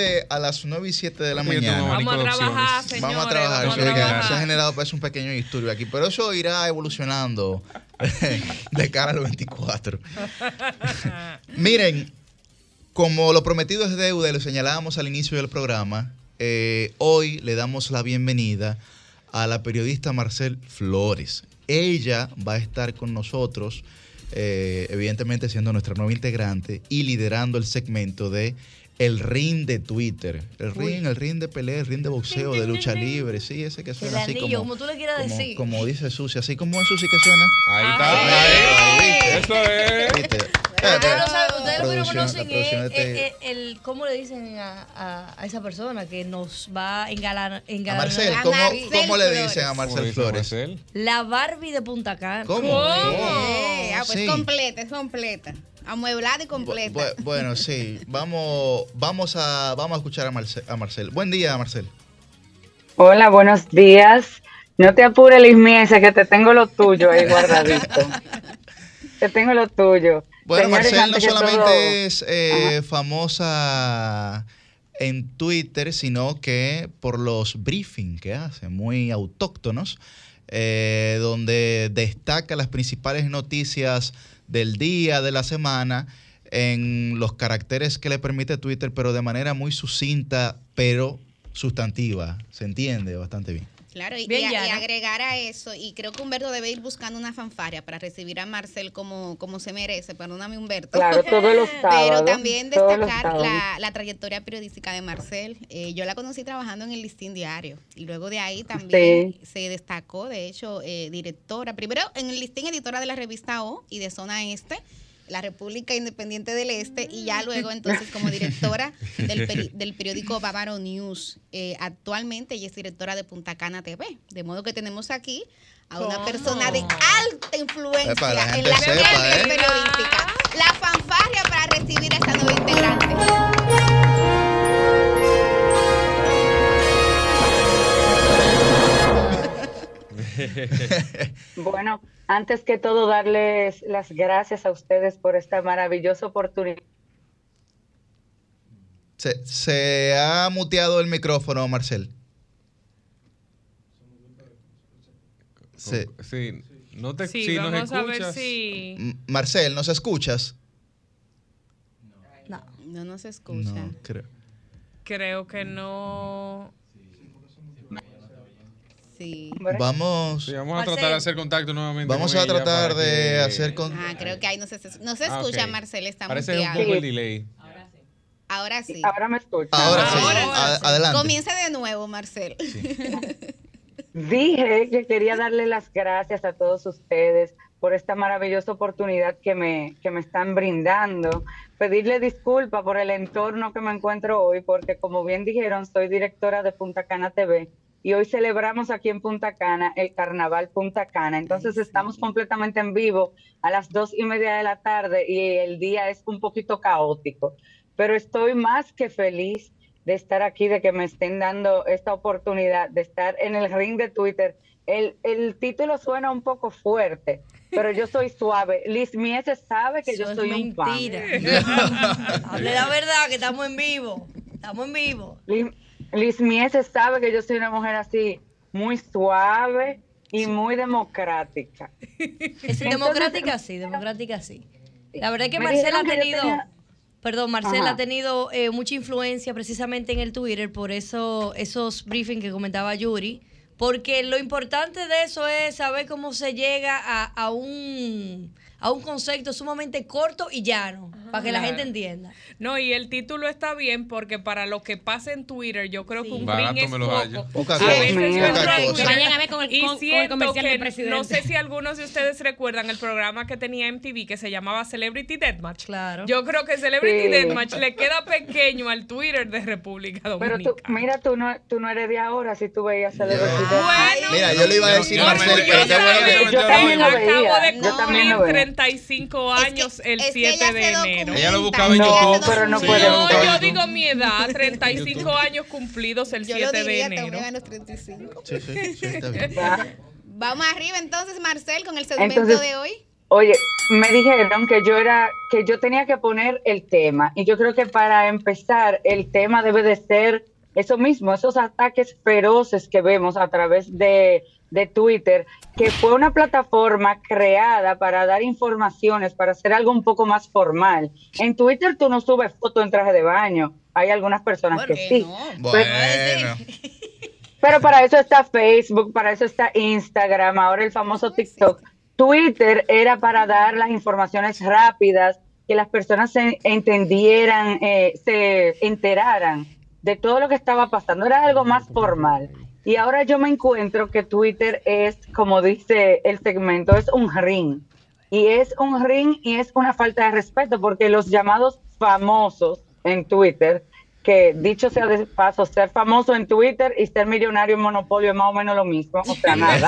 9:07 de la mañana. Vamos a trabajar, señores. Vamos a trabajar. Vamos a trabajar. Se ha generado pues, un pequeño disturbio aquí, pero eso irá evolucionando de cara al 24. Miren, como lo prometido es deuda, y lo señalábamos al inicio del programa, hoy le damos la bienvenida a la periodista Marcel Flores. Ella va a estar con nosotros, evidentemente siendo nuestra nueva integrante y liderando el segmento de El Ring de Twitter. El ring de pelea, el ring de boxeo, de lucha libre. Sí, ese que suena así como tú le quieras decir. Como dice Susi, así como es Susi que suena. Ahí está. Eso es. ¿Viste? Ustedes lo conocen ¿cómo le dicen a esa persona que nos va a engalanar? A Marcel, ¿cómo le dicen a Marcel Flores? La Barbie de Punta Cana. ¿Cómo? Pues sí. Es completa. Amueblada y completa. Bueno, sí. Vamos a escuchar a Marcel. Buen día, Marcel. Hola, buenos días. No te apures, Liz Miese, que te tengo lo tuyo ahí guardadito. Te tengo lo tuyo. Bueno, Señores, Marcel no solamente es famosa en Twitter, sino que por los briefings que hace, muy autóctonos, donde destaca las principales noticias del día, de la semana, en los caracteres que le permite Twitter, pero de manera muy sucinta, pero sustantiva. Se entiende bastante bien. Claro, y agregar a eso, y creo que Humberto debe ir buscando una fanfarria para recibir a Marcel como se merece, perdóname Humberto. Claro, todos los sábados. Pero también destacar la trayectoria periodística de Marcel. Yo la conocí trabajando en el Listín Diario, y luego de ahí también se destacó, de hecho, directora, primero en el Listín, editora de la revista O y de Zona Este, la República Independiente del Este, y ya luego entonces como directora del periódico Bávaro News. Actualmente ella es directora de Punta Cana TV, de modo que tenemos aquí a una persona de alta influencia en la red periodística. La fanfarria para recibir a esta nueva integrante. Bueno, antes que todo darles las gracias a ustedes por esta maravillosa oportunidad. Se ha muteado el micrófono, Marcel. Sí, no te vamos nos a ver escuchas. si... Marcel, ¿nos escuchas? No nos escucha. No, Creo que no... Sí. Vamos a tratar de hacer contacto nuevamente. Vamos a tratar de hacer contacto. Creo que ahí no se escucha, okay. Marcel, está parece muteado. un poco el delay. Ahora sí. Ahora me escucha. Ahora sí. Adelante. Comienza de nuevo, Marcel. Sí. Dije que quería darle las gracias a todos ustedes por esta maravillosa oportunidad que me están brindando. Pedirle disculpas por el entorno que me encuentro hoy, porque como bien dijeron, soy directora de Punta Cana TV. Y hoy celebramos aquí en Punta Cana el Carnaval Punta Cana. Entonces estamos completamente en vivo a las 2:30 de la tarde y el día es un poquito caótico. Pero estoy más que feliz de estar aquí, de que me estén dando esta oportunidad de estar en el ring de Twitter. El título suena un poco fuerte, pero yo soy suave. Liz Miese sabe que yo soy un fan. Hable la verdad, que estamos en vivo. Estamos en vivo. Liz Miese sabe que yo soy una mujer así, muy suave y muy democrática. Democrática sí. La verdad es que Marcel ha tenido... Marcela ha tenido mucha influencia precisamente en el Twitter por esos briefings que comentaba Yuri, porque lo importante de eso es saber cómo se llega a un concepto sumamente corto y llano, para que la gente entienda. No, y el título está bien porque para lo que pasa en Twitter, yo creo que un barato ring es me lo poco. A veces vayan a ver con el comercial del presidente. No sé si algunos de ustedes recuerdan el programa que tenía MTV que se llamaba Celebrity Deathmatch. Claro. Yo creo que Celebrity Deathmatch le queda pequeño al Twitter de República Dominicana. Pero tú no eres de ahora si tú veías Celebrity Deathmatch. Bueno, mira, yo le iba a decir a Marcel, pero qué bueno que yo también lo veía. Acabo de cumplir 35 años el 7 de enero. Ella lo buscaba en YouTube. Pero no puede yo digo mi edad, 35 años cumplidos el 7 de enero. A los 35. Sí, está bien. Vamos arriba entonces, Marcel, con el segmento de hoy. Oye, me dijeron que yo tenía que poner el tema, y yo creo que para empezar el tema debe de ser eso mismo, esos ataques feroces que vemos a través de Twitter, que fue una plataforma creada para dar informaciones, para hacer algo un poco más formal. En Twitter tú no subes fotos en traje de baño, hay algunas personas que sí. Pero para eso está Facebook, para eso está Instagram, ahora el famoso TikTok. Twitter era para dar las informaciones rápidas, que las personas se entendieran, se enteraran de todo lo que estaba pasando. Era algo más formal. Y ahora yo me encuentro que Twitter es, como dice el segmento, es un ring. Y es un ring y es una falta de respeto, porque los llamados famosos en Twitter, que dicho sea de paso, ser famoso en Twitter y ser millonario en Monopolio es más o menos lo mismo, o sea, nada.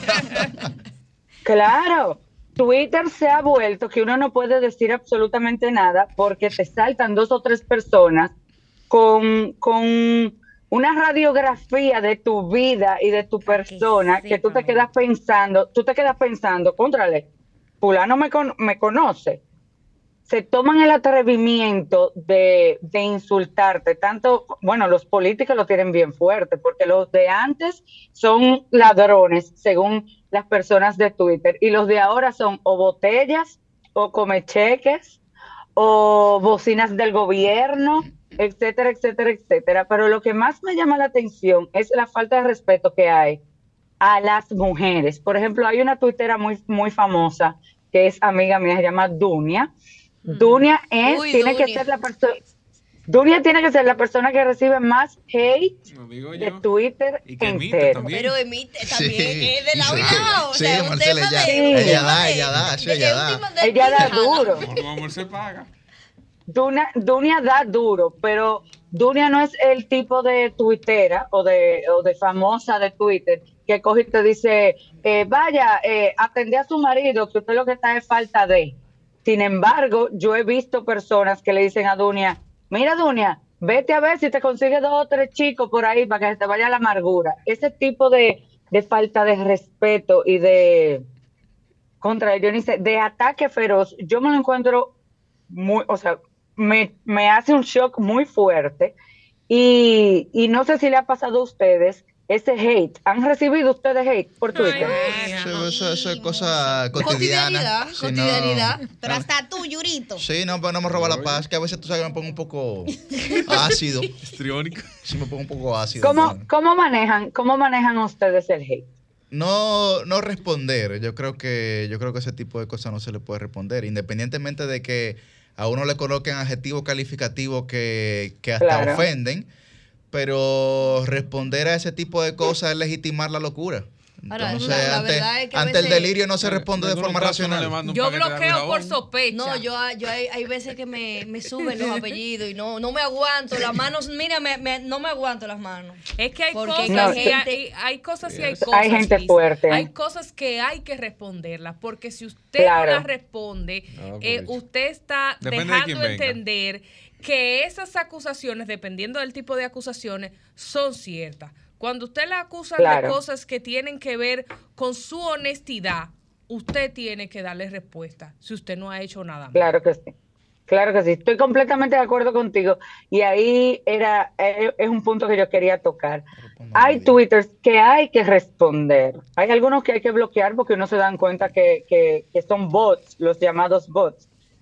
Claro, Twitter se ha vuelto que uno no puede decir absolutamente nada porque te saltan 2 o 3 personas con una radiografía de tu vida y de tu persona que tú te quedas pensando, contrale, fulano me conoce. Se toman el atrevimiento de insultarte, tanto, bueno, los políticos lo tienen bien fuerte, porque los de antes son ladrones, según las personas de Twitter, y los de ahora son o botellas, o comecheques, o bocinas del gobierno, etcétera, etcétera, etcétera. Pero lo que más me llama la atención es la falta de respeto que hay a las mujeres. Por ejemplo, hay una tuitera muy famosa, que es amiga mía, se llama Dunia. Dunia tiene que ser la persona. Dunia tiene que ser la persona que recibe más hate de Twitter y que emite entero. también. Pero emite también, es de lado y lado. O Sí, sea, un Marcela, tema ella da duro. Por amor se paga. Dunia da duro, pero Dunia no es el tipo de tuitera o de famosa de Twitter que coge y te dice, vaya, atendé a su marido, que usted lo que está es falta de. Sin embargo, yo he visto personas que le dicen a Dunia, mira Dunia, vete a ver si te consigues 2 o 3 chicos por ahí para que se te vaya la amargura. Ese tipo de falta de respeto y de de ataque feroz, yo me lo encuentro muy, o sea, me hace un shock muy fuerte y no sé si le ha pasado a ustedes ese hate. ¿Han recibido ustedes hate por Twitter? Eso es cosa cotidiana. Cotidianidad. Pero hasta tú, Yurito. Sí, no, pero no me roba la paz, que a veces tú sabes que me pongo un poco ácido. Histriónico. Sí, me pongo un poco ácido. ¿Cómo manejan ustedes el hate? No responder. Yo creo que ese tipo de cosas no se le puede responder, independientemente de que a uno le coloquen adjetivos calificativos que hasta ofenden, pero responder a ese tipo de cosas es legitimar la locura. Entonces, la verdad es que ante el delirio no se responde de forma racional. Yo bloqueo por sospecha. No, yo hay veces que me suben los apellidos y no me aguanto las manos. Mira, no me aguanto las manos. Es que hay cosas y hay cosas. Hay gente fuerte. Hay cosas que hay que responderlas, porque si usted no las responde, usted está dejando de entender que esas acusaciones, dependiendo del tipo de acusaciones, son ciertas. Cuando usted la acusa de cosas que tienen que ver con su honestidad, usted tiene que darle respuesta si usted no ha hecho nada más. Claro que sí. Claro que sí. Estoy completamente de acuerdo contigo. Y ahí es un punto que yo quería tocar. Hay twitters que hay que responder. Hay algunos que hay que bloquear porque uno se dan cuenta que son bots, los llamados bots.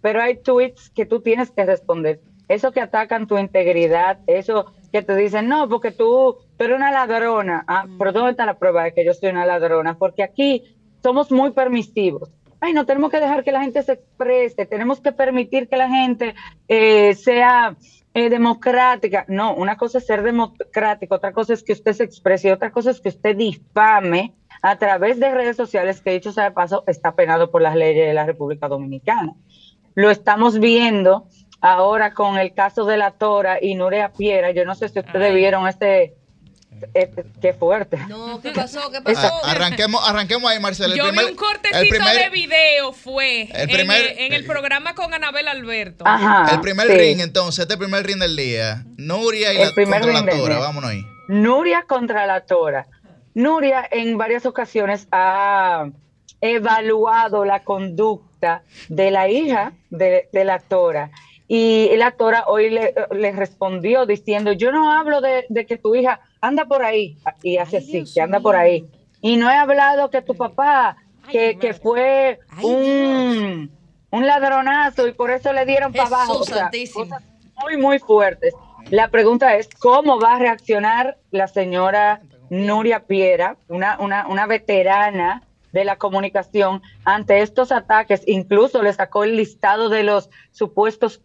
pero hay tweets que tú tienes que responder. Eso que atacan tu integridad, eso que te dicen, no, porque tú eres una ladrona. Ah, pero ¿dónde está la prueba de que yo soy una ladrona? Porque aquí somos muy permisivos. Ay, no tenemos que dejar que la gente se exprese, tenemos que permitir que la gente sea democrática. No, una cosa es ser democrático, otra cosa es que usted se exprese y otra cosa es que usted difame a través de redes sociales, que dicho sea de paso, está penado por las leyes de la República Dominicana. Lo estamos viendo ahora con el caso de La Tora y Nuria Piera. Yo no sé si ustedes vieron qué fuerte. No, ¿qué pasó? Arranquemos ahí, Marcela. Yo vi un cortecito de video, en el programa con Anabel Alberto. Ajá, el primer ring, entonces, este primer ring del día. Nuria y contra La Tora, vámonos ahí. Nuria contra La Tora. Nuria en varias ocasiones ha evaluado la conducta de la hija de La Tora. Y La Tora hoy le respondió diciendo, yo no hablo de que tu hija anda por ahí, y hace así, que anda por ahí. Y no he hablado que tu papá, que fue un ladronazo y por eso le dieron para abajo. O sea, cosas muy, muy fuertes. La pregunta es, ¿cómo va a reaccionar la señora Nuria Piera, una veterana de la comunicación, ante estos ataques? Incluso le sacó el listado de los supuestas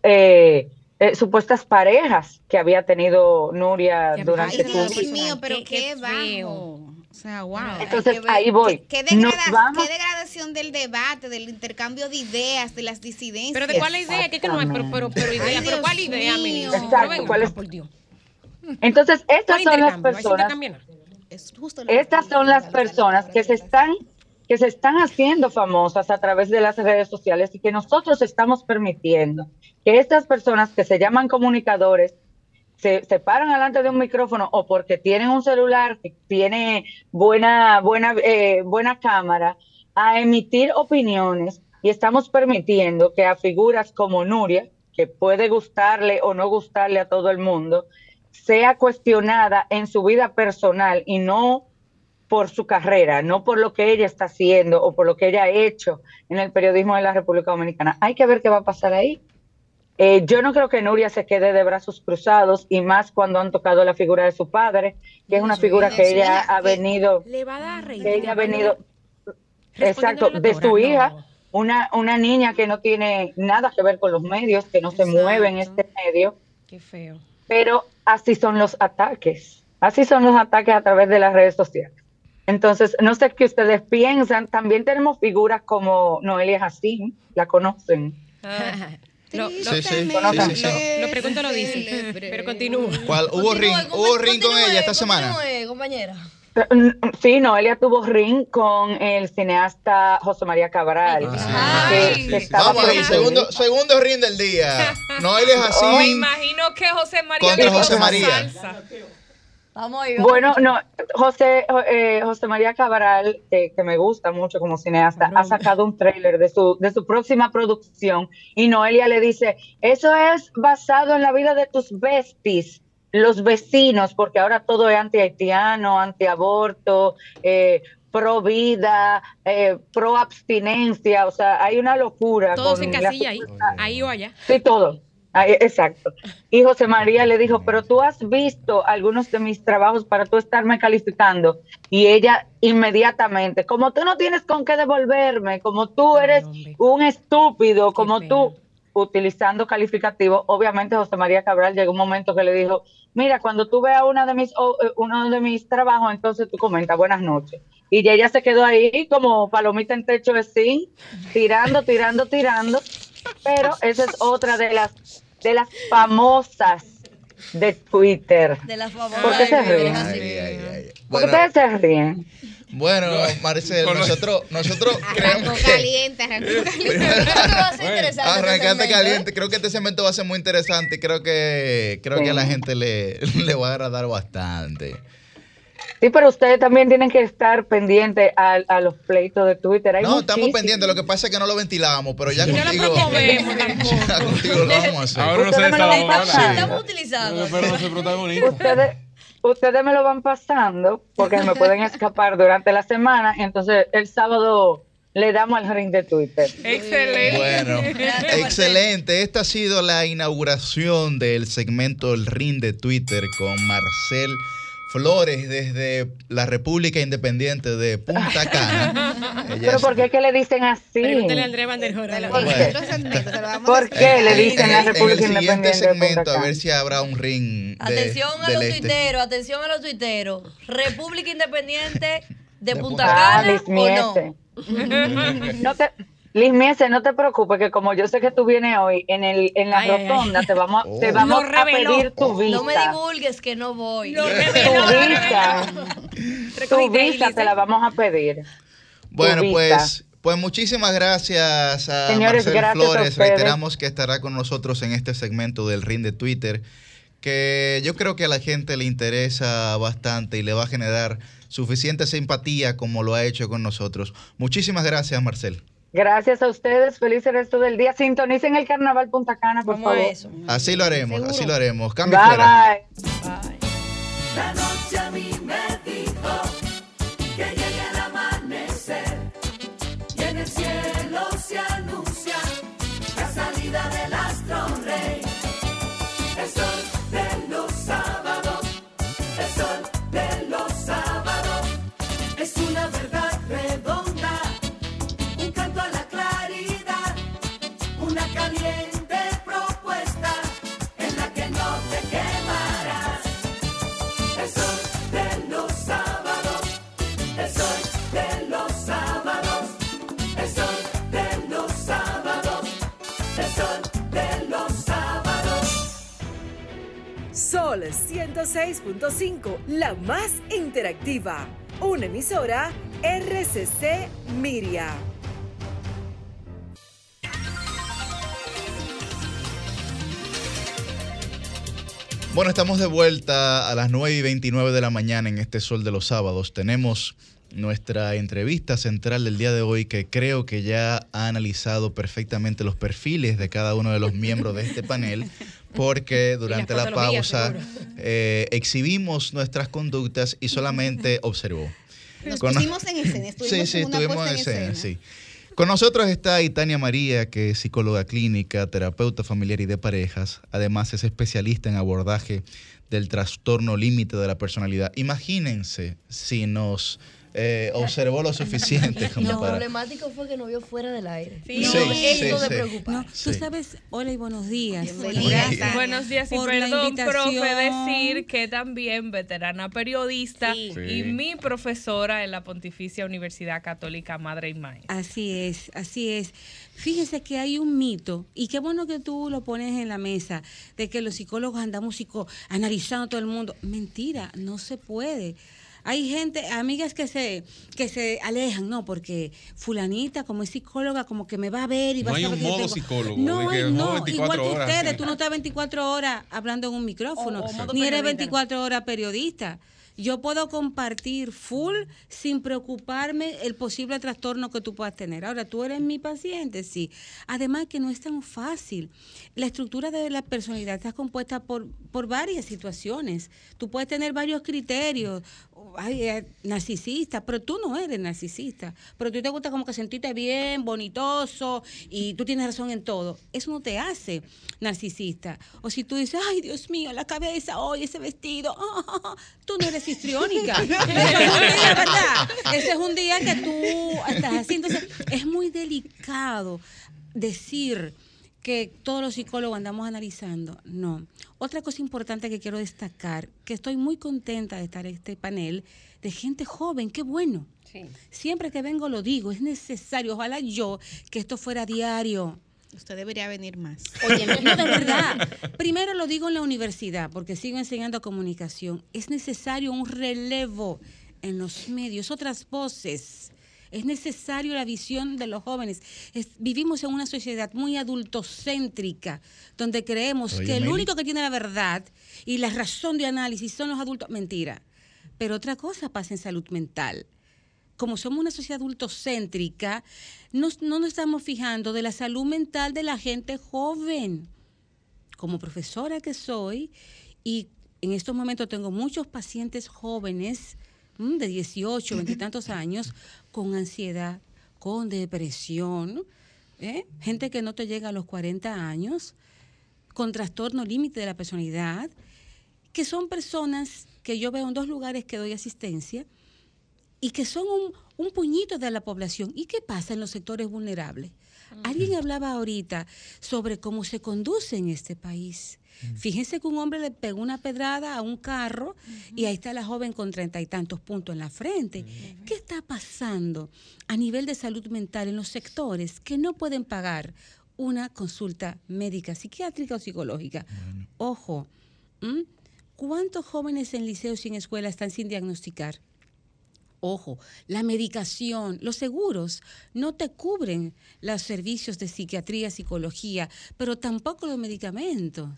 parejas que había tenido Nuria durante su vida. Dios mío, pero qué bajo. O sea, wow. Entonces ahí voy. Qué degradación del debate, del intercambio de ideas, de las disidencias. Pero ¿de cuál idea? Que no hay, pero idea. Pero ¿cuál idea, Melissa? Exacto, ¿cuál es? Por Dios. Entonces, estas son las personas. Estas son las personas que se están haciendo famosas a través de las redes sociales y que nosotros estamos permitiendo que estas personas que se llaman comunicadores se paran delante de un micrófono o porque tienen un celular que tiene buena cámara a emitir opiniones, y estamos permitiendo que a figuras como Nuria, que puede gustarle o no gustarle a todo el mundo, sea cuestionada en su vida personal y no por su carrera, no por lo que ella está haciendo o por lo que ella ha hecho en el periodismo de la República Dominicana. Hay que ver qué va a pasar ahí. Yo no creo que Nuria se quede de brazos cruzados, y más cuando han tocado la figura de su padre, que es una figura que ella ha venido, exacto, de su hija, una niña que no tiene nada que ver con los medios, que no se mueve en este medio. Qué feo. Pero así son los ataques a través de las redes sociales. Entonces, no sé qué ustedes piensan. También tenemos figuras como Noelia Jacín, la conocen. Lo pregunto, lo dice, pero continúa. ¿Cuál? ¿Hubo ring con ella esta semana? Compañera. Sí, Noelia tuvo ring con el cineasta José María Cabral. Vamos ahí, segundo ring del día. Noelia Jacín. Me imagino que José María contra José María. Bueno, no, José María Cabral, que me gusta mucho como cineasta, ha sacado un tráiler de su próxima producción, y Noelia le dice, eso es basado en la vida de tus besties, los vecinos, porque ahora todo es anti-haitiano, anti-aborto, pro vida, pro abstinencia, o sea, hay una locura. Todo se encasilla ahí o allá. Sí, todo. Exacto. Y José María le dijo, pero tú has visto algunos de mis trabajos para tú estarme calificando. Y ella inmediatamente, como tú no tienes con qué devolverme, como tú eres un estúpido, como tú, utilizando calificativo. Obviamente José María Cabral llegó un momento que le dijo, mira, cuando tú veas uno de mis trabajos, entonces tú comentas buenas noches. Y ella se quedó ahí como palomita en techo de zinc, tirando. Pero esa es otra de las famosas de Twitter. De las famosas. ¿Por qué se ríen? ¿Por qué ustedes se ríen? Bueno, Marcel, nosotros creemos que... Arrancate caliente. Creo que este segmento va a ser muy interesante y creo que a la gente le va a agradar bastante. Sí, pero ustedes también tienen que estar pendientes a los pleitos de Twitter. Estamos pendientes. Lo que pasa es que no lo ventilamos, pero ya contigo. No lo promovemos tampoco. Ya contigo lo vamos a hacer. Ahora no se estamos utilizando. Pero no se protagonista. Ustedes me lo van pasando porque me pueden escapar durante la semana. Entonces, el sábado le damos al ring de Twitter. Excelente. Bueno, excelente. Esta ha sido la inauguración del segmento El Ring de Twitter con Marcel Flores desde la República Independiente de Punta Cana. ¿Pero por qué le dicen así? Pregúntale a Andrés Van der Hoorn. ¿Por qué le dicen la República Independiente? En el siguiente segmento, a ver si si habrá un ring. Atención a los tuiteros. República Independiente de Punta Cana o no. Liz Miese, no te preocupes, que como yo sé que tú vienes hoy en la rotonda, te vamos a pedir tu visa. No me divulgues que no voy. Tu visa te la vamos a pedir. Bueno, pues muchísimas gracias a Marcel Flores. Reiteramos que estará con nosotros en este segmento del Ring de Twitter, que yo creo que a la gente le interesa bastante y le va a generar suficiente simpatía como lo ha hecho con nosotros. Muchísimas gracias, Marcel. Gracias a ustedes, feliz resto del día. Sintonicen el Carnaval Punta Cana, por favor. Así lo haremos, ¿Seguro? así lo haremos. Cambio fuera. Bye. La noche a mí me dijo que llegue el amanecer y en el cielo se anuncia la salida del astro rey. El sol de los sábados, el sol de los sábados es una verdad redonda. Caliente propuesta en la que no te quemarás. El sol de los sábados, el sol de los sábados, el sol de los sábados, el sol de los sábados. Sol 106.5, la más interactiva. Una emisora RCC Miria. Bueno, estamos de vuelta a las 9:29 de la mañana en este Sol de los Sábados. Tenemos nuestra entrevista central del día de hoy, que creo que ya ha analizado perfectamente los perfiles de cada uno de los miembros de este panel, porque durante la pausa exhibimos nuestras conductas y solamente observó. Nos pusimos en escena, estuvimos en escena. Sí. Con nosotros está Itania María, que es psicóloga clínica, terapeuta familiar y de parejas. Además, es especialista en abordaje del trastorno límite de la personalidad. Imagínense si nos observó lo suficiente como Lo para... problemático fue que no vio fuera del aire. Eso me preocupa. No, tú sabes, hola y buenos días. Buenos días y perdón, profe, decir que también veterana periodista y mi profesora en la Pontificia Universidad Católica Madre y Maestra. Así es, así es. Fíjese que hay un mito, y qué bueno que tú lo pones en la mesa, de que los psicólogos andamos analizando a todo el mundo. Mentira, no se puede. Hay gente, amigas que se alejan, no, porque fulanita como es psicóloga, como que me va a ver y va a saber que yo tengo. No hay un modo psicólogo. No, igual que ustedes, sí. tú no estás 24 horas hablando en un micrófono, o ni eres 24 horas periodista. Yo puedo compartir full sin preocuparme el posible trastorno que tú puedas tener. Ahora, ¿tú eres mi paciente? Sí. Además que no es tan fácil. La estructura de la personalidad está compuesta por varias situaciones. Tú puedes tener varios criterios. Narcisista, pero tú no eres narcisista. Pero tú te gusta como que sentirte bien, bonitoso, y tú tienes razón en todo. Eso no te hace narcisista. O si tú dices, ay, Dios mío, la cabeza, hoy ese vestido, tú no eres histriónica. Eso es un día, ¿verdad? Ese es un día que tú estás así. Entonces, es muy delicado decir que todos los psicólogos andamos analizando. No. Otra cosa importante que quiero destacar, que estoy muy contenta de estar en este panel de gente joven, qué bueno. Sí. Siempre que vengo lo digo, es necesario, ojalá que esto fuera diario. Usted debería venir más. Oye, no, de verdad. Primero lo digo en la universidad, porque sigo enseñando comunicación. Es necesario un relevo en los medios, otras voces. Es necesario la visión de los jóvenes. Vivimos en una sociedad muy adultocéntrica, donde creemos que el único que tiene la verdad y la razón de análisis son los adultos. Mentira. Pero otra cosa pasa en salud mental. Como somos una sociedad adultocéntrica, no nos estamos fijando de la salud mental de la gente joven. Como profesora que soy, y en estos momentos tengo muchos pacientes jóvenes de 18, 20 y tantos años, con ansiedad, con depresión, gente que no te llega a los 40 años, con trastorno límite de la personalidad, que son personas que yo veo en 2 lugares que doy asistencia y que son un puñito de la población. ¿Y qué pasa en los sectores vulnerables? Alguien hablaba ahorita sobre cómo se conduce en este país. Fíjense que un hombre le pegó una pedrada a un carro y ahí está la joven con 30 y tantos puntos en la frente. ¿Qué está pasando a nivel de salud mental en los sectores que no pueden pagar una consulta médica, psiquiátrica o psicológica? Ojo, ¿cuántos jóvenes en liceos y en escuelas están sin diagnosticar? Ojo, la medicación, los seguros no te cubren los servicios de psiquiatría, psicología, pero tampoco los medicamentos.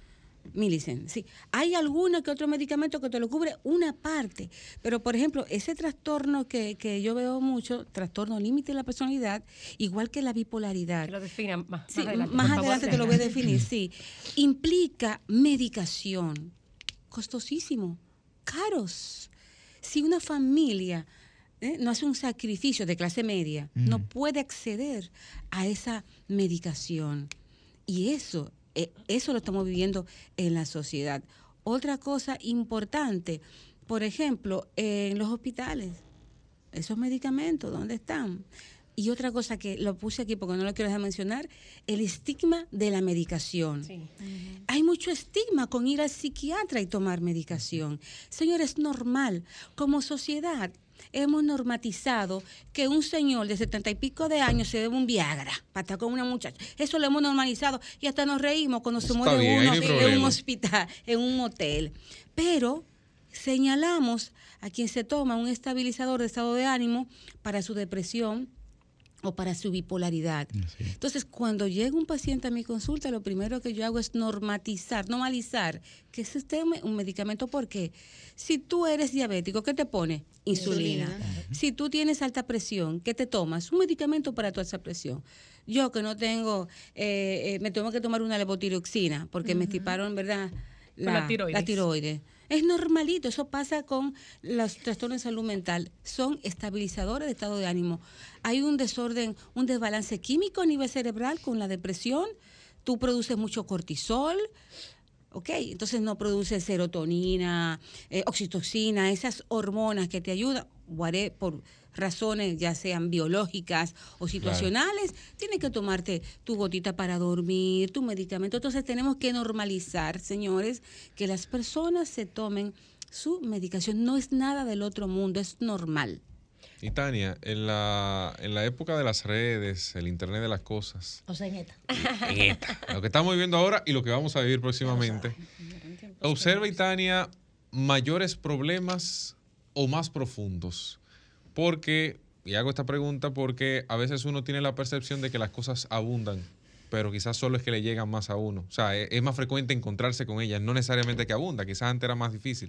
Milicen, sí, hay alguno que otro medicamento que te lo cubre una parte, pero por ejemplo, ese trastorno que yo veo mucho, trastorno límite de la personalidad, igual que la bipolaridad. Que lo defina más, sí, más adelante te lo voy a definir, sí. Implica medicación, costosísimo, caros. Si una familia no hace un sacrificio de clase media, no puede acceder a esa medicación. Y eso lo estamos viviendo en la sociedad. Otra cosa importante, por ejemplo, en los hospitales, esos medicamentos, ¿dónde están? Y otra cosa que lo puse aquí porque no lo quiero dejar mencionar, el estigma de la medicación. Sí. Hay mucho estigma con ir al psiquiatra y tomar medicación. Señores, es normal. Como sociedad hemos normatizado que un señor de 70 y pico de años se debe un Viagra para estar con una muchacha. Eso lo hemos normalizado y hasta nos reímos cuando se muere uno en un hospital, en un hotel. Pero señalamos a quien se toma un estabilizador de estado de ánimo para su depresión o para su bipolaridad. Sí. Entonces, cuando llega un paciente a mi consulta, lo primero que yo hago es normalizar que se tome un medicamento. Porque si tú eres diabético, ¿qué te pone? Insulina. Si tú tienes alta presión, ¿qué te tomas? Un medicamento para tu alta presión. Yo que no tengo, me tengo que tomar una levotiroxina porque me estiparon, ¿verdad? La tiroides. Es normalito, eso pasa con los trastornos de salud mental. Son estabilizadores de estado de ánimo. Hay un desorden, un desbalance químico a nivel cerebral con la depresión. Tú produces mucho cortisol, ¿ok? Entonces no produces serotonina, oxitocina, esas hormonas que te ayudan, por razones ya sean biológicas o situacionales, tienes que tomarte tu gotita para dormir, tu medicamento. Entonces tenemos que normalizar, señores, que las personas se tomen su medicación. No es nada del otro mundo, es normal. Y Tania, en la época de las redes, el internet de las cosas. O sea, en esta. Lo que estamos viviendo ahora y lo que vamos a vivir próximamente. Observa, y Tania, mayores problemas o más profundos. Porque, y hago esta pregunta porque a veces uno tiene la percepción de que las cosas abundan, pero quizás solo es que le llegan más a uno. O sea, es más frecuente encontrarse con ellas, no necesariamente que abunda, quizás antes era más difícil.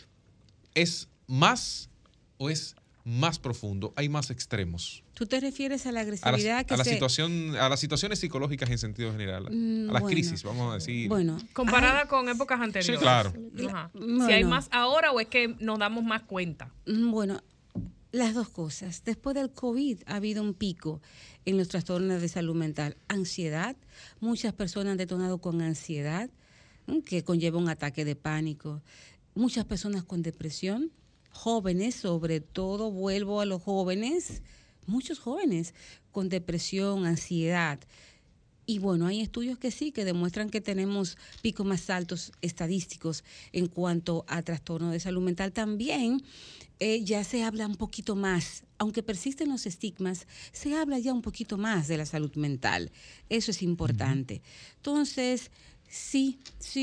¿Es más o es más profundo? ¿Hay más extremos? ¿Tú te refieres a la agresividad a las situaciones psicológicas en sentido general? A las crisis, vamos a decir. Bueno, comparada con épocas anteriores. Sí, claro. Bueno, si hay más ahora o es que nos damos más cuenta. Bueno, las dos cosas. Después del COVID ha habido un pico en los trastornos de salud mental. Ansiedad. Muchas personas han detonado con ansiedad, que conlleva un ataque de pánico. Muchas personas con depresión. Jóvenes, sobre todo, vuelvo a los jóvenes. Muchos jóvenes con depresión, ansiedad. Y bueno, hay estudios que sí, que demuestran que tenemos picos más altos estadísticos en cuanto a trastorno de salud mental. También ya se habla un poquito más, aunque persisten los estigmas, se habla ya un poquito más de la salud mental. Eso es importante. Entonces, sí,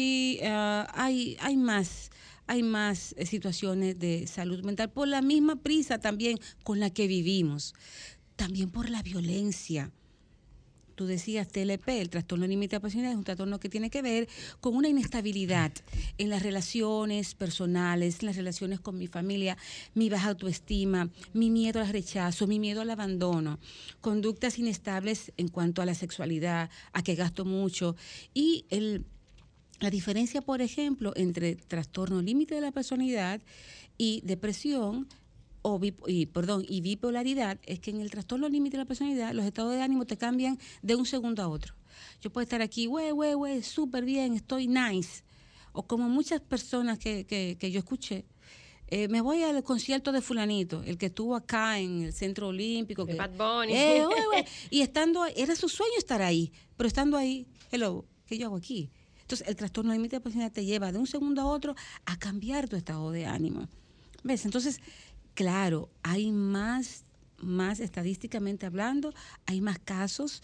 hay más situaciones de salud mental por la misma prisa también con la que vivimos. También por la violencia. Tú decías TLP, el trastorno límite de la personalidad, es un trastorno que tiene que ver con una inestabilidad en las relaciones personales, en las relaciones con mi familia, mi baja autoestima, mi miedo al rechazo, mi miedo al abandono, conductas inestables en cuanto a la sexualidad, a que gasto mucho. Y la diferencia, por ejemplo, entre trastorno límite de la personalidad y depresión y bipolaridad es que en el trastorno límite de la personalidad los estados de ánimo te cambian de un segundo a otro. Yo puedo estar aquí, súper bien, estoy nice. O como muchas personas que yo escuché, me voy al concierto de fulanito, el que estuvo acá en el Centro Olímpico. Que, Bad Bunny. Y estando ahí, era su sueño estar ahí, pero estando ahí, hello, ¿qué yo hago aquí? Entonces, el trastorno límite de personalidad te lleva de un segundo a otro a cambiar tu estado de ánimo. ¿Ves? Entonces, claro, hay más estadísticamente hablando, hay más casos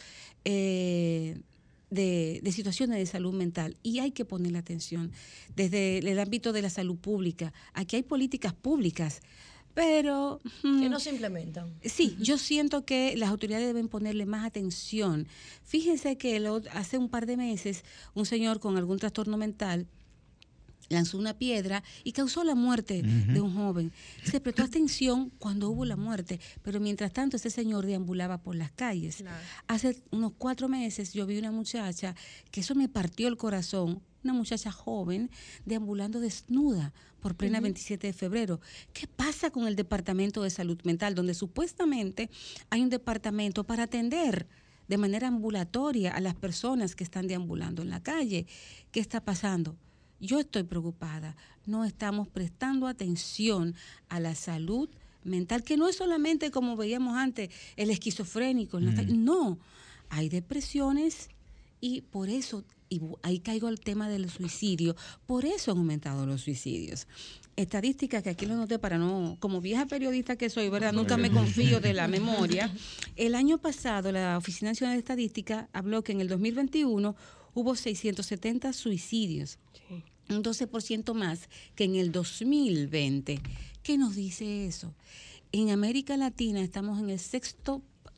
de situaciones de salud mental y hay que ponerle atención desde el ámbito de la salud pública. Aquí hay políticas públicas, pero que no se implementan. Sí, yo siento que las autoridades deben ponerle más atención. Fíjense que hace un par de meses un señor con algún trastorno mental lanzó una piedra y causó la muerte de un joven. Se prestó atención cuando hubo la muerte, pero mientras tanto ese señor deambulaba por las calles. Claro. Hace unos 4 meses yo vi una muchacha, que eso me partió el corazón, una muchacha joven deambulando desnuda por plena 27 de febrero. ¿Qué pasa con el Departamento de Salud Mental, donde supuestamente hay un departamento para atender de manera ambulatoria a las personas que están deambulando en la calle? ¿Qué está pasando? Yo estoy preocupada. No estamos prestando atención a la salud mental, que no es solamente como veíamos antes, el esquizofrénico. No, hay depresiones y por eso, y ahí caigo al tema del suicidio, por eso han aumentado los suicidios. Estadísticas que aquí lo noté para no, como vieja periodista que soy, ¿verdad? Nunca me confío de la memoria. El año pasado la Oficina Nacional de Estadística habló que en el 2021 hubo 670 suicidios. Sí. Un 12% más que en el 2020. ¿Qué nos dice eso? En América Latina estamos en el sexto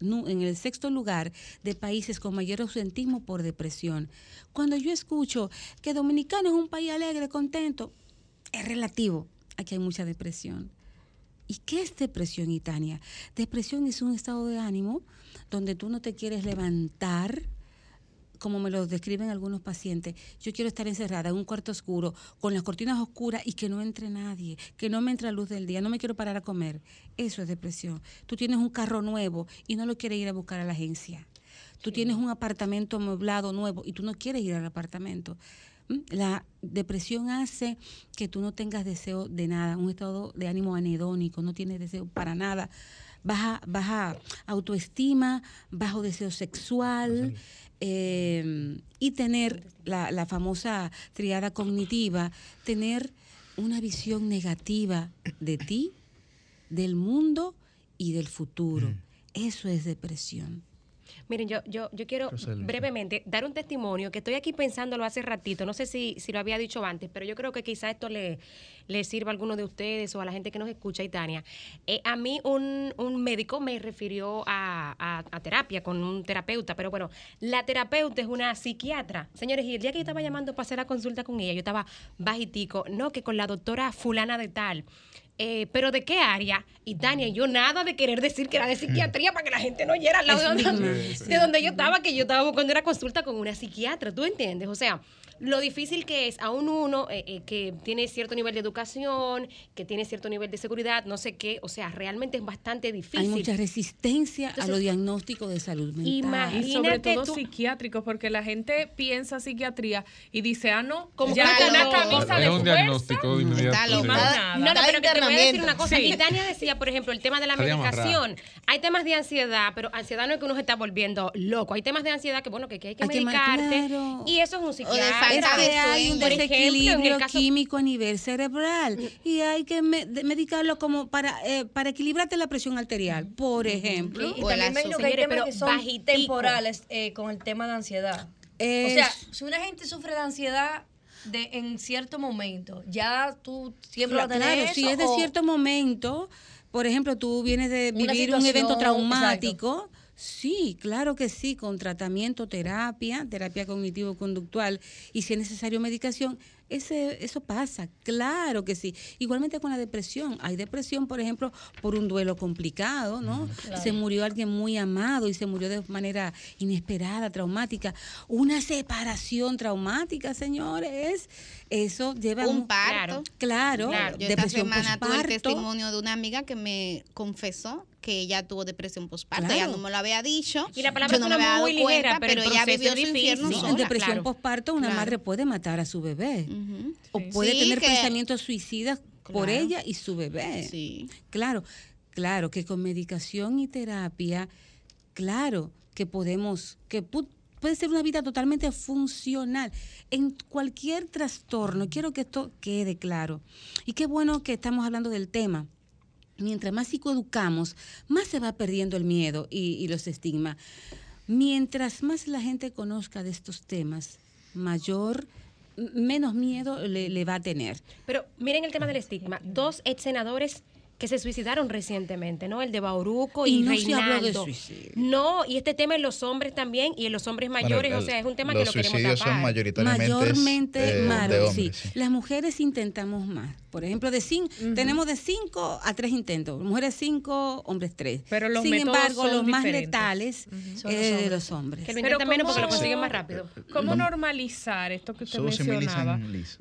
lugar de países con mayor ausentismo por depresión. Cuando yo escucho que Dominicano es un país alegre, contento, es relativo. Aquí hay mucha depresión. ¿Y qué es depresión, Itania? Depresión es un estado de ánimo donde tú no te quieres levantar, como me lo describen algunos pacientes. Yo quiero estar encerrada en un cuarto oscuro, con las cortinas oscuras y que no entre nadie, que no me entre la luz del día, no me quiero parar a comer. Eso es depresión. Tú tienes un carro nuevo y no lo quieres ir a buscar a la agencia. Tú tienes un apartamento amueblado nuevo y tú no quieres ir al apartamento. La depresión hace que tú no tengas deseo de nada, un estado de ánimo anhedónico, no tienes deseo para nada. Baja autoestima, bajo deseo sexual, y tener la famosa triada cognitiva, tener una visión negativa de ti, del mundo y del futuro. Eso es depresión. Miren, yo quiero brevemente dar un testimonio que estoy aquí pensándolo hace ratito, no sé si lo había dicho antes, pero yo creo que quizá esto le sirva a alguno de ustedes o a la gente que nos escucha, Itania. A mí un médico me refirió a terapia con un terapeuta, pero bueno, la terapeuta es una psiquiatra. Señores, y el día que yo estaba llamando para hacer la consulta con ella, yo estaba bajitico, no, que con la doctora fulana de tal. ¿Pero de qué área? Y Tania, yo nada de querer decir que era de psiquiatría para que la gente no oyera al lado de donde yo estaba, que yo estaba buscando una consulta con una psiquiatra, ¿tú entiendes? O sea, lo difícil que es a uno que tiene cierto nivel de educación, que tiene cierto nivel de seguridad, no sé qué, o sea, realmente es bastante difícil. Hay mucha resistencia a los diagnósticos de salud mental. Imagínate, y sobre todo psiquiátricos, porque la gente piensa psiquiatría y dice, no, como ya que una camisa de un diagnóstico inmediato. No, pero que te voy a decir una cosa. Sí. Tania decía, por ejemplo, el tema de la medicación. Hay temas de ansiedad, pero ansiedad no es que uno se está volviendo loco. Hay temas de ansiedad que, bueno, que hay que medicarte. Claro. Y eso es un psiquiatra. Es que hay un desequilibrio químico a nivel cerebral y hay que medicarlo como para equilibrarte la presión arterial, por ejemplo. Y también me imagino que hay temas que son temporales con el tema de ansiedad. O sea, si una gente sufre de ansiedad en cierto momento, ya tú siempre vas a tener eso. Si es de cierto momento, por ejemplo, tú vienes de vivir un evento traumático. Exacto. Sí, claro que sí, con tratamiento, terapia cognitivo-conductual y si es necesario medicación, Eso pasa, claro que sí. Igualmente con la depresión. Hay depresión, por ejemplo, por un duelo complicado, ¿no? Claro. Se murió alguien muy amado y se murió de manera inesperada, traumática. Una separación traumática, señores. Eso lleva un parto. Claro. Yo esta semana tuve el testimonio de una amiga que me confesó que ella tuvo depresión postparto. Ella no me lo había dicho. Y la palabra no me había dado cuenta, pero ella vivió su infierno sola. En depresión postparto una madre puede matar a su bebé. O puede tener pensamientos suicidas por ella y su bebé. Sí. Claro que con medicación y terapia, claro que podemos, que puede ser una vida totalmente funcional en cualquier trastorno. Quiero que esto quede claro. Y qué bueno que estamos hablando del tema. Mientras más psicoeducamos, más se va perdiendo el miedo y los estigmas. Mientras más la gente conozca de estos temas, menos miedo le va a tener. Pero miren el tema del estigma. 2 ex senadores que se suicidaron recientemente, ¿no? El de Bauruco y no Reinaldo. Se habló de suicidio. No, y este tema en los hombres también y en los hombres mayores, o sea, es un tema que lo queremos tapar. Los suicidios son mayoritariamente de hombres, sí. Las mujeres intentamos más. Por ejemplo, tenemos de 5 a 3 intentos. Mujeres 5, hombres 3. Pero los Sin embargo, son los más diferentes. letales son de los hombres. Que lo intentan menos porque lo consiguen más rápido. ¿Cómo normalizar esto que usted mencionaba?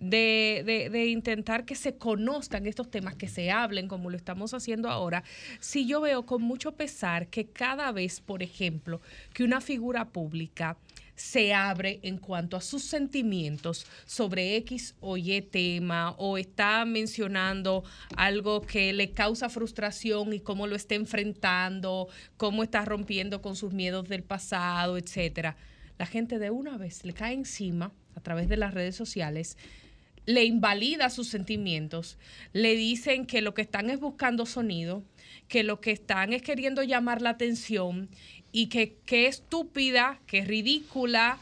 De intentar que se conozcan estos temas, que se hablen como lo estamos haciendo ahora. Si yo veo con mucho pesar que cada vez, por ejemplo, que una figura pública se abre en cuanto a sus sentimientos sobre X o Y tema, o está mencionando algo que le causa frustración y cómo lo está enfrentando, cómo está rompiendo con sus miedos del pasado, etcétera. La gente de una vez le cae encima a través de las redes sociales, le invalida sus sentimientos, le dicen que lo que están es buscando sonido, que lo que están es queriendo llamar la atención y que estúpida, que ridícula,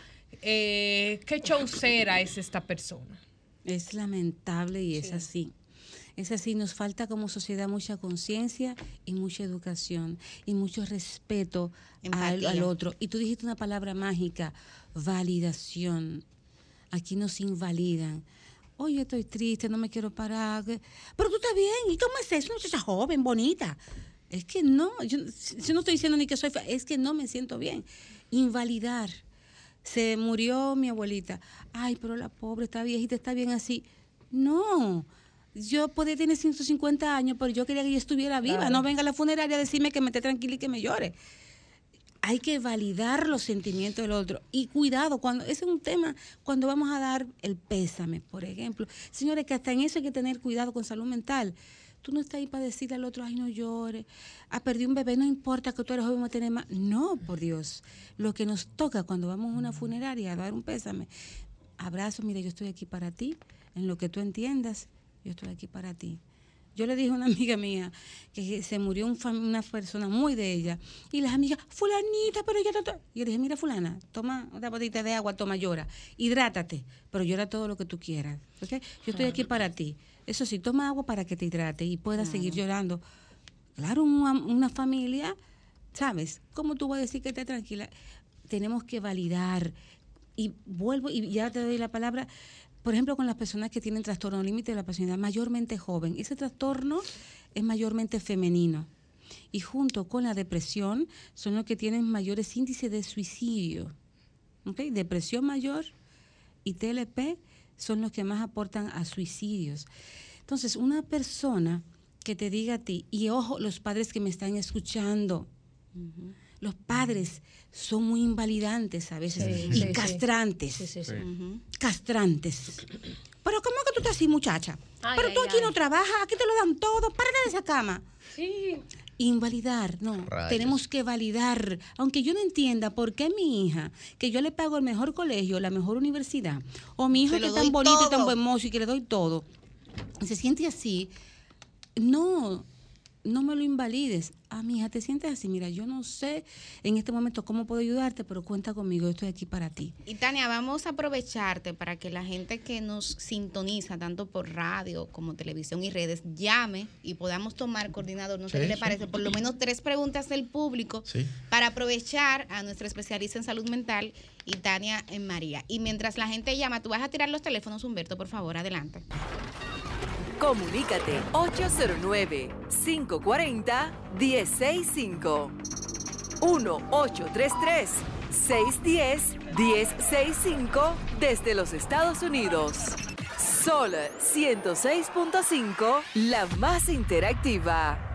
qué chaucera es esta persona. Es lamentable y es así. Es así, nos falta como sociedad mucha conciencia y mucha educación y mucho respeto al otro. Y tú dijiste una palabra mágica, validación. Aquí nos invalidan. Oye, estoy triste, no me quiero parar. Pero tú estás bien. ¿Y cómo es eso? Una muchacha joven, bonita. Es que no, yo no estoy diciendo ni que soy fea, es que no me siento bien. Invalidar. Se murió mi abuelita. Ay, pero la pobre está viejita, está bien así. No, yo podía tener 150 años, pero yo quería que ella estuviera viva. Claro. No venga a la funeraria a decirme que me esté tranquila y que me llore. Hay que validar los sentimientos del otro. Y cuidado, ese es un tema, cuando vamos a dar el pésame, por ejemplo. Señores, que hasta en eso hay que tener cuidado con salud mental. Tú no estás ahí para decirle al otro, ay, no llores. Perdí un bebé, no importa que tú eres joven, vamos a tener más. No, por Dios. Lo que nos toca cuando vamos a una funeraria a dar un pésame, abrazo, mira, yo estoy aquí para ti. En lo que tú entiendas, yo estoy aquí para ti. Yo le dije a una amiga mía que se murió una persona muy de ella. Y las amigas, fulanita, pero ella... Y yo le dije, mira, fulana, toma una botita de agua, toma, llora. Hidrátate, pero llora todo lo que tú quieras. ¿Okay? Yo estoy aquí para ti. Eso sí, toma agua para que te hidrate y puedas seguir llorando. Claro, una familia, ¿sabes? ¿Cómo tú vas a decir que esté tranquila? Tenemos que validar. Y vuelvo, y ya te doy la palabra... Por ejemplo, con las personas que tienen trastorno límite de la personalidad mayormente joven. Ese trastorno es mayormente femenino. Y junto con la depresión son los que tienen mayores índices de suicidio. ¿Okay? Depresión mayor y TLP son los que más aportan a suicidios. Entonces, una persona que te diga a ti, y ojo, los padres que me están escuchando, los padres son muy invalidantes a veces y castrantes. Castrantes. Pero ¿cómo que tú estás así, muchacha? Pero tú aquí no trabajas, aquí te lo dan todo, párate de esa cama. Sí. Invalidar, no. Rayos. Tenemos que validar. Aunque yo no entienda por qué mi hija, que yo le pago el mejor colegio, la mejor universidad, o mi hijo que es tan bonito y tan buen mozo y que le doy todo, se siente así, no. no me lo invalides. Mi hija, te sientes así, mira, yo no sé en este momento cómo puedo ayudarte, pero cuenta conmigo, yo estoy aquí para ti. Y Tania, vamos a aprovecharte para que la gente que nos sintoniza, tanto por radio como televisión y redes, llame y podamos tomar coordinador, no sé qué le parece, por lo menos 3 preguntas del público para aprovechar a nuestra especialista en salud mental y Tania en María. Y mientras la gente llama, tú vas a tirar los teléfonos, Humberto, por favor, adelante. Comunícate 809-540-1065. 1-833-610-1065 desde los Estados Unidos. Sol 106.5, la más interactiva.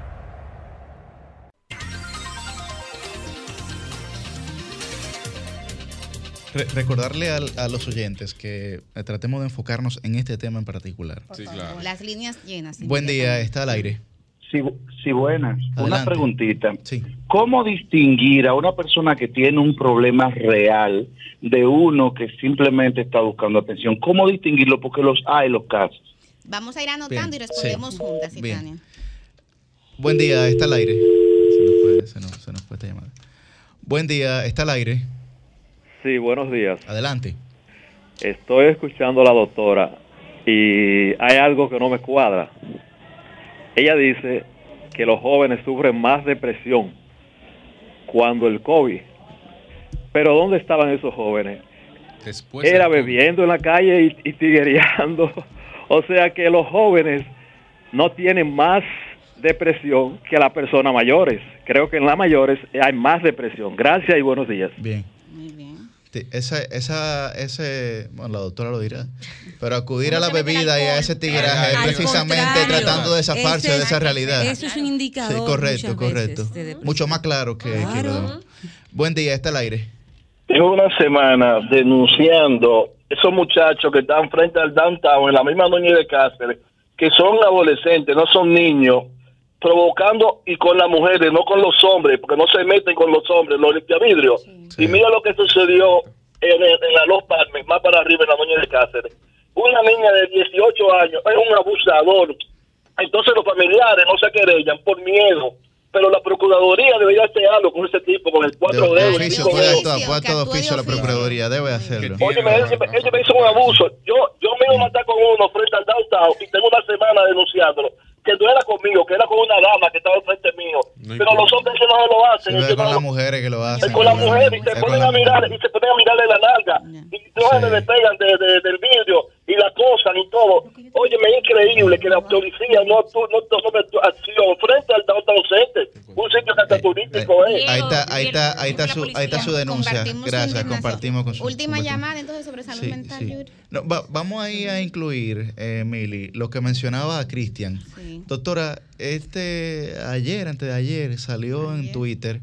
Recordarle a los oyentes que tratemos de enfocarnos en este tema en particular. Sí, claro. Las líneas llenas. Buen día, está al aire. Sí, buenas. Adelante. Una preguntita. Sí. ¿Cómo distinguir a una persona que tiene un problema real de uno que simplemente está buscando atención? ¿Cómo distinguirlo? Porque los hay los casos. Vamos a ir anotando y respondemos juntas, Tania. Buen día, está al aire. Se nos fue esta llamada. Buen día, está al aire. Sí, buenos días. Adelante. Estoy escuchando a la doctora y hay algo que no me cuadra. Ella dice que los jóvenes sufren más depresión cuando el COVID. Pero ¿dónde estaban esos jóvenes? Era bebiendo en la calle y tiguereando. O sea que los jóvenes no tienen más depresión que las personas mayores. Creo que en las mayores hay más depresión. Gracias y buenos días. Bien. Muy bien. Bueno, la doctora lo dirá, pero acudir a la bebida y a ese tigueraje es precisamente tratando de zafarse de esa realidad. Eso es un indicador. Sí, correcto. Mucho más claro que lo demás. Buen día, está al aire. Tengo una semana denunciando esos muchachos que están frente al downtown en la misma Núñez de Cáceres, que son adolescentes, no son niños, provocando y con las mujeres, no con los hombres, porque no se meten con los hombres, los limpiavidrios. Sí. Y mira lo que sucedió en la Los Palmes, más para arriba en la Núñez de Cáceres. Una niña de 18 años es un abusador. Entonces los familiares no se querellan por miedo. Pero la Procuraduría debería hacer algo con ese tipo, con el 4 dedos. Puesto de oficio la Procuraduría, debe hacerlo. Oye, ella me hizo un abuso. Yo me iba a matar con uno frente al downtown y tengo una semana denunciándolo. Que no era conmigo, que era con una dama que estaba enfrente mío. Pero los hombres que no lo hacen. Es con las mujeres que lo hacen. Es con las mujeres y se ponen a mirar y se ponen a mirarle la nalga. Y no se le despegan del vidrio y la acosan y todo. Oye, me es increíble que la policía no tome acción frente al downtown center. Un sitio que está turístico. Ahí está su denuncia. Gracias, compartimos con su última llamada entonces sobre salud mental. Sí. No, vamos ahí a incluir, Mili, lo que mencionaba Cristian. Sí. Doctora, antes de ayer salió en Twitter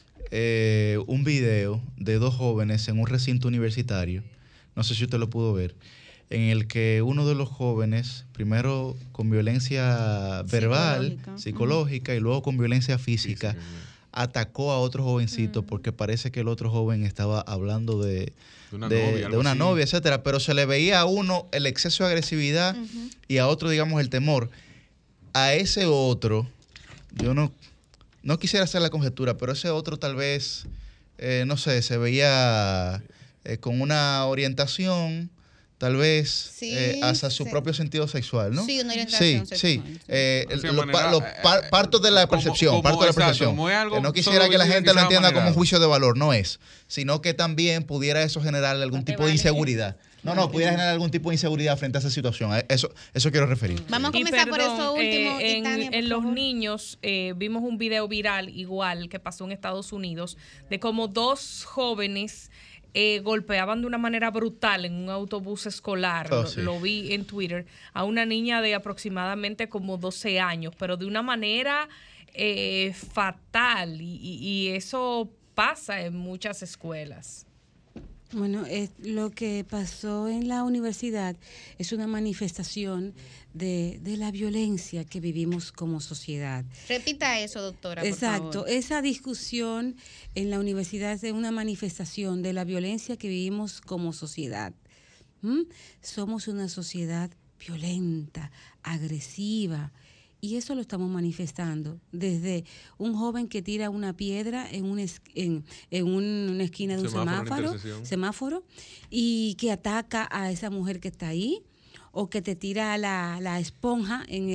un video de 2 jóvenes en un recinto universitario, no sé si usted lo pudo ver, en el que uno de los jóvenes, primero con violencia verbal, psicológica y luego con violencia física, atacó a otro jovencito porque parece que el otro joven estaba hablando de una novia, etcétera, pero se le veía a uno el exceso de agresividad y a otro, digamos, el temor. A ese otro, yo no quisiera hacer la conjetura, pero ese otro tal vez, no sé, se veía con una orientación, tal vez hacia su propio sentido sexual, ¿no? Sí, una orientación sexual. Parto de la percepción, no quisiera que la gente lo entienda como un juicio de valor, no es, sino que también pudiera eso generar algún tipo de inseguridad. Pudiera generar algún tipo de inseguridad frente a esa situación. Eso quiero referir. Vamos a comenzar por eso último. En los niños vimos un video viral igual que pasó en Estados Unidos de cómo 2 jóvenes golpeaban de una manera brutal en un autobús escolar, lo vi en Twitter, a una niña de aproximadamente como 12 años, pero de una manera fatal y eso pasa en muchas escuelas. Bueno, lo que pasó en la universidad es una manifestación de la violencia que vivimos como sociedad. Repita eso, doctora, por Exacto, favor. Esa discusión en la universidad es una manifestación de la violencia que vivimos como sociedad. Somos una sociedad violenta, agresiva, Y eso lo estamos manifestando. Desde un joven que tira una piedra en una esquina de un semáforo y que ataca a esa mujer que está ahí, o que te tira la esponja en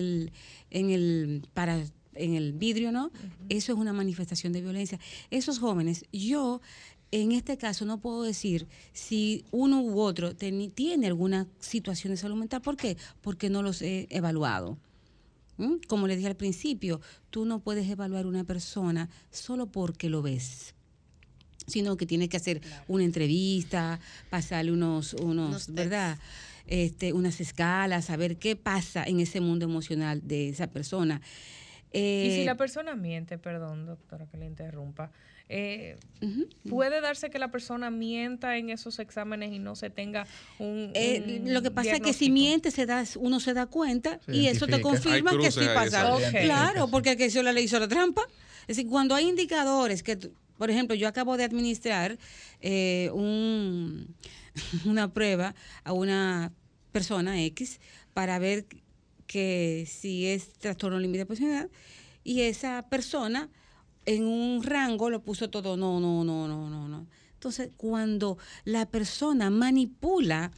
el vidrio, ¿no? Eso es una manifestación de violencia. Esos jóvenes, yo en este caso no puedo decir si uno u otro tiene alguna situación de salud mental. ¿Por qué? Porque no los he evaluado. Como les dije al principio, tú no puedes evaluar una persona solo porque lo ves, sino que tienes que hacer una entrevista, pasarle unos ¿verdad? Unas escalas, saber qué pasa en ese mundo emocional de esa persona. Y si la persona miente, perdón, doctora, que le interrumpa, ¿puede darse que la persona mienta en esos exámenes y no se tenga un lo que pasa es que si miente uno se da cuenta y eso te confirma que sí pasa. Claro, porque que se le hizo la trampa. Es decir, cuando hay indicadores que, por ejemplo, yo acabo de administrar una prueba a una persona X para ver que si es trastorno límite de personalidad, y esa persona en un rango lo puso todo no. Entonces, cuando la persona manipula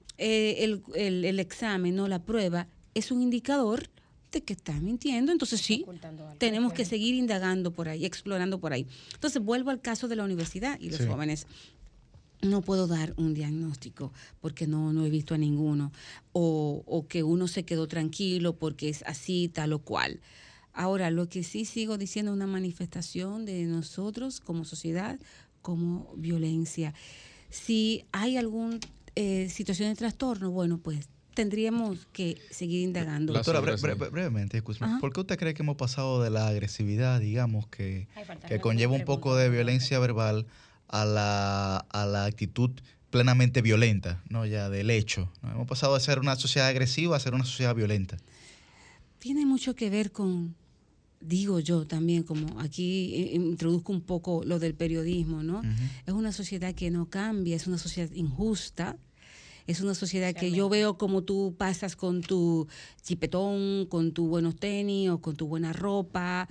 el examen o la prueba, es un indicador de que está mintiendo. Entonces sí, tenemos que seguir indagando por ahí, explorando por ahí. Entonces vuelvo al caso de la universidad y los jóvenes. No puedo dar un diagnóstico porque no he visto a ninguno, o que uno se quedó tranquilo porque es así, tal o cual. Ahora, lo que sí sigo diciendo es una manifestación de nosotros como sociedad, como violencia. Si hay alguna situación de trastorno, bueno, pues tendríamos que seguir indagando. Doctora, brevemente, disculpe, ¿por qué usted cree que hemos pasado de la agresividad, digamos, que conlleva un poco de violencia verbal, a la actitud plenamente violenta, ¿no? Ya del hecho, ¿no? Hemos pasado de ser una sociedad agresiva a ser una sociedad violenta. Tiene mucho que ver con, digo yo también, como aquí introduzco un poco lo del periodismo, ¿no? Es una sociedad que no cambia, es una sociedad injusta. Es una sociedad que yo veo como tú pasas con tu chipetón, con tus buenos tenis o con tu buena ropa,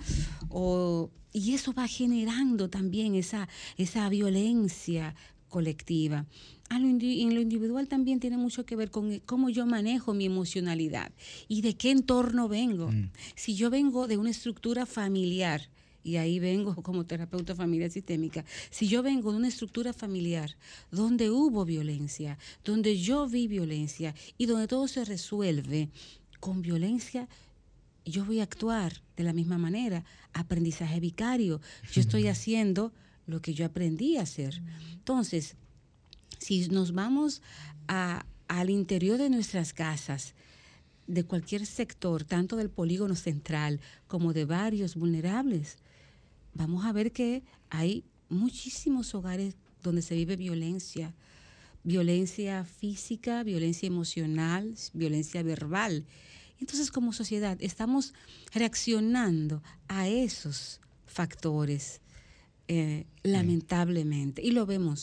y eso va generando también esa violencia colectiva. En lo individual también tiene mucho que ver con cómo yo manejo mi emocionalidad y de qué entorno vengo. Si yo vengo de una estructura familiar, y ahí vengo como terapeuta familiar sistémica, si yo vengo de una estructura familiar donde hubo violencia, donde yo vi violencia y donde todo se resuelve con violencia, yo voy a actuar de la misma manera. Aprendizaje vicario. Yo estoy haciendo lo que yo aprendí a hacer. Entonces, si nos vamos al interior de nuestras casas, de cualquier sector, tanto del polígono central como de barrios vulnerables, vamos a ver que hay muchísimos hogares donde se vive violencia física, violencia emocional, violencia verbal. Entonces, como sociedad, estamos reaccionando a esos factores, lamentablemente, y lo vemos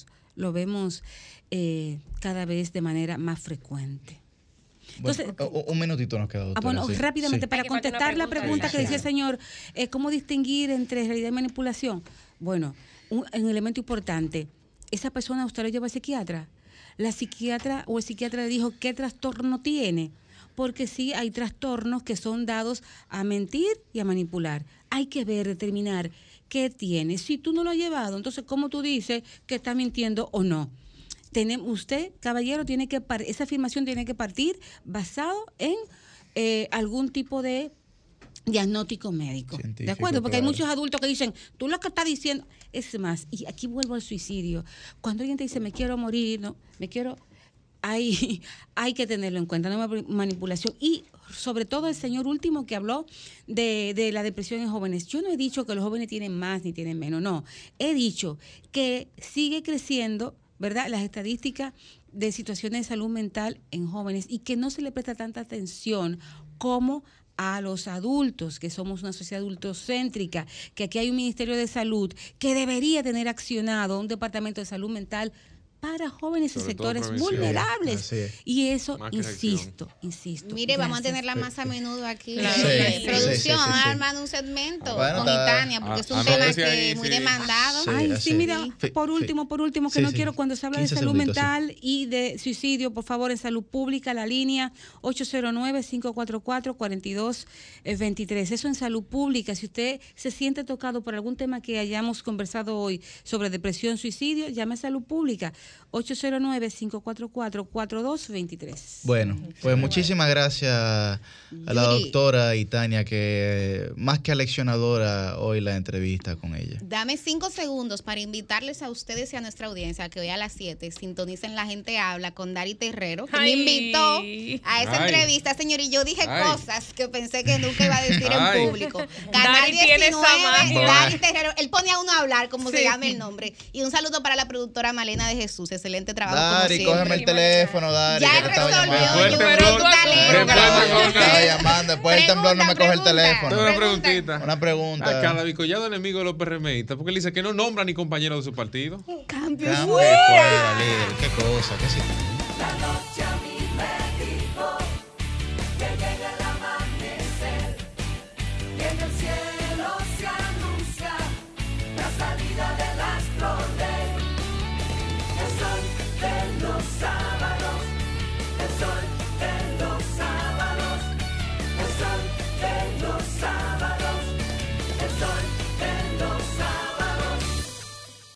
cada vez de manera más frecuente. Entonces, un minutito nos queda, doctora. Rápidamente, para contestar la pregunta que decía el señor, ¿cómo distinguir entre realidad y manipulación? Bueno, un elemento importante, esa persona usted lo lleva al psiquiatra. La psiquiatra o el psiquiatra le dijo qué trastorno tiene, porque sí hay trastornos que son dados a mentir y a manipular. Hay que determinar qué tiene. Si tú no lo has llevado, entonces, ¿cómo tú dices que está mintiendo o no? Usted, caballero, esa afirmación tiene que partir basado en algún tipo de diagnóstico médico. ¿De acuerdo? Porque hay muchos adultos que dicen, tú lo que estás diciendo es más. Y aquí vuelvo al suicidio. Cuando alguien te dice, me quiero morir, no, hay que tenerlo en cuenta, no es manipulación. Y sobre todo el señor último que habló de la depresión en jóvenes. Yo no he dicho que los jóvenes tienen más ni tienen menos, no. He dicho que sigue creciendo, ¿verdad?, las estadísticas de situaciones de salud mental en jóvenes y que no se le presta tanta atención como a los adultos, que somos una sociedad adultocéntrica, que aquí hay un Ministerio de Salud que debería tener accionado un departamento de salud mental para jóvenes y sectores vulnerables. Y eso, insisto. Mire, vamos a tenerla más a menudo aquí. Producción, armando un segmento con Itania, porque es un tema que muy demandado. Mira, por último, que no quiero, cuando se habla de salud mental y de suicidio, por favor, en salud pública, la línea 809-544-4223. Eso en salud pública. Si usted se siente tocado por algún tema que hayamos conversado hoy sobre depresión, suicidio, llame a salud pública. 809-544-4223. Bueno, pues muchísimas gracias a la doctora Itania, que más que aleccionadora hoy la entrevista con ella. Dame 5 segundos para invitarles a ustedes y a nuestra audiencia que hoy a las 7 sintonicen La Gente Habla con Dari Terrero, que me invitó a esa entrevista, señor, y yo dije cosas que pensé que nunca iba a decir en público. Canal 19, Dari Terrero, él pone a uno a hablar, como se llame el nombre. Y un saludo para la productora Malena de Jesús. Excelente trabajo. Dari, cógeme el teléfono, Dari. Ya resolvió. Estaba llamando. Después del temblor no me coge el teléfono. Tengo una preguntita. Una pregunta. Acá David Collado, enemigo de los PRMistas, porque él dice que no nombra ni compañero de su partido. Cambio fuera, líder. Qué cosa, qué sí.